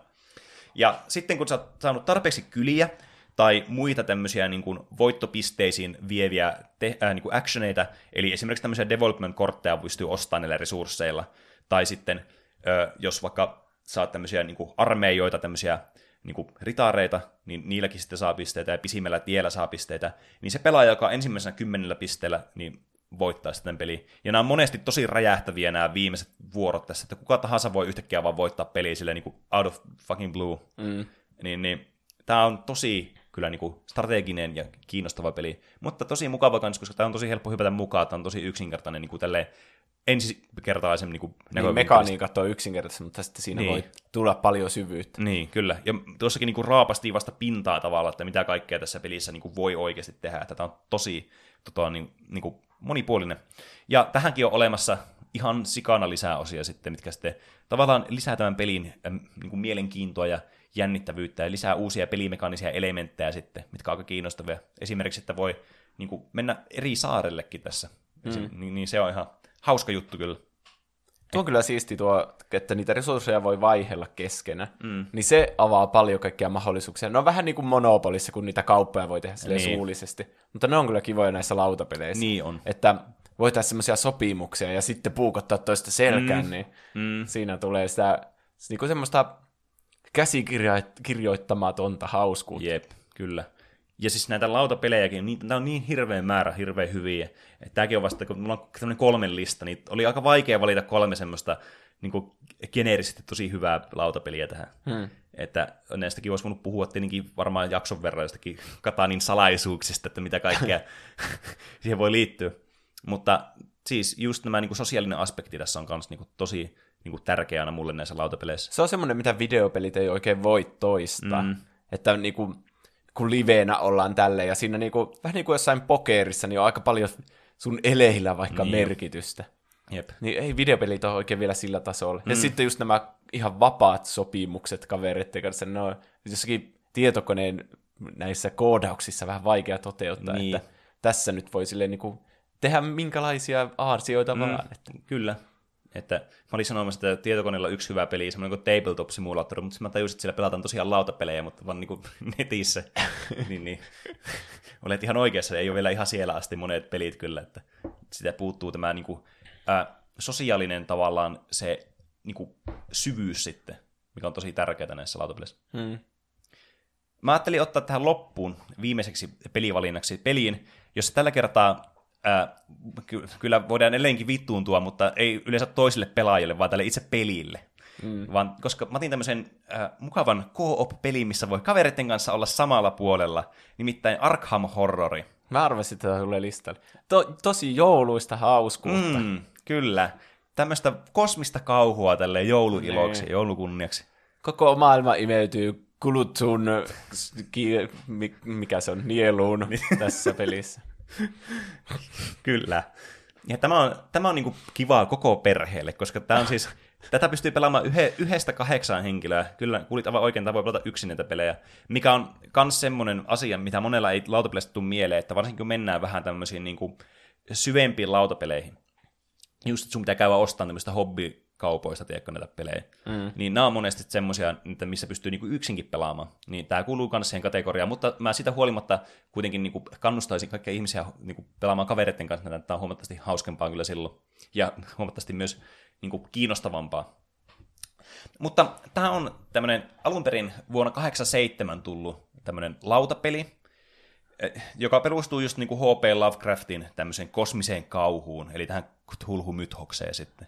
Ja sitten kun sä oot saanut tarpeeksi kyliä, tai muita tämmöisiä niin kuin voittopisteisiin vieviä te- äh, niin kuin actioneita, eli esimerkiksi tämmöisiä development-kortteja pystyy ostamaan näillä resursseilla, tai sitten äh, jos vaikka saat tämmöisiä niin kuin armeijoita, tämmöisiä niin kuin ritaareita, niin niilläkin sitten saa pisteitä, ja pisimmällä tiellä saa pisteitä, niin se pelaaja, joka on ensimmäisenä kymmenellä pisteellä, niin voittaa sitten peliä. Ja nämä on monesti tosi räjähtäviä nämä viimeiset vuorot tässä, että kuka tahansa voi yhtäkkiä vaan voittaa peliä silleen niin kuin out of fucking blue. Mm. Niin, niin tämä on tosi kyllä niin kuin strateginen ja kiinnostava peli, mutta tosi mukava kanssa, koska tämä on tosi helppo hypätä mukaan, tämä on tosi yksinkertainen niin kuin tälleen ensikertalaisen niin kuin niin, mekaniikat on yksinkertaisesti, mutta sitten siinä niin voi tulla paljon syvyyttä. Niin, kyllä. Ja tuossakin niin kuin raapastiin vasta pintaa tavalla, että mitä kaikkea tässä pelissä niin kuin voi oikeasti tehdä. Että tämä on tosi tota, niin, niin kuin monipuolinen. Ja tähänkin on olemassa ihan sikana lisää osia sitten, mitkä sitten tavallaan lisää tämän pelin äh, niin kuin mielenkiintoa ja jännittävyyttä ja lisää uusia pelimekaanisia elementtejä sitten, mitkä on aika kiinnostavia. Esimerkiksi, että voi niin kuin mennä eri saarellekin tässä. Mm. Se, niin, niin se on ihan hauska juttu kyllä. Tuo on kyllä siisti tuo, että niitä resursseja voi vaihella keskenä, mm. niin se avaa paljon kaikkia mahdollisuuksia. Ne on vähän niin kuin Monopolissa, kun niitä kauppoja voi tehdä silleen niin suullisesti, mutta ne on kyllä kivoja näissä lautapeleissä. Niin on. Että voi tehdä semmoisia sopimuksia ja sitten puukottaa toista selkään, mm. niin mm. siinä tulee sitä niin kuin semmoista käsikirjoittamatonta hauskuutta. Jep, kyllä. Ja siis näitä lautapelejäkin, niin, tämä on niin hirveän määrä, hirveän hyviä. Että tämäkin on vasta, kun mulla on tämmöinen kolmen lista, niin oli aika vaikea valita kolme semmoista niin kuin geneerisesti tosi hyvää lautapeliä tähän. Hmm. Että näistäkin olisi voinut puhua tietenkin varmaan jakson verran jostakin Katanin salaisuuksista, että mitä kaikkea siihen voi liittyä. Mutta siis just nämä niin kuin sosiaalinen aspekti tässä on myös niin kuin tosi niin kuin tärkeä aina mulle näissä lautapeleissä. Se on semmoinen, mitä videopelit ei oikein voi toistaa. Mm. Että niin kuin, kun liveenä ollaan tälleen, ja siinä niin kuin, vähän niin kuin jossain pokerissa, niin on aika paljon sun eleillä vaikka niin. merkitystä. Jep. Niin ei videopelit ole oikein vielä sillä tasolla. Mm. Ja sitten just nämä ihan vapaat sopimukset kavereiden kanssa, ne on jossakin tietokoneen näissä koodauksissa vähän vaikea toteuttaa, niin. että tässä nyt voi silleen niin kuin tehdä minkälaisia aarsioita mm. vaan. Että. Kyllä. Että mä olin sanomassa, että tietokoneella on yksi hyvä peli, semmoinen kuin Tabletop Simulator, mutta mä tajusin, että siellä pelataan tosiaan lautapelejä, mutta vaan niin kuin netissä. niin, niin. Olet ihan oikeassa, ei ole vielä ihan siellä asti monet pelit kyllä, että sitä puuttuu tämä niin kuin, ää, sosiaalinen tavallaan se niin kuin, syvyys sitten, mikä on tosi tärkeää näissä lautapeleissä. Hmm. Mä ajattelin ottaa tähän loppuun viimeiseksi pelivalinnaksi peliin, jossa tällä kertaa ää, ky- kyllä voidaan edelleenkin vittuuntua, mutta ei yleensä toisille pelaajille, vaan tälle itse pelille. Mm. Vaan, koska mä otin tämmöisen äh, mukavan co-op-pelin, missä voi kavereiden kanssa olla samalla puolella, nimittäin Arkham Horrori. Mä arvasin, että tämä tulee listalle. To- tosi jouluista hauskuutta. Mm, kyllä. Tämmöistä kosmista kauhua tälle jouluiloksi, joulukunniaksi. Koko maailma imeytyy kuluttuun, ki- mikä se on, nieluun tässä pelissä. Kyllä. Ja tämä on, tämä on niin kuin kivaa koko perheelle, koska tämä on siis, tätä pystyy pelaamaan yhe, yhdestä kahdeksaan henkilöä. Kyllä, kuulit aivan oikein, tämä voi pelata yksin näitä pelejä. Mikä on myös semmoinen asia, mitä monella ei lautapeleistä tule mieleen, että varsinkin kun mennään vähän tämmöisiin niin kuin syvempiin lautapeleihin, just sun pitää käydä ostamaan tämmöistä hobbikaupoista, tiedätkö, näitä pelejä, mm. niin nämä on monesti semmoisia, missä pystyy niinku yksinkin pelaamaan. Niin tämä kuuluu myös siihen kategoriaan, mutta mä sitä huolimatta kuitenkin niinku kannustaisin kaikkia ihmisiä niinku pelaamaan kavereiden kanssa, että tämä on huomattavasti hauskempaa kyllä silloin, ja huomattavasti myös niinku kiinnostavampaa. Mutta tämä on tämmöinen alun perin vuonna kahdeksankymmentäseitsemän tullut tämmöinen lautapeli, joka perustuu just niin kuin H P Lovecraftin tämmöiseen kosmiseen kauhuun, eli tähän Cthulhu-mythokseen sitten.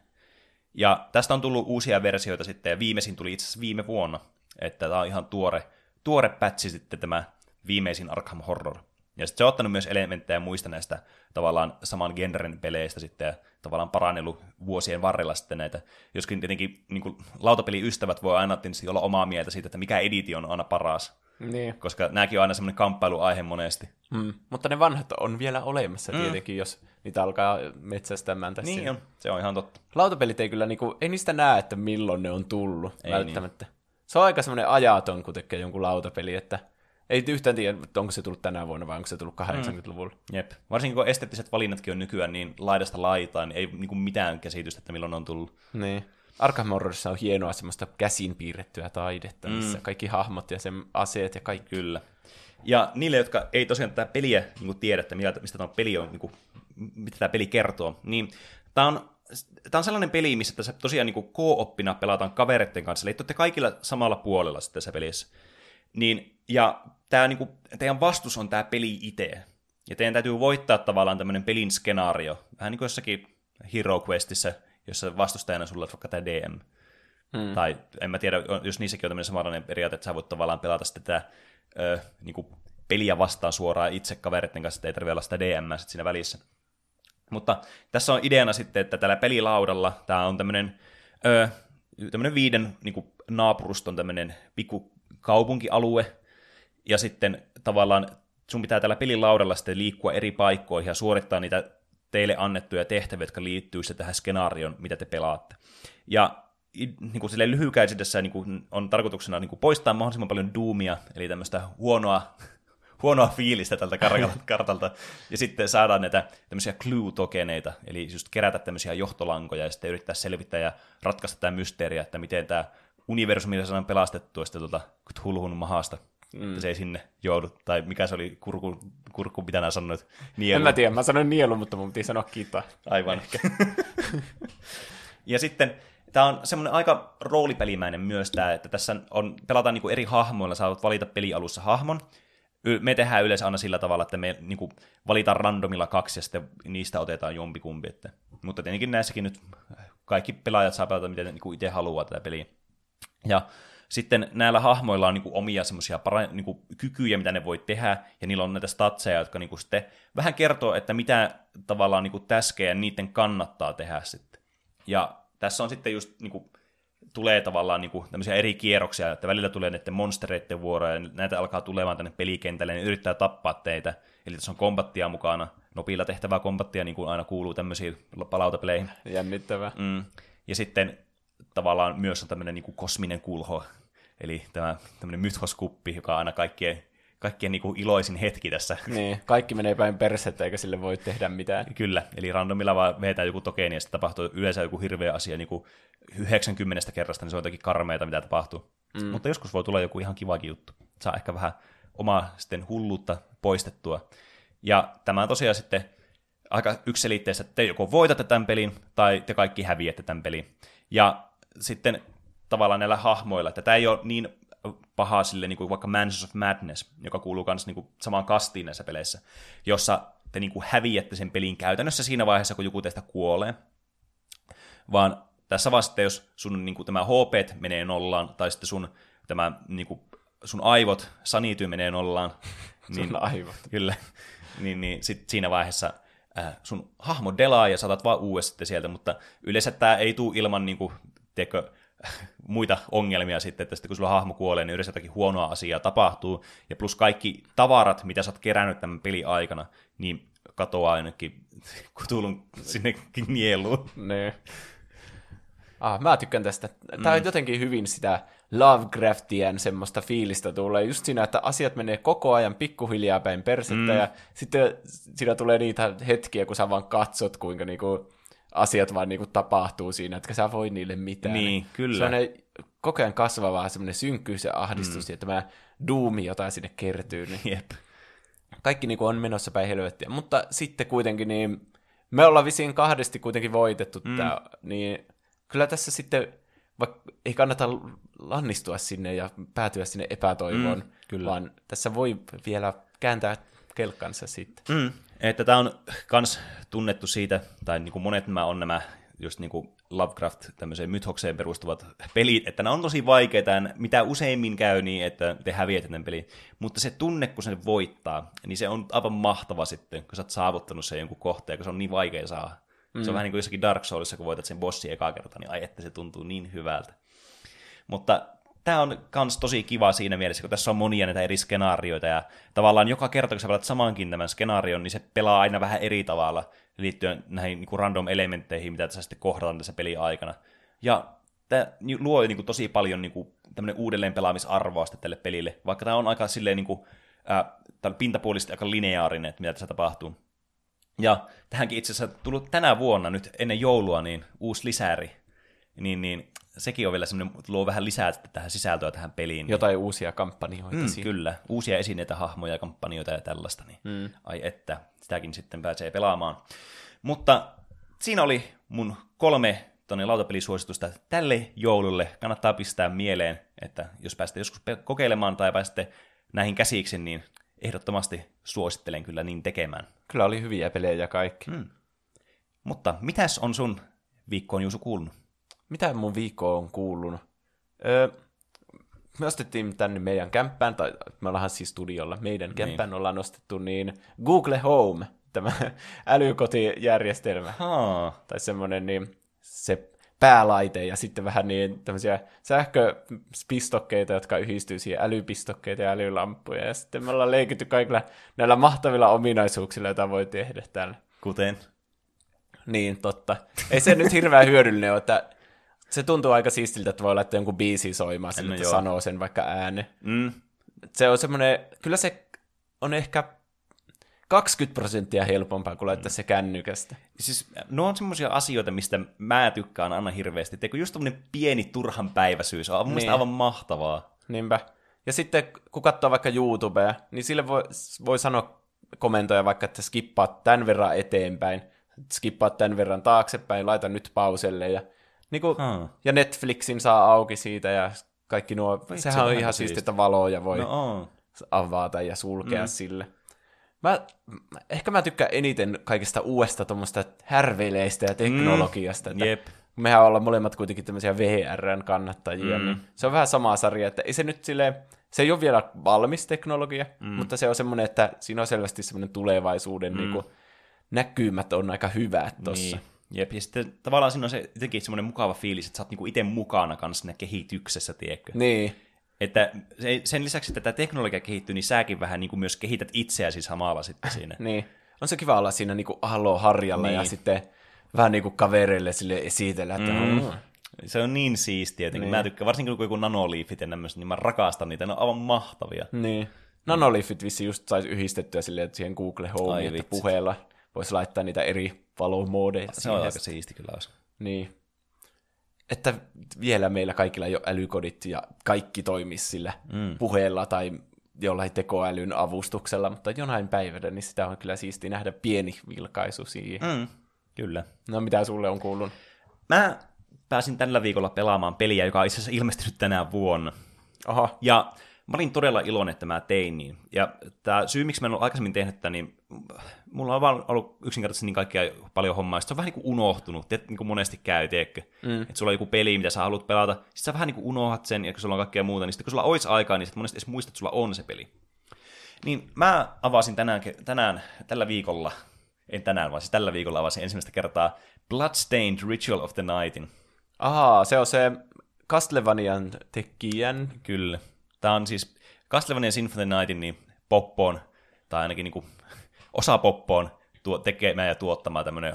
Ja tästä on tullut uusia versioita sitten, ja viimeisin tuli itse asiassa viime vuonna, että tämä on ihan tuore, tuore patchi sitten tämä viimeisin Arkham Horror. Ja sitten se on ottanut myös elementtejä muista näistä tavallaan saman genren peleistä sitten, ja tavallaan parannellut vuosien varrella sitten näitä, joskin tietenkin niin kuin lautapeliystävät voi aina olla omaa mieltä siitä, että mikä editio on aina paras. Niin. Koska nämäkin on aina semmoinen kamppailuaihe monesti. Mm. Mutta ne vanhat on vielä olemassa mm. tietenkin, jos niitä alkaa metsästämään tässä. Niin on, se on ihan totta. Lautapelit ei kyllä, niinku, ei niistä näe, että milloin ne on tullut ei välttämättä. Niin. Se on aika semmoinen ajaton, kun tekee jonkun lautapeli, että ei yhtään tiedä, onko se tullut tänä vuonna vai onko se tullut kahdeksankymmentäluvulla. Mm. Jep. Varsinkin kun esteettiset valinnatkin on nykyään niin laidasta laitaan, niin ei niinku mitään käsitystä, että milloin ne on tullut. Niin. Arkham Horrorissa on hienoa semmoista käsin piirrettyä taidetta, missä mm. kaikki hahmot ja sen aseet ja kaikki. Kyllä. Ja niille, jotka ei tosiaan tätä peliä niin kuin tiedä, että mistä tämä peli on, niin kuin, mitä tämä peli kertoo, niin tämä on, tämä on sellainen peli, missä tässä tosiaan niin kuin co-oppina pelataan kavereiden kanssa, eli te olette kaikilla samalla puolella sitten tässä pelissä. Niin, ja tämä, niin kuin, teidän vastus on tämä peli itse, ja teidän täytyy voittaa tavallaan tämmöinen pelin skenaario, vähän niin kuin jossakin Hero Questissä, jossa vastustajana sulla on vaikka tämä D M. Hmm. Tai en mä tiedä, jos niissäkin on tämmöinen samanlainen periaate, että sä voit tavallaan pelata sitten tätä ö, niin kuin peliä vastaan suoraan itse kavereiden kanssa, että ei tarvitse olla sitä D M sitten siinä välissä. Mutta tässä on ideana sitten, että tällä pelilaudalla tämä on tämmöinen, ö, tämmöinen viiden niin kuin naapuruston tämmöinen pikku kaupunkialue, ja sitten tavallaan sun pitää tällä pelilaudalla sitten liikkua eri paikkoihin ja suorittaa niitä teille annettuja tehtäviä, jotka liittyy tähän skenaarioon, mitä te pelaatte. Ja niin kuin silleen lyhykäisyydessä niin kuin on tarkoituksena niin kuin poistaa mahdollisimman paljon doomia, eli tämmöistä huonoa, huonoa fiilistä tältä kartalta, ja sitten saadaan näitä tämmöisiä clue-tokeneita, eli just kerätä tämmöisiä johtolankoja, ja sitten yrittää selvittää ja ratkaista tämä mysteeriä, että miten tämä universumi on pelastettua sitten tuota Cthulhun mahasta. Mm. Että se ei sinne joudu, tai mikä se oli kurku, kurkku, mitä nää sanoit? Nielu. En mä tiedä, mä sanoin nielu, mutta mun piti sanoa kita. Aivan. Ja sitten tämä on semmoinen aika roolipelimäinen myös tämä, että tässä on, pelataan niinku eri hahmoilla, sä valita pelialussa hahmon. Me tehdään yleensä aina sillä tavalla, että me niinku valitaan randomilla kaksi ja sitten niistä otetaan jompikumpi. Että. Mutta tietenkin näissäkin nyt kaikki pelaajat saa pelata, miten niinku itse haluaa tätä peliä. Ja sitten näillä hahmoilla on niin kuin omia semmoisia para- niin kuin kykyjä, mitä ne voi tehdä, ja niillä on näitä statseja, jotka niin kuin sitten vähän kertoo, että mitä tavallaan niin kuin täskejä niiden kannattaa tehdä sitten. Ja tässä on sitten just niin kuin, tulee tavallaan niin kuin tämmöisiä eri kierroksia, että välillä tulee näiden monstereiden vuoroja, ja näitä alkaa tulemaan tänne pelikentälle, ja ne yrittää tappaa teitä. Eli tässä on kombattia mukana, nopilla tehtävää kombattia, niin kuin aina kuuluu tämmöisiin palautapeleihin. Jännittävää. Mm. Ja sitten tavallaan myös on tämmöinen niin kuin kosminen kulho, eli tämä tämmöinen mythoskuppi, joka on aina kaikkien, kaikkien niin kuin iloisin hetki tässä. Niin, kaikki menee päin persettä, eikä sille voi tehdä mitään. Kyllä, eli randomilla vaan vedetään joku tokeeni, ja sitten tapahtuu yleensä joku hirveä asia, niin kuin yhdeksänkymmentä kerrasta, niin se on jotakin karmeita, mitä tapahtuu. Mm. Mutta joskus voi tulla joku ihan kivakin juttu. Saa ehkä vähän omaa sitten hulluutta poistettua. Ja tämä on tosiaan sitten aika yksiselitteistä, että te joko voitatte tämän pelin, tai te kaikki häviätte tämän pelin. Ja sitten tavallaan näillä hahmoilla, että tämä ei ole niin pahaa sille, niin kuin vaikka Mansions of Madness, joka kuuluu myös niin kuin samaan kastiin näissä peleissä, jossa te niin kuin häviätte sen pelin käytännössä siinä vaiheessa, kun joku teistä kuolee. Vaan tässä vaan sitten, jos sun niin kuin tämä H P menee nollaan, tai sitten sun, tämä, niin kuin, sun aivot, sanity menee nollaan. Niin, sun aivot. Kyllä. Niin, niin sitten siinä vaiheessa äh, sun hahmo delaa ja saatat vaan uudestaan sieltä, mutta yleensä tämä ei tule ilman niin kuin, tiedätkö, muita ongelmia sitten, että sitten kun sulla hahmo kuolee, niin yleensä jotakin huonoa asiaa tapahtuu, ja plus kaikki tavarat, mitä sä oot kerännyt tämän pelin aikana, niin katoaa ainakin kutulun sinne nieluun. Nee. Ah, mä tykkään tästä. Tää on mm. jotenkin hyvin sitä Lovecraftien semmoista fiilistä tulee. Just siinä, että asiat menee koko ajan pikkuhiljaa päin persettä, mm. ja sitten siinä tulee niitä hetkiä, kun sä vaan katsot, kuinka niinku asiat vaan niinku tapahtuu siinä, etkä sä voi niille mitään. Niin, kyllä. Sellainen koko ajan kasvavaa semmoinen synkkyys ja ahdistus, mm. ja tämä duumi, jota sinne kertyy. Niin Jep. Kaikki niinku on menossa päin helvettiä. Mutta sitten kuitenkin, niin me ollaan visiin kahdesti kuitenkin voitettu mm. tää, niin kyllä tässä sitten, vaikka ei kannata lannistua sinne ja päätyä sinne epätoivoon, mm, kyllä. vaan tässä voi vielä kääntää kelkkansa sitten. Mm. Että tämä on myös tunnettu siitä, tai niin kuin monet nämä on nämä just niin kuin Lovecraft, tämmöiseen mythokseen perustuvat pelit, että nämä on tosi vaikeita, mitä useimmin käy niin, että te häviätte tämän pelin. Mutta se tunne, kun se voittaa, niin se on aivan mahtava sitten, kun sä oot saavuttanut sen jonkun kohteen, kun se on niin vaikea saada. Mm. Se on vähän niin kuin jossakin Dark Soulissa, kun voitat sen bossin ekaa kertaa, niin ai että se tuntuu niin hyvältä. Mutta tämä on myös tosi kiva siinä mielessä, kun tässä on monia näitä eri skenaarioita, ja tavallaan joka kerta, kun sä pelat samankin tämän skenaarion, niin se pelaa aina vähän eri tavalla liittyen näihin niin kuin random elementteihin, mitä tässä sitten kohdataan tässä pelin aikana. Ja tämä luo niin kuin tosi paljon niin kuin tämmöinen uudelleen pelaamisarvoa sitten tälle pelille, vaikka tämä on aika silleen niin kuin, äh, pintapuolisesti aika lineaarinen, että mitä tässä tapahtuu. Ja tähänkin itse asiassa tullut tänä vuonna, nyt ennen joulua, niin uusi lisääri, niin, niin sekin on vielä semmoinen, luo vähän lisää tähän sisältöä tähän peliin. Jotain uusia kampanjoita. Mm, kyllä, uusia esineitä, hahmoja, kampanjoita ja tällaista, niin mm. ai että, sitäkin sitten pääsee pelaamaan. Mutta siinä oli mun kolme tonne lautapelisuositusta tälle joululle. Kannattaa pistää mieleen, että jos pääsette joskus kokeilemaan tai pääsette näihin käsiksi, niin ehdottomasti suosittelen kyllä niin tekemään. Kyllä oli hyviä pelejä kaikki. Mm. Mutta mitäs on sun viikkoon, Juuso, kuulunut? Mitä mun viikko on kuulunut? Öö, me ostettiin tänne meidän kämppään, tai me ollaan siis studiolla, meidän kämppään niin. ollaan nostettu niin Google Home, tämä älykotijärjestelmä. Haa. Tai semmoinen niin se päälaite ja sitten vähän niin tämmöisiä sähköpistokkeita, jotka yhdistyy siihen älypistokkeita ja älylamppuja. Ja sitten me ollaan leikitty kaikilla näillä mahtavilla ominaisuuksilla, joita voi tehdä täällä. Kuten? Niin, totta. Ei se nyt hirveän hyödyllinen ole, että se tuntuu aika siistiltä, että voi laittaa jonkun biisin soimaan sille, että sanoo sen vaikka ääne. Mm. Se on semmoinen, kyllä se on ehkä kaksikymmentä prosenttia helpompaa kuin laittaa mm. se kännykästä. Siis nuo on semmoisia asioita, mistä mä tykkään aina hirveästi. Teikö just tämmöinen pieni turhanpäiväisyys on mun mielestä aivan mahtavaa. Niinpä. Ja sitten kun katsoo vaikka YouTubea, niin sille voi, voi sanoa komentoja vaikka, että skippaat tämän verran eteenpäin, skippaat tämän verran taaksepäin, laita nyt pauselle ja niin kuin, hmm. ja Netflixin saa auki siitä ja kaikki nuo, Vai sehän on ihan siistiä, että valoja voi no avata ja sulkea mm. sille. Mä, ehkä mä tykkään eniten kaikesta uudesta tuommoista härveleistä ja teknologiasta. Mm. Että mehän ollaan molemmat kuitenkin tämmöisiä V R:n kannattajia, mm. niin se on vähän sama sarja, että ei se nyt silleen, se ei ole vielä valmis teknologia, mm. mutta se on semmoinen, että siinä on selvästi semmoinen tulevaisuuden mm. niin kuin, näkymät on aika hyvät tossa. Niin. Jep, ja sitten tavallaan siinä on se jotenkin semmoinen mukava fiilis, että sä oot niinku itse mukana kanssa siinä kehityksessä, tiedätkö? Niin. Että sen lisäksi, että tämä teknologia kehittyy, niin säkin vähän niin kuin myös kehität itseäsi samalla sitten siinä. Niin. On se kiva olla siinä niin kuin Halo-harjalla niin. ja sitten vähän niin kuin kavereille sille esitellä, että mm. oh. Se on niin siistiä jotenkin. Niin. Mä tykkään, varsinkin kun joku nanoliifit ja nämmöistä, niin mä rakastan niitä, ne on aivan mahtavia. Niin. Nanoliifit vissi just saisi yhdistettyä silleen, että siihen Google Home, että puheella voisi laittaa niitä eri valomoodeja. Se on aika siisti kyllä olisi. Niin. Että vielä meillä kaikilla ei ole älykodit ja kaikki toimisi sillä mm. puheella tai jollain tekoälyn avustuksella, mutta jonain päivänä, niin sitä on kyllä siistiä nähdä pieni vilkaisu siihen. Mm. Kyllä. No mitä sulle on kuullut? Mä pääsin tällä viikolla pelaamaan peliä, joka on itse asiassa ilmestynyt tänä vuonna. Aha. Ja mä olin todella iloinen, että mä tein niin. Ja tämä syy, miksi mä en ole aikaisemmin tehnyt tätä, niin mulla on vaan ollut yksinkertaisesti niin kaikkea paljon hommaa. Sitten se on vähän niin kuin unohtunut, että niin kuin monesti käy, tiedätkö? Mm. Että sulla on joku peli, mitä sä haluat pelata. Sitten sä vähän niin kuin unohdat sen, ja kun sulla on kaikkea muuta, niin sitten kun sulla olisi aikaa, niin sitten monesti edes muistat, että sulla on se peli. Niin mä avasin tänään, tänään tällä viikolla, en tänään, vaan siis tällä viikolla avasin ensimmäistä kertaa Bloodstained Ritual of the Nightin. Ahaa, se on se Castlevanian tekijän. Kyllä. Tämä on siis Castlevania Symphony of the Nightin niin poppoon, tai ainakin niin kuin osa poppoon tuo, tekemään ja tuottamaan tämmöinen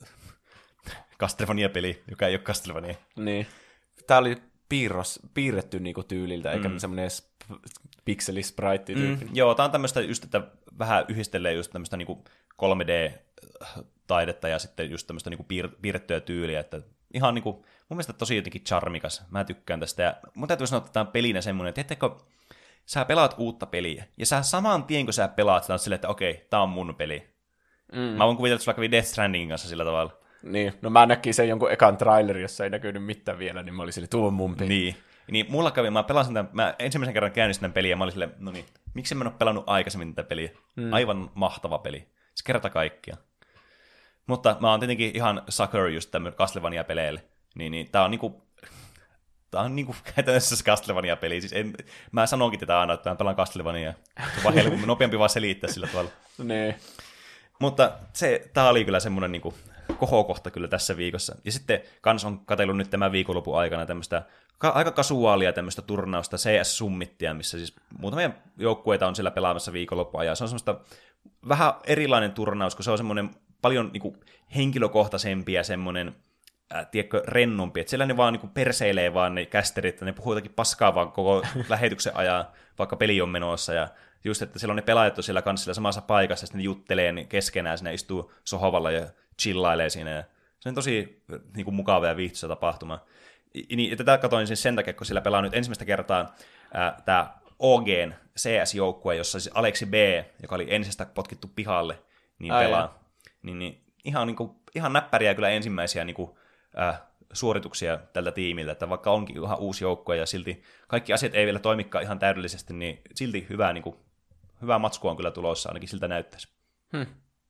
Castlevania-peli, joka ei ole Castlevania. Niin. Tämä oli piirros, piirretty niinku tyyliltä, eikä mm. semmoinen sp- pikseli-sprite-tyyppi. Mm, joo, tämä on tämmöistä just, että vähän yhdistelee just tämmöistä niinku kolme D-taidetta ja sitten just tämmöistä niinku piir- piirrettyä tyyliä, että ihan niinku, mun mielestä tosi jotenkin charmikas. Mä tykkään tästä, ja mun täytyy sanoa, että tämä on pelinä semmoinen, että etteikö sä pelaat uutta peliä, ja sä saman tien, kun sä pelaat, sä oot silleen, että okei, tää on mun peli. Mm. Mä voin kuvitella, että sulla kävi Death Strandingin kanssa sillä tavalla. Niin, no mä näkin sen jonkun ekan trailerin, jossa ei näkynyt mitään vielä, niin mä olin silleen, tuo on mun peli. Niin, niin mulla kävi, mä pelasin tämän, mä ensimmäisen kerran käynnistin tämän peliä, ja mä olin silleen, no niin, miksi mä en ole pelannut aikaisemmin tätä peliä? Mm. Aivan mahtava peli. Se kerta kaikkia. Mutta mä oon tietenkin ihan sucker just tämmöinen Castlevania-peleille. Niin, niin tää on niinku, tää on niinku käytännössä se Castlevania-peli. Siis en, mä sanonkin tätä aina, että mä pelaan Castlevania. Se on vaan helpompi, nopeampi vaan selittää sillä tavalla. Nee. Mutta se, tää oli kyllä semmoinen niinku kohokohta kyllä tässä viikossa. Ja sitten kans on katsellut nyt tämän viikonlopun aikana tämmöistä ka- aika kasuaalia tämmöistä turnausta C S-summittia, missä siis muutamia joukkueita on siellä pelaamassa viikonloppuajan. Se on semmoista vähän erilainen turnaus, kun se on semmoinen paljon niinku henkilökohtaisempi ja semmoinen Äh, tiedätkö, rennompi, että siellä ne vaan niinku perseilee vaan ne kästerit, että ne puhuu jotakin paskaa vaan koko lähetyksen ajan, vaikka peli on menossa, ja just, että siellä on ne pelaajat on siellä kanssa siellä samassa paikassa, ja sitten ne juttelee niin keskenään, siinä istuu sohvalla ja chillailee siinä, ja se on tosi niinku mukava ja viihtyisä tapahtuma. I, niin, tätä katsoin siis sen takia, kun siellä pelaa nyt ensimmäistä kertaa äh, tämä O G:n C S-joukkue, jossa siis Aleksi B, joka oli ensistä potkittu pihalle, niin Ai pelaa. Ja. Niin, niin, ihan, niinku, ihan näppäriä kyllä ensimmäisiä niinku, Äh, suorituksia tältä tiimiltä, että vaikka onkin ihan uusi joukkue ja silti kaikki asiat ei vielä toimikaan ihan täydellisesti, niin silti hyvää, niin kuin, hyvää matskua on kyllä tulossa, ainakin siltä näyttäisi. Hmm.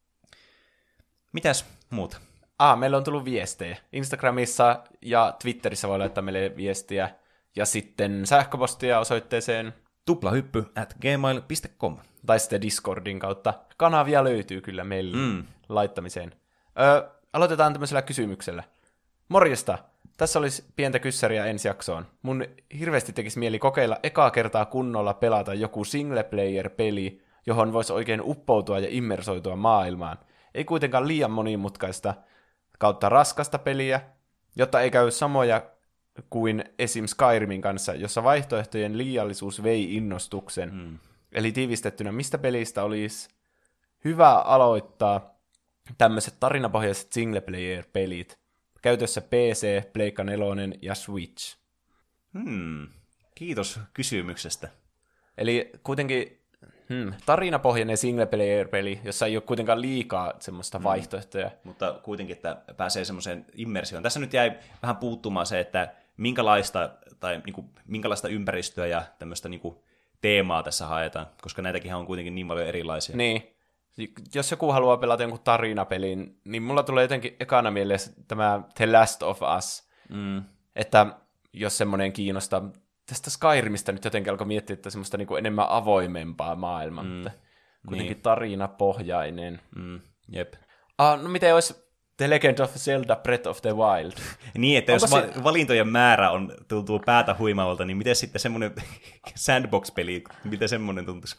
Mitäs muuta? Ah, meillä on tullut viestejä. Instagramissa ja Twitterissä voi laittaa meille viestiä ja sitten sähköpostia osoitteeseen tuplahyppy at gmail dot com tai sitten Discordin kautta. Kanavia löytyy kyllä meille mm. laittamiseen. Ö, aloitetaan tämmöisellä kysymyksellä. Morjesta! Tässä olisi pientä kyssäriä ensi jaksoon. Mun hirveästi tekisi mieli kokeilla ekaa kertaa kunnolla pelata joku single-player-peli, johon voisi oikein uppoutua ja immersoitua maailmaan. Ei kuitenkaan liian monimutkaista kautta raskasta peliä, jotta ei käy samoja kuin esim. Skyrimin kanssa, jossa vaihtoehtojen liiallisuus vei innostuksen. Hmm. Eli tiivistettynä, mistä pelistä olisi hyvä aloittaa tämmöiset tarinapohjaiset single-player-pelit. Käytössä P C, Pleikka nelonen ja Switch. Hmm. Kiitos kysymyksestä. Eli kuitenkin hmm, tarinapohjainen single-player-peli, jossa ei ole kuitenkaan liikaa semmoista hmm. vaihtoehtoja. Mutta kuitenkin, että pääsee semmoiseen immersioon. Tässä nyt jäi vähän puuttumaan se, että minkälaista, tai niin kuin, minkälaista ympäristöä ja tämmöistä niin kuin, teemaa tässä haetaan, koska näitäkin on kuitenkin niin paljon erilaisia. Niin. Jos joku haluaa pelata jonkun tarinapelin, niin mulla tulee jotenkin ekana mieleen tämä The Last of Us. Mm. Että jos semmoinen kiinnostaa, tästä Skyrimistä nyt jotenkin alkoi miettiä, että semmoista niin kuin enemmän avoimempaa maailmaa, mm. mutta kuitenkin niin. tarinapohjainen. Mm. Jep. Ah, no miten olisi The Legend of Zelda Breath of the Wild? Niin, että Onko jos se... va- valintojen määrä on, tuntuu päätä huimaavalta, niin miten sitten semmoinen sandbox-peli, miten semmoinen tuntuisi?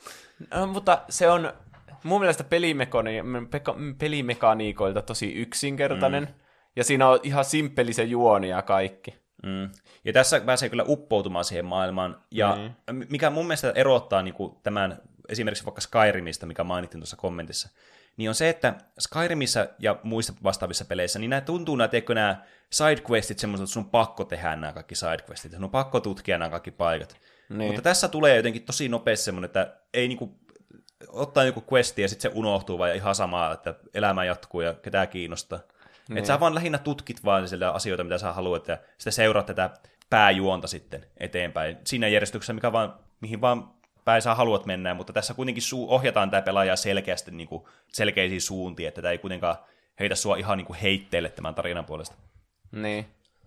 No, mutta se on mun mielestä pelimekani- peka- pelimekaniikoilta tosi yksinkertainen, mm. ja siinä on ihan simppeli se juoni ja kaikki. Mm. Ja tässä pääsee kyllä uppoutumaan siihen maailmaan, ja mm. mikä mun mielestä erottaa niin kuin tämän esimerkiksi vaikka Skyrimistä, mikä mainittiin tuossa kommentissa, niin on se, että Skyrimissä ja muissa vastaavissa peleissä, niin nämä tuntuu, nämä, teekö nämä sidequestit semmoiset, että sun on pakko tehdä nämä kaikki sidequestit, sun on pakko tutkia nämä kaikki paikat. Niin. Mutta tässä tulee jotenkin tosi nopeasti semmoinen, että ei niinku, ottaa joku questi ja sitten se unohtuu, vai ihan samaa, että elämä jatkuu ja ketään kiinnostaa. Niin. Että sä vaan lähinnä tutkit vaan sillä asioita, mitä sä haluat, ja sitten seuraat tätä pääjuonta sitten eteenpäin. Siinä järjestyksessä, mikä vaan, mihin vaan päin sä haluat mennä, mutta tässä kuitenkin su- ohjataan tämä pelaaja selkeästi niin kuin selkeisiin suuntiin, että tämä ei kuitenkaan heitä sua ihan niin kuin heitteelle tämän tarinan puolesta. Niin.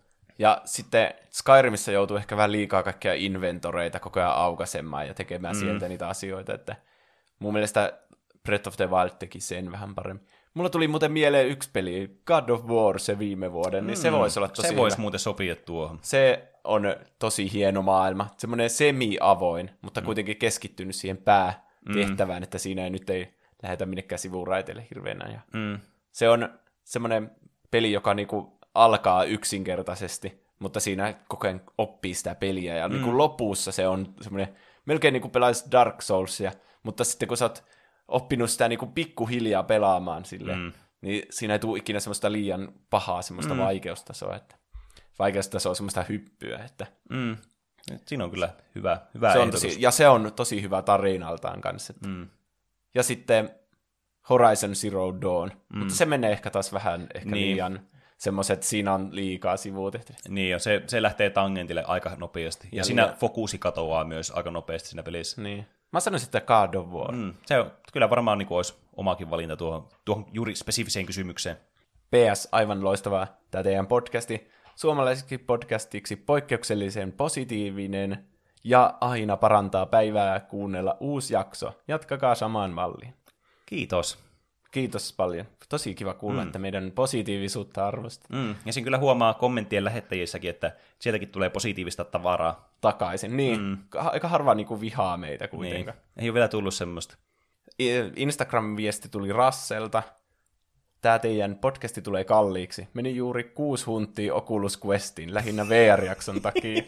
Ja sitten Skyrimissä joutuu ehkä vähän liikaa kaikkia inventoreita koko ajan aukaisemaan ja tekemään mm. sieltä niitä asioita, että mun mielestä Breath of the Wild teki sen vähän paremmin. Mulla tuli muuten mieleen yksi peli, God of War, se viime vuoden, niin mm. se voisi olla tosi Se voisi muuten sopia tuohon. Se on tosi hieno maailma, semmoinen semi-avoin, mutta mm. kuitenkin keskittynyt siihen päätehtävään, mm. että siinä ei nyt ei lähdetä minnekään sivuraiteille hirveänä. Ja mm. Se on semmoinen peli, joka niinku alkaa yksinkertaisesti, mutta siinä koko ajan oppii sitä peliä, ja mm. niinku lopussa se on semmoinen, melkein niin kuin pelaisi Dark Soulsia, mutta sitten kun sä oot oppinut sitä niinku pikkuhiljaa pelaamaan sille, mm. niin siinä ei tule ikinä semmoista liian pahaa semmoista mm. vaikeustasoa, että vaikeustaso on semmoista hyppyä, että mm. Siinä on kyllä hyvä, hyvä se on tosi, ja se on tosi hyvä tarinaltaan kanssa. Mm. Ja sitten Horizon Zero Dawn, mm. mutta se menee ehkä taas vähän ehkä niin. liian semmoiset, siinä on liikaa sivuutehty. Niin, se, se lähtee tangentille aika nopeasti. Ja, ja siinä liian... fokusi katoaa myös aika nopeasti siinä pelissä. Niin. Mä sanoisin, että God of War. Mm, se on, kyllä varmaan niin kuin olisi omakin valinta tuohon, tuohon juuri spesifiseen kysymykseen. P S, aivan loistavaa tämä teidän podcasti. Suomalaiseksi podcastiksi poikkeuksellisen positiivinen ja aina parantaa päivää kuunnella uusi jakso. Jatkakaa samaan malliin. Kiitos. Kiitos paljon. Tosi kiva kuulla, mm. että meidän positiivisuutta arvostetaan. Mm. Ja siinä kyllä huomaa kommenttien lähettäjissäkin, että sieltäkin tulee positiivista tavaraa. Takaisin, niin. Mm. Aika harva niin kuin vihaa meitä kuitenkaan. Niin. Ei ole vielä tullut semmoista. Instagram-viesti tuli Rasselta. Tämä teidän podcasti tulee kalliiksi. Meni juuri kuusi hunttia Oculus Questiin, lähinnä V R-jakson takia.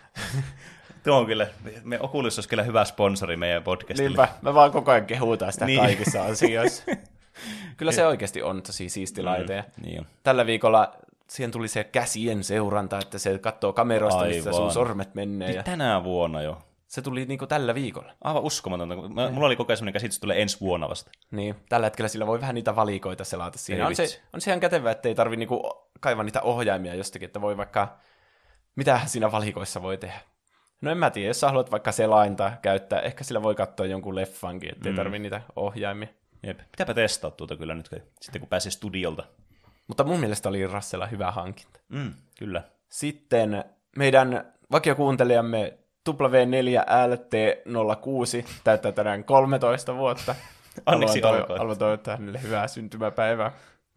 Tuo on kyllä, me Oculus olisi kyllä hyvä sponsori meidän podcastille. Niinpä, me vaan koko ajan kehutaan sitä niin. kaikissa asioissa. Kyllä se oikeasti on tosi siisti laite. Mm, niin tällä viikolla siihen tuli se käsien seuranta, että se katsoo kameroista, Aivan. missä sun sormet menee. Ja tänä vuonna jo. Se tuli niinku tällä viikolla. Aivan uskomatonta. Mulla oli koko ajan sellainen käsitys, että tulee ensi vuonna vasta. Niin, tällä hetkellä sillä voi vähän niitä valikoita selata siinä. On se, on se ihan kätevä, että ei tarvitse niinku kaivaa niitä ohjaimia jostakin, että voi vaikka, mitä siinä valikoissa voi tehdä. No en mä tiedä, jos sä haluat vaikka selainta käyttää, ehkä sillä voi katsoa jonkun leffankin, ettei mm. tarvitse niitä ohjaimia. Jep. Pitääpä testaa tuota kyllä nyt, sitten kun pääsee studiolta. Mutta mun mielestä oli Rassella hyvä hankinta. Mm, kyllä. Sitten meidän vakiokuuntelijamme W neljä L T nolla kuusi täyttää tänään kolmetoista vuotta. Onneksi olkoon. Haluan toivottaa hänelle hyvää syntymäpäivää.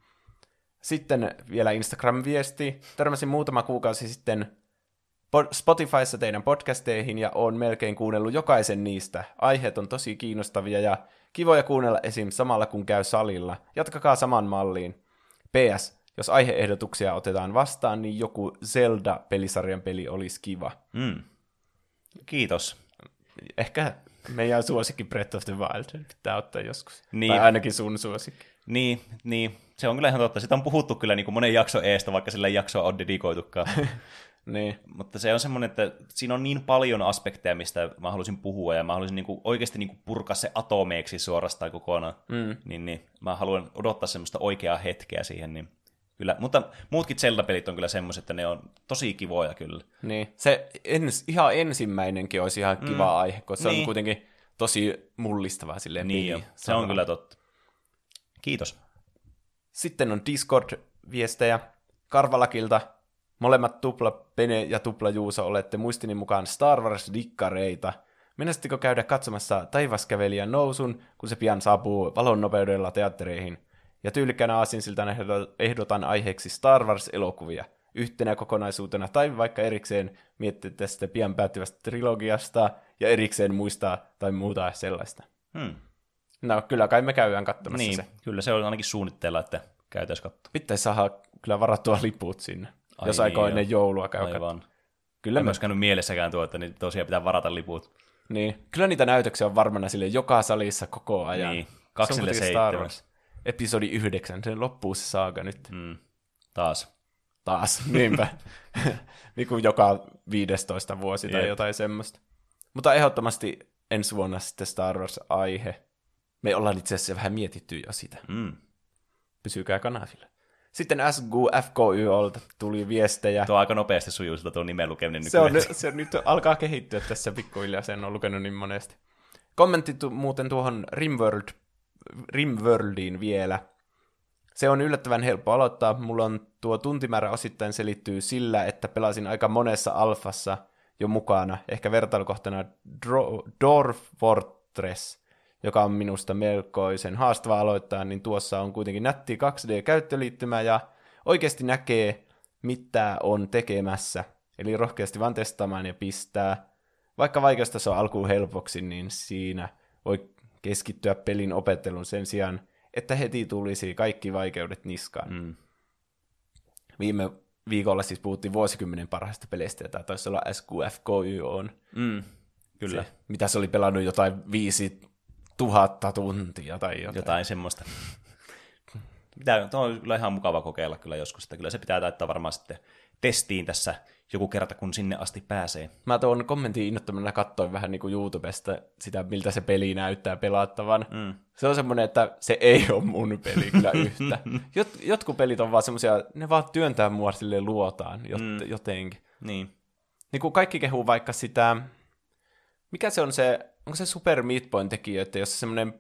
Sitten vielä Instagram-viesti. Törmäsin muutama kuukausi sitten Spotifyssa teidän podcasteihin ja olen melkein kuunnellut jokaisen niistä. Aiheet on tosi kiinnostavia ja kivoja kuunnella esim. Samalla kun käy salilla. Jatkakaa saman malliin. P S. Jos aiheehdotuksia otetaan vastaan, niin joku Zelda-pelisarjan peli olisi kiva. Mm. Kiitos. Ehkä meidän suosikki Breath of the Wild pitää ottaa joskus. Niin. Tai ainakin sun suosikki. Niin, niin, se on kyllä ihan totta. Sitä on puhuttu kyllä niin kuin monen jakson eestä, vaikka sillä jaksoa on dedikoitukaan. Niin. Mutta se on semmoinen, että siinä on niin paljon aspekteja, mistä mä haluaisin puhua, ja mä haluaisin niinku oikeasti niinku purkaa se atomeiksi suorastaan kokonaan. Mm. Niin, niin mä haluan odottaa semmoista oikeaa hetkeä siihen. Niin kyllä. Mutta muutkin Zelda-pelit on kyllä semmoiset, että ne on tosi kivoja kyllä. Niin. Se ens, ihan ensimmäinenkin olisi ihan kiva mm. aihe, koska se niin. on kuitenkin tosi mullistavaa silleen. Niin jo, se on kyllä totta. Kiitos. Sitten on Discord-viestejä Karvalakilta. Molemmat tupla Pene ja tupla Juuso olette muistini mukaan Star Wars-dikkareita. Menestittekö käydä katsomassa Taivaskävelijän nousun, kun se pian saapuu valon nopeudella teattereihin? Ja tyylikkäänä aasinsiltana ehdotan aiheeksi Star Wars-elokuvia. Yhtenä kokonaisuutena tai vaikka erikseen miettiä tästä pian päättyvästä trilogiasta ja erikseen muistaa tai muuta sellaista. Hmm. No kyllä kai me käydään katsomassa niin, se. Kyllä se on ainakin suunnitteilla, että käytäisiin katsoa. Pitäisi saada kyllä varattua liput sinne, Ai jos niin, aikoo joo. ennen joulua käy Aivan. Kyllä en me... myös käynyt mielessäkään tuo, että niin tosiaan pitää varata liput. Niin. Kyllä niitä näytöksiä on varmana sille joka salissa koko ajan. Niin, kaksille seitsemän. Episodi yhdeksän, sen loppuu se saaga nyt. Mm. Taas. Taas, niinpä. niin kuin joka viidestoista vuosi tai Jep. jotain semmoista. Mutta ehdottomasti ensi vuonna sitten Star Wars-aihe. Me ollaan itse asiassa vähän mietitty jo sitä. Mm. Pysykää kanavilla. Sitten S G U F K Y Olta tuli viestejä. Tuo aika nopeasti sujuu sitä tuo nimen lukeminen Se, on, nykyään. se nyt alkaa kehittyä tässä pikkuhiljaa, sen on lukenut niin monesti. Kommentti tu- muuten tuohon Rimworld, Rimworldiin vielä. Se on yllättävän helppo aloittaa. Mulla on tuo tuntimäärä osittain selittyy sillä, että pelasin aika monessa alfassa jo mukana. Ehkä vertailukohtana Dro- Dwarf Fortress, joka on minusta melkoisen haastava aloittaa, niin tuossa on kuitenkin nätti kaksi D-käyttöliittymä ja oikeasti näkee, mitä on tekemässä. Eli rohkeasti vaan testaamaan ja pistää. Vaikka vaikeustaso on alkuun helpoksi, niin siinä voi keskittyä pelin opetteluun sen sijaan, että heti tulisi kaikki vaikeudet niskaan. Mm. Viime viikolla siis puhuttiin vuosikymmenen parhaista peleistä, ja tämä taisi olla S Q F K Y on. Mm. Kyllä. Se, mitä se oli pelannut jotain viisi tuhatta tuntia tai jotain. Jotain semmoista. Pitää, tuo on kyllä ihan mukava kokeilla kyllä joskus, että kyllä se pitää taittaa varmaan sitten testiin tässä joku kerta, kun sinne asti pääsee. Mä tuon kommentin innottomana katsoin vähän niin kuin YouTubesta sitä, miltä se peli näyttää pelattavan. Mm. Se on semmoinen, että se ei ole mun peli kyllä yhtä. Jot, jotkut pelit on vaan semmoisia, ne vaan työntää mua silleen luotaan jot, mm. jotenkin. Niin. Niin kuin kaikki kehuu vaikka sitä, mikä se on se, onko se Super Meat Boyn tekijöitä, jos se semmoinen,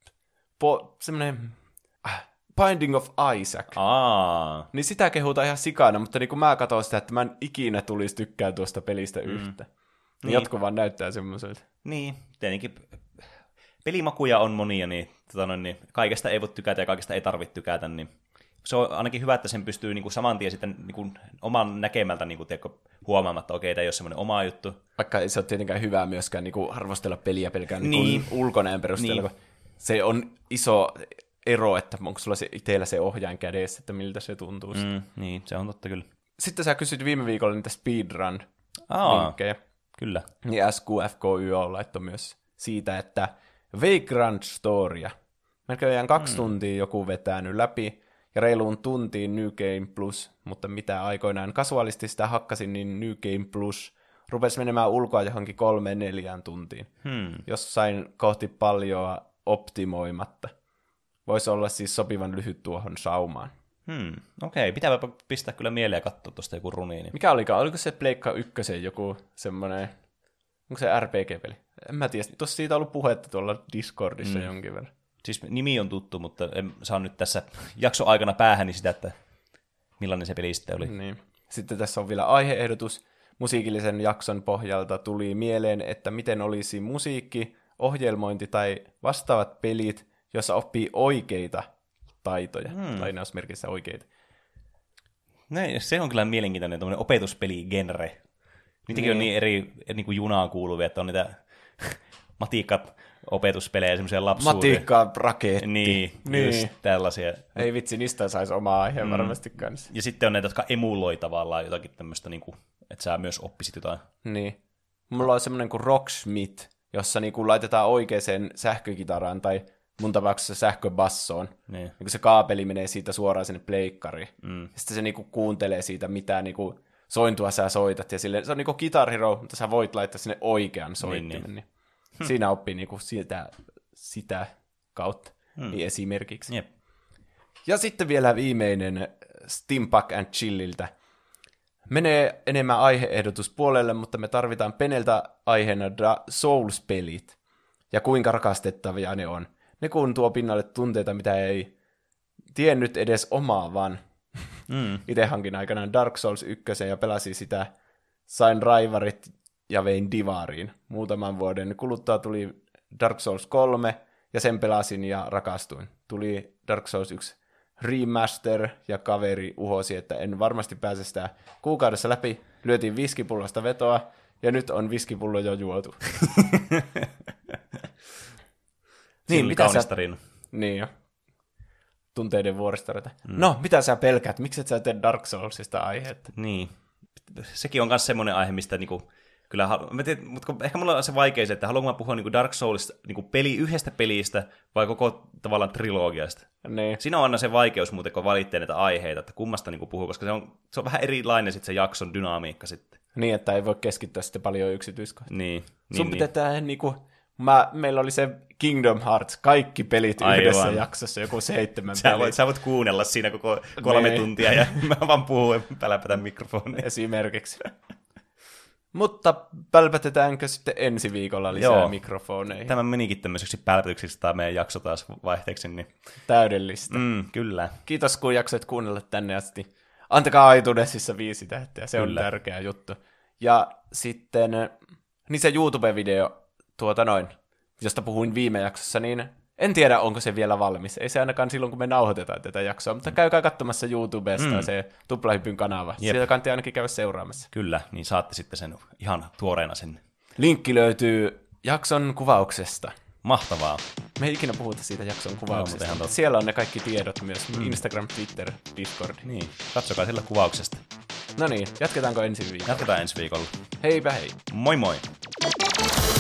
po, semmoinen äh, Binding of Isaac. Aa. Niin sitä kehutaan ihan sikana, mutta niin kun mä katson sitä, että mä en ikinä tulisi tykkää tuosta pelistä mm. yhtä. Niin, niin. Jotkut vaan näyttää semmoiselta. Niin, tietenkin pelimakuja on monia, niin, tota noin, niin kaikesta ei voi tykätä ja kaikesta ei tarvitse tykätä, niin se on ainakin hyvä, että sen pystyy niin kuin saman tien sitten niin kuin oman näkemältä niin kuin, tiedätkö, huomaamaan, että okei, tämä ei ole semmoinen oma juttu. Vaikka ei se ole tietenkään hyvää myöskään niin kuin arvostella peliä pelkään niin. Niin. ulkonäön perusteella, niin. Se on iso ero, että onko sulla se, itsellä se ohjaan kädessä, että miltä se tuntuu. Mm, niin, se on totta kyllä. Sitten sä kysyt viime viikolla niitä speedrun-vinkkejä. Kyllä. Niin S Q F K Y O laittoi myös siitä, että Vagrant Storya. Melkein kaksi mm. tuntia joku vetänyt läpi, ja reiluun tuntiin New Game Plus, mutta mitä aikoinaan kasuaalisti sitä hakkasin, niin New Game Plus rupesi menemään ulkoa johonkin kolmeen neljään tuntiin. Hmm. Jossain kohti paljoa optimoimatta. Voisi olla siis sopivan lyhyt tuohon saumaan. Hmm. Okei, okay, pitääpä pistää kyllä mieleen ja katsoa tuosta joku runiini. Mikä olikaan? Oliko se Pleikka ykkösen joku semmoinen, onko se R P G-peli? En mä tiedä, tuossa siitä on ollut puhetta tuolla Discordissa hmm. jonkin verran. Siis nimi on tuttu, mutta en saa nyt tässä jakso aikana päähäni sitä, että millainen se peli sitten oli. Niin. Sitten tässä on vielä aiheehdotus. Musiikillisen jakson pohjalta tuli mieleen, että miten olisi musiikki, ohjelmointi tai vastaavat pelit, jossa oppii oikeita taitoja. Hmm. Lainausmerkissä oikeita. Näin, se on kyllä mielenkiintoinen tämmöinen opetuspeli-genre. Niitäkin niin. on niin eri niin kuin junaan kuuluvia, että on niitä matikkat opetuspelejä, semmoisia lapsuuden. Matikka, raketti. Niin, niin, just tällaisia. Ei vitsi, niistä saisi omaa aiheen mm. varmasti kanssa. Ja sitten on näitä, jotka emuloi tavallaan jotakin tämmöistä, niin kuin, että sä myös oppisit jotain. Niin. Mulla on semmoinen kuin Rocksmith, jossa niin kuin laitetaan oikeaan sähkökitaraan tai mun tapauksessa sähköbassoon. Niin. Niin kuin se kaapeli menee siitä suoraan sinne pleikkariin. Mm. Sitten se niin kuin kuuntelee siitä, mitä niin kuin sointua sä soitat. Ja silleen, se on niin kuin Guitar Hero, mutta sä voit laittaa sinne oikean soittimen. Niin, niin. Hmm. Siinä oppii niinku sitä, sitä kautta hmm. niin esimerkiksi. Jep. Ja sitten vielä viimeinen Steampunk and Chilliltä. Menee enemmän aiheehdotuspuolelle, mutta me tarvitaan Peneltä aiheena Souls-pelit. ja kuinka rakastettavia ne on. Ne kun tuo pinnalle tunteita, mitä ei tiennyt edes omaa, vaan mm. itse hankin aikanaan Dark Souls yksi ja pelasin sitä, sain raivarit ja vein divariin. Muutaman vuoden kuluttua tuli Dark Souls kolme, ja sen pelasin ja rakastuin. Tuli Dark Souls yksi remaster, ja kaveri uhosi, että en varmasti pääse sitä kuukaudessa läpi. Lyötiin viskipullosta vetoa, ja nyt on viskipullo jo juotu. niin, mitä sä... Niin jo. Tunteiden vuoristoreita. Mm. No, mitä sä pelkäät? Miksi et sä tee Dark Soulsista aihetta? Niin. Sekin on myös semmoinen aihe, mistä niinku, kyllä, mä tiedän, mutta ehkä mulla on se vaikea se, että haluanko mä puhua niinku Dark Soulsista niinku peli, yhdestä pelistä vai koko tavallaan trilogiasta. Niin. Siinä on aina se vaikeus muuten, kun valitsee näitä aiheita, että kummasta niinku puhuu, koska se on, se on vähän erilainen sit se jakson dynamiikka sitten. Niin, että ei voi keskittyä sitten paljon yksityiskohtia. Niin. Sun niin, pitää niin. niinku... Mä, meillä oli se Kingdom Hearts, kaikki pelit Aivan. yhdessä jaksossa, joku seitsemän sä peliä. Voit, sä voit kuunnella siinä koko kolme nee. tuntia ja mä vaan puhun ja pälpätän mikrofonia. Esimerkiksi. Mutta pälpätetäänkö sitten ensi viikolla lisää Joo. mikrofoneihin? Tämä menikin tämmöiseksi pälpätyksiksi tämä meidän jakso taas vaihteeksi. Niin... Täydellistä. Mm, kyllä. Kiitos kun jaksoit kuunnella tänne asti. Antakaa iTunesissa viisi tähteä, se kyllä. on tärkeä juttu. Ja sitten niin se YouTube-video, tuota noin, josta puhuin viime jaksossa, niin en tiedä, onko se vielä valmis. Ei se ainakaan silloin, kun me nauhoitetaan tätä jaksoa, mutta käykää katsomassa YouTubesta mm. se Tuplahypyn kanava. Jep. Sieltä kannattaa ainakin käydä seuraamassa. Kyllä, niin saatte sitten sen ihan tuoreena sinne. Linkki löytyy jakson kuvauksesta. Mahtavaa. Me ei ikinä puhuta siitä jakson kuvauksesta. No, siellä on ne kaikki tiedot myös. Mm. Instagram, Twitter, Discord. Niin, katsokaa sillä kuvauksesta. No niin, jatketaanko ensi viikolla? Jatketaan ensi viikolla. Heipä hei. Moi moi.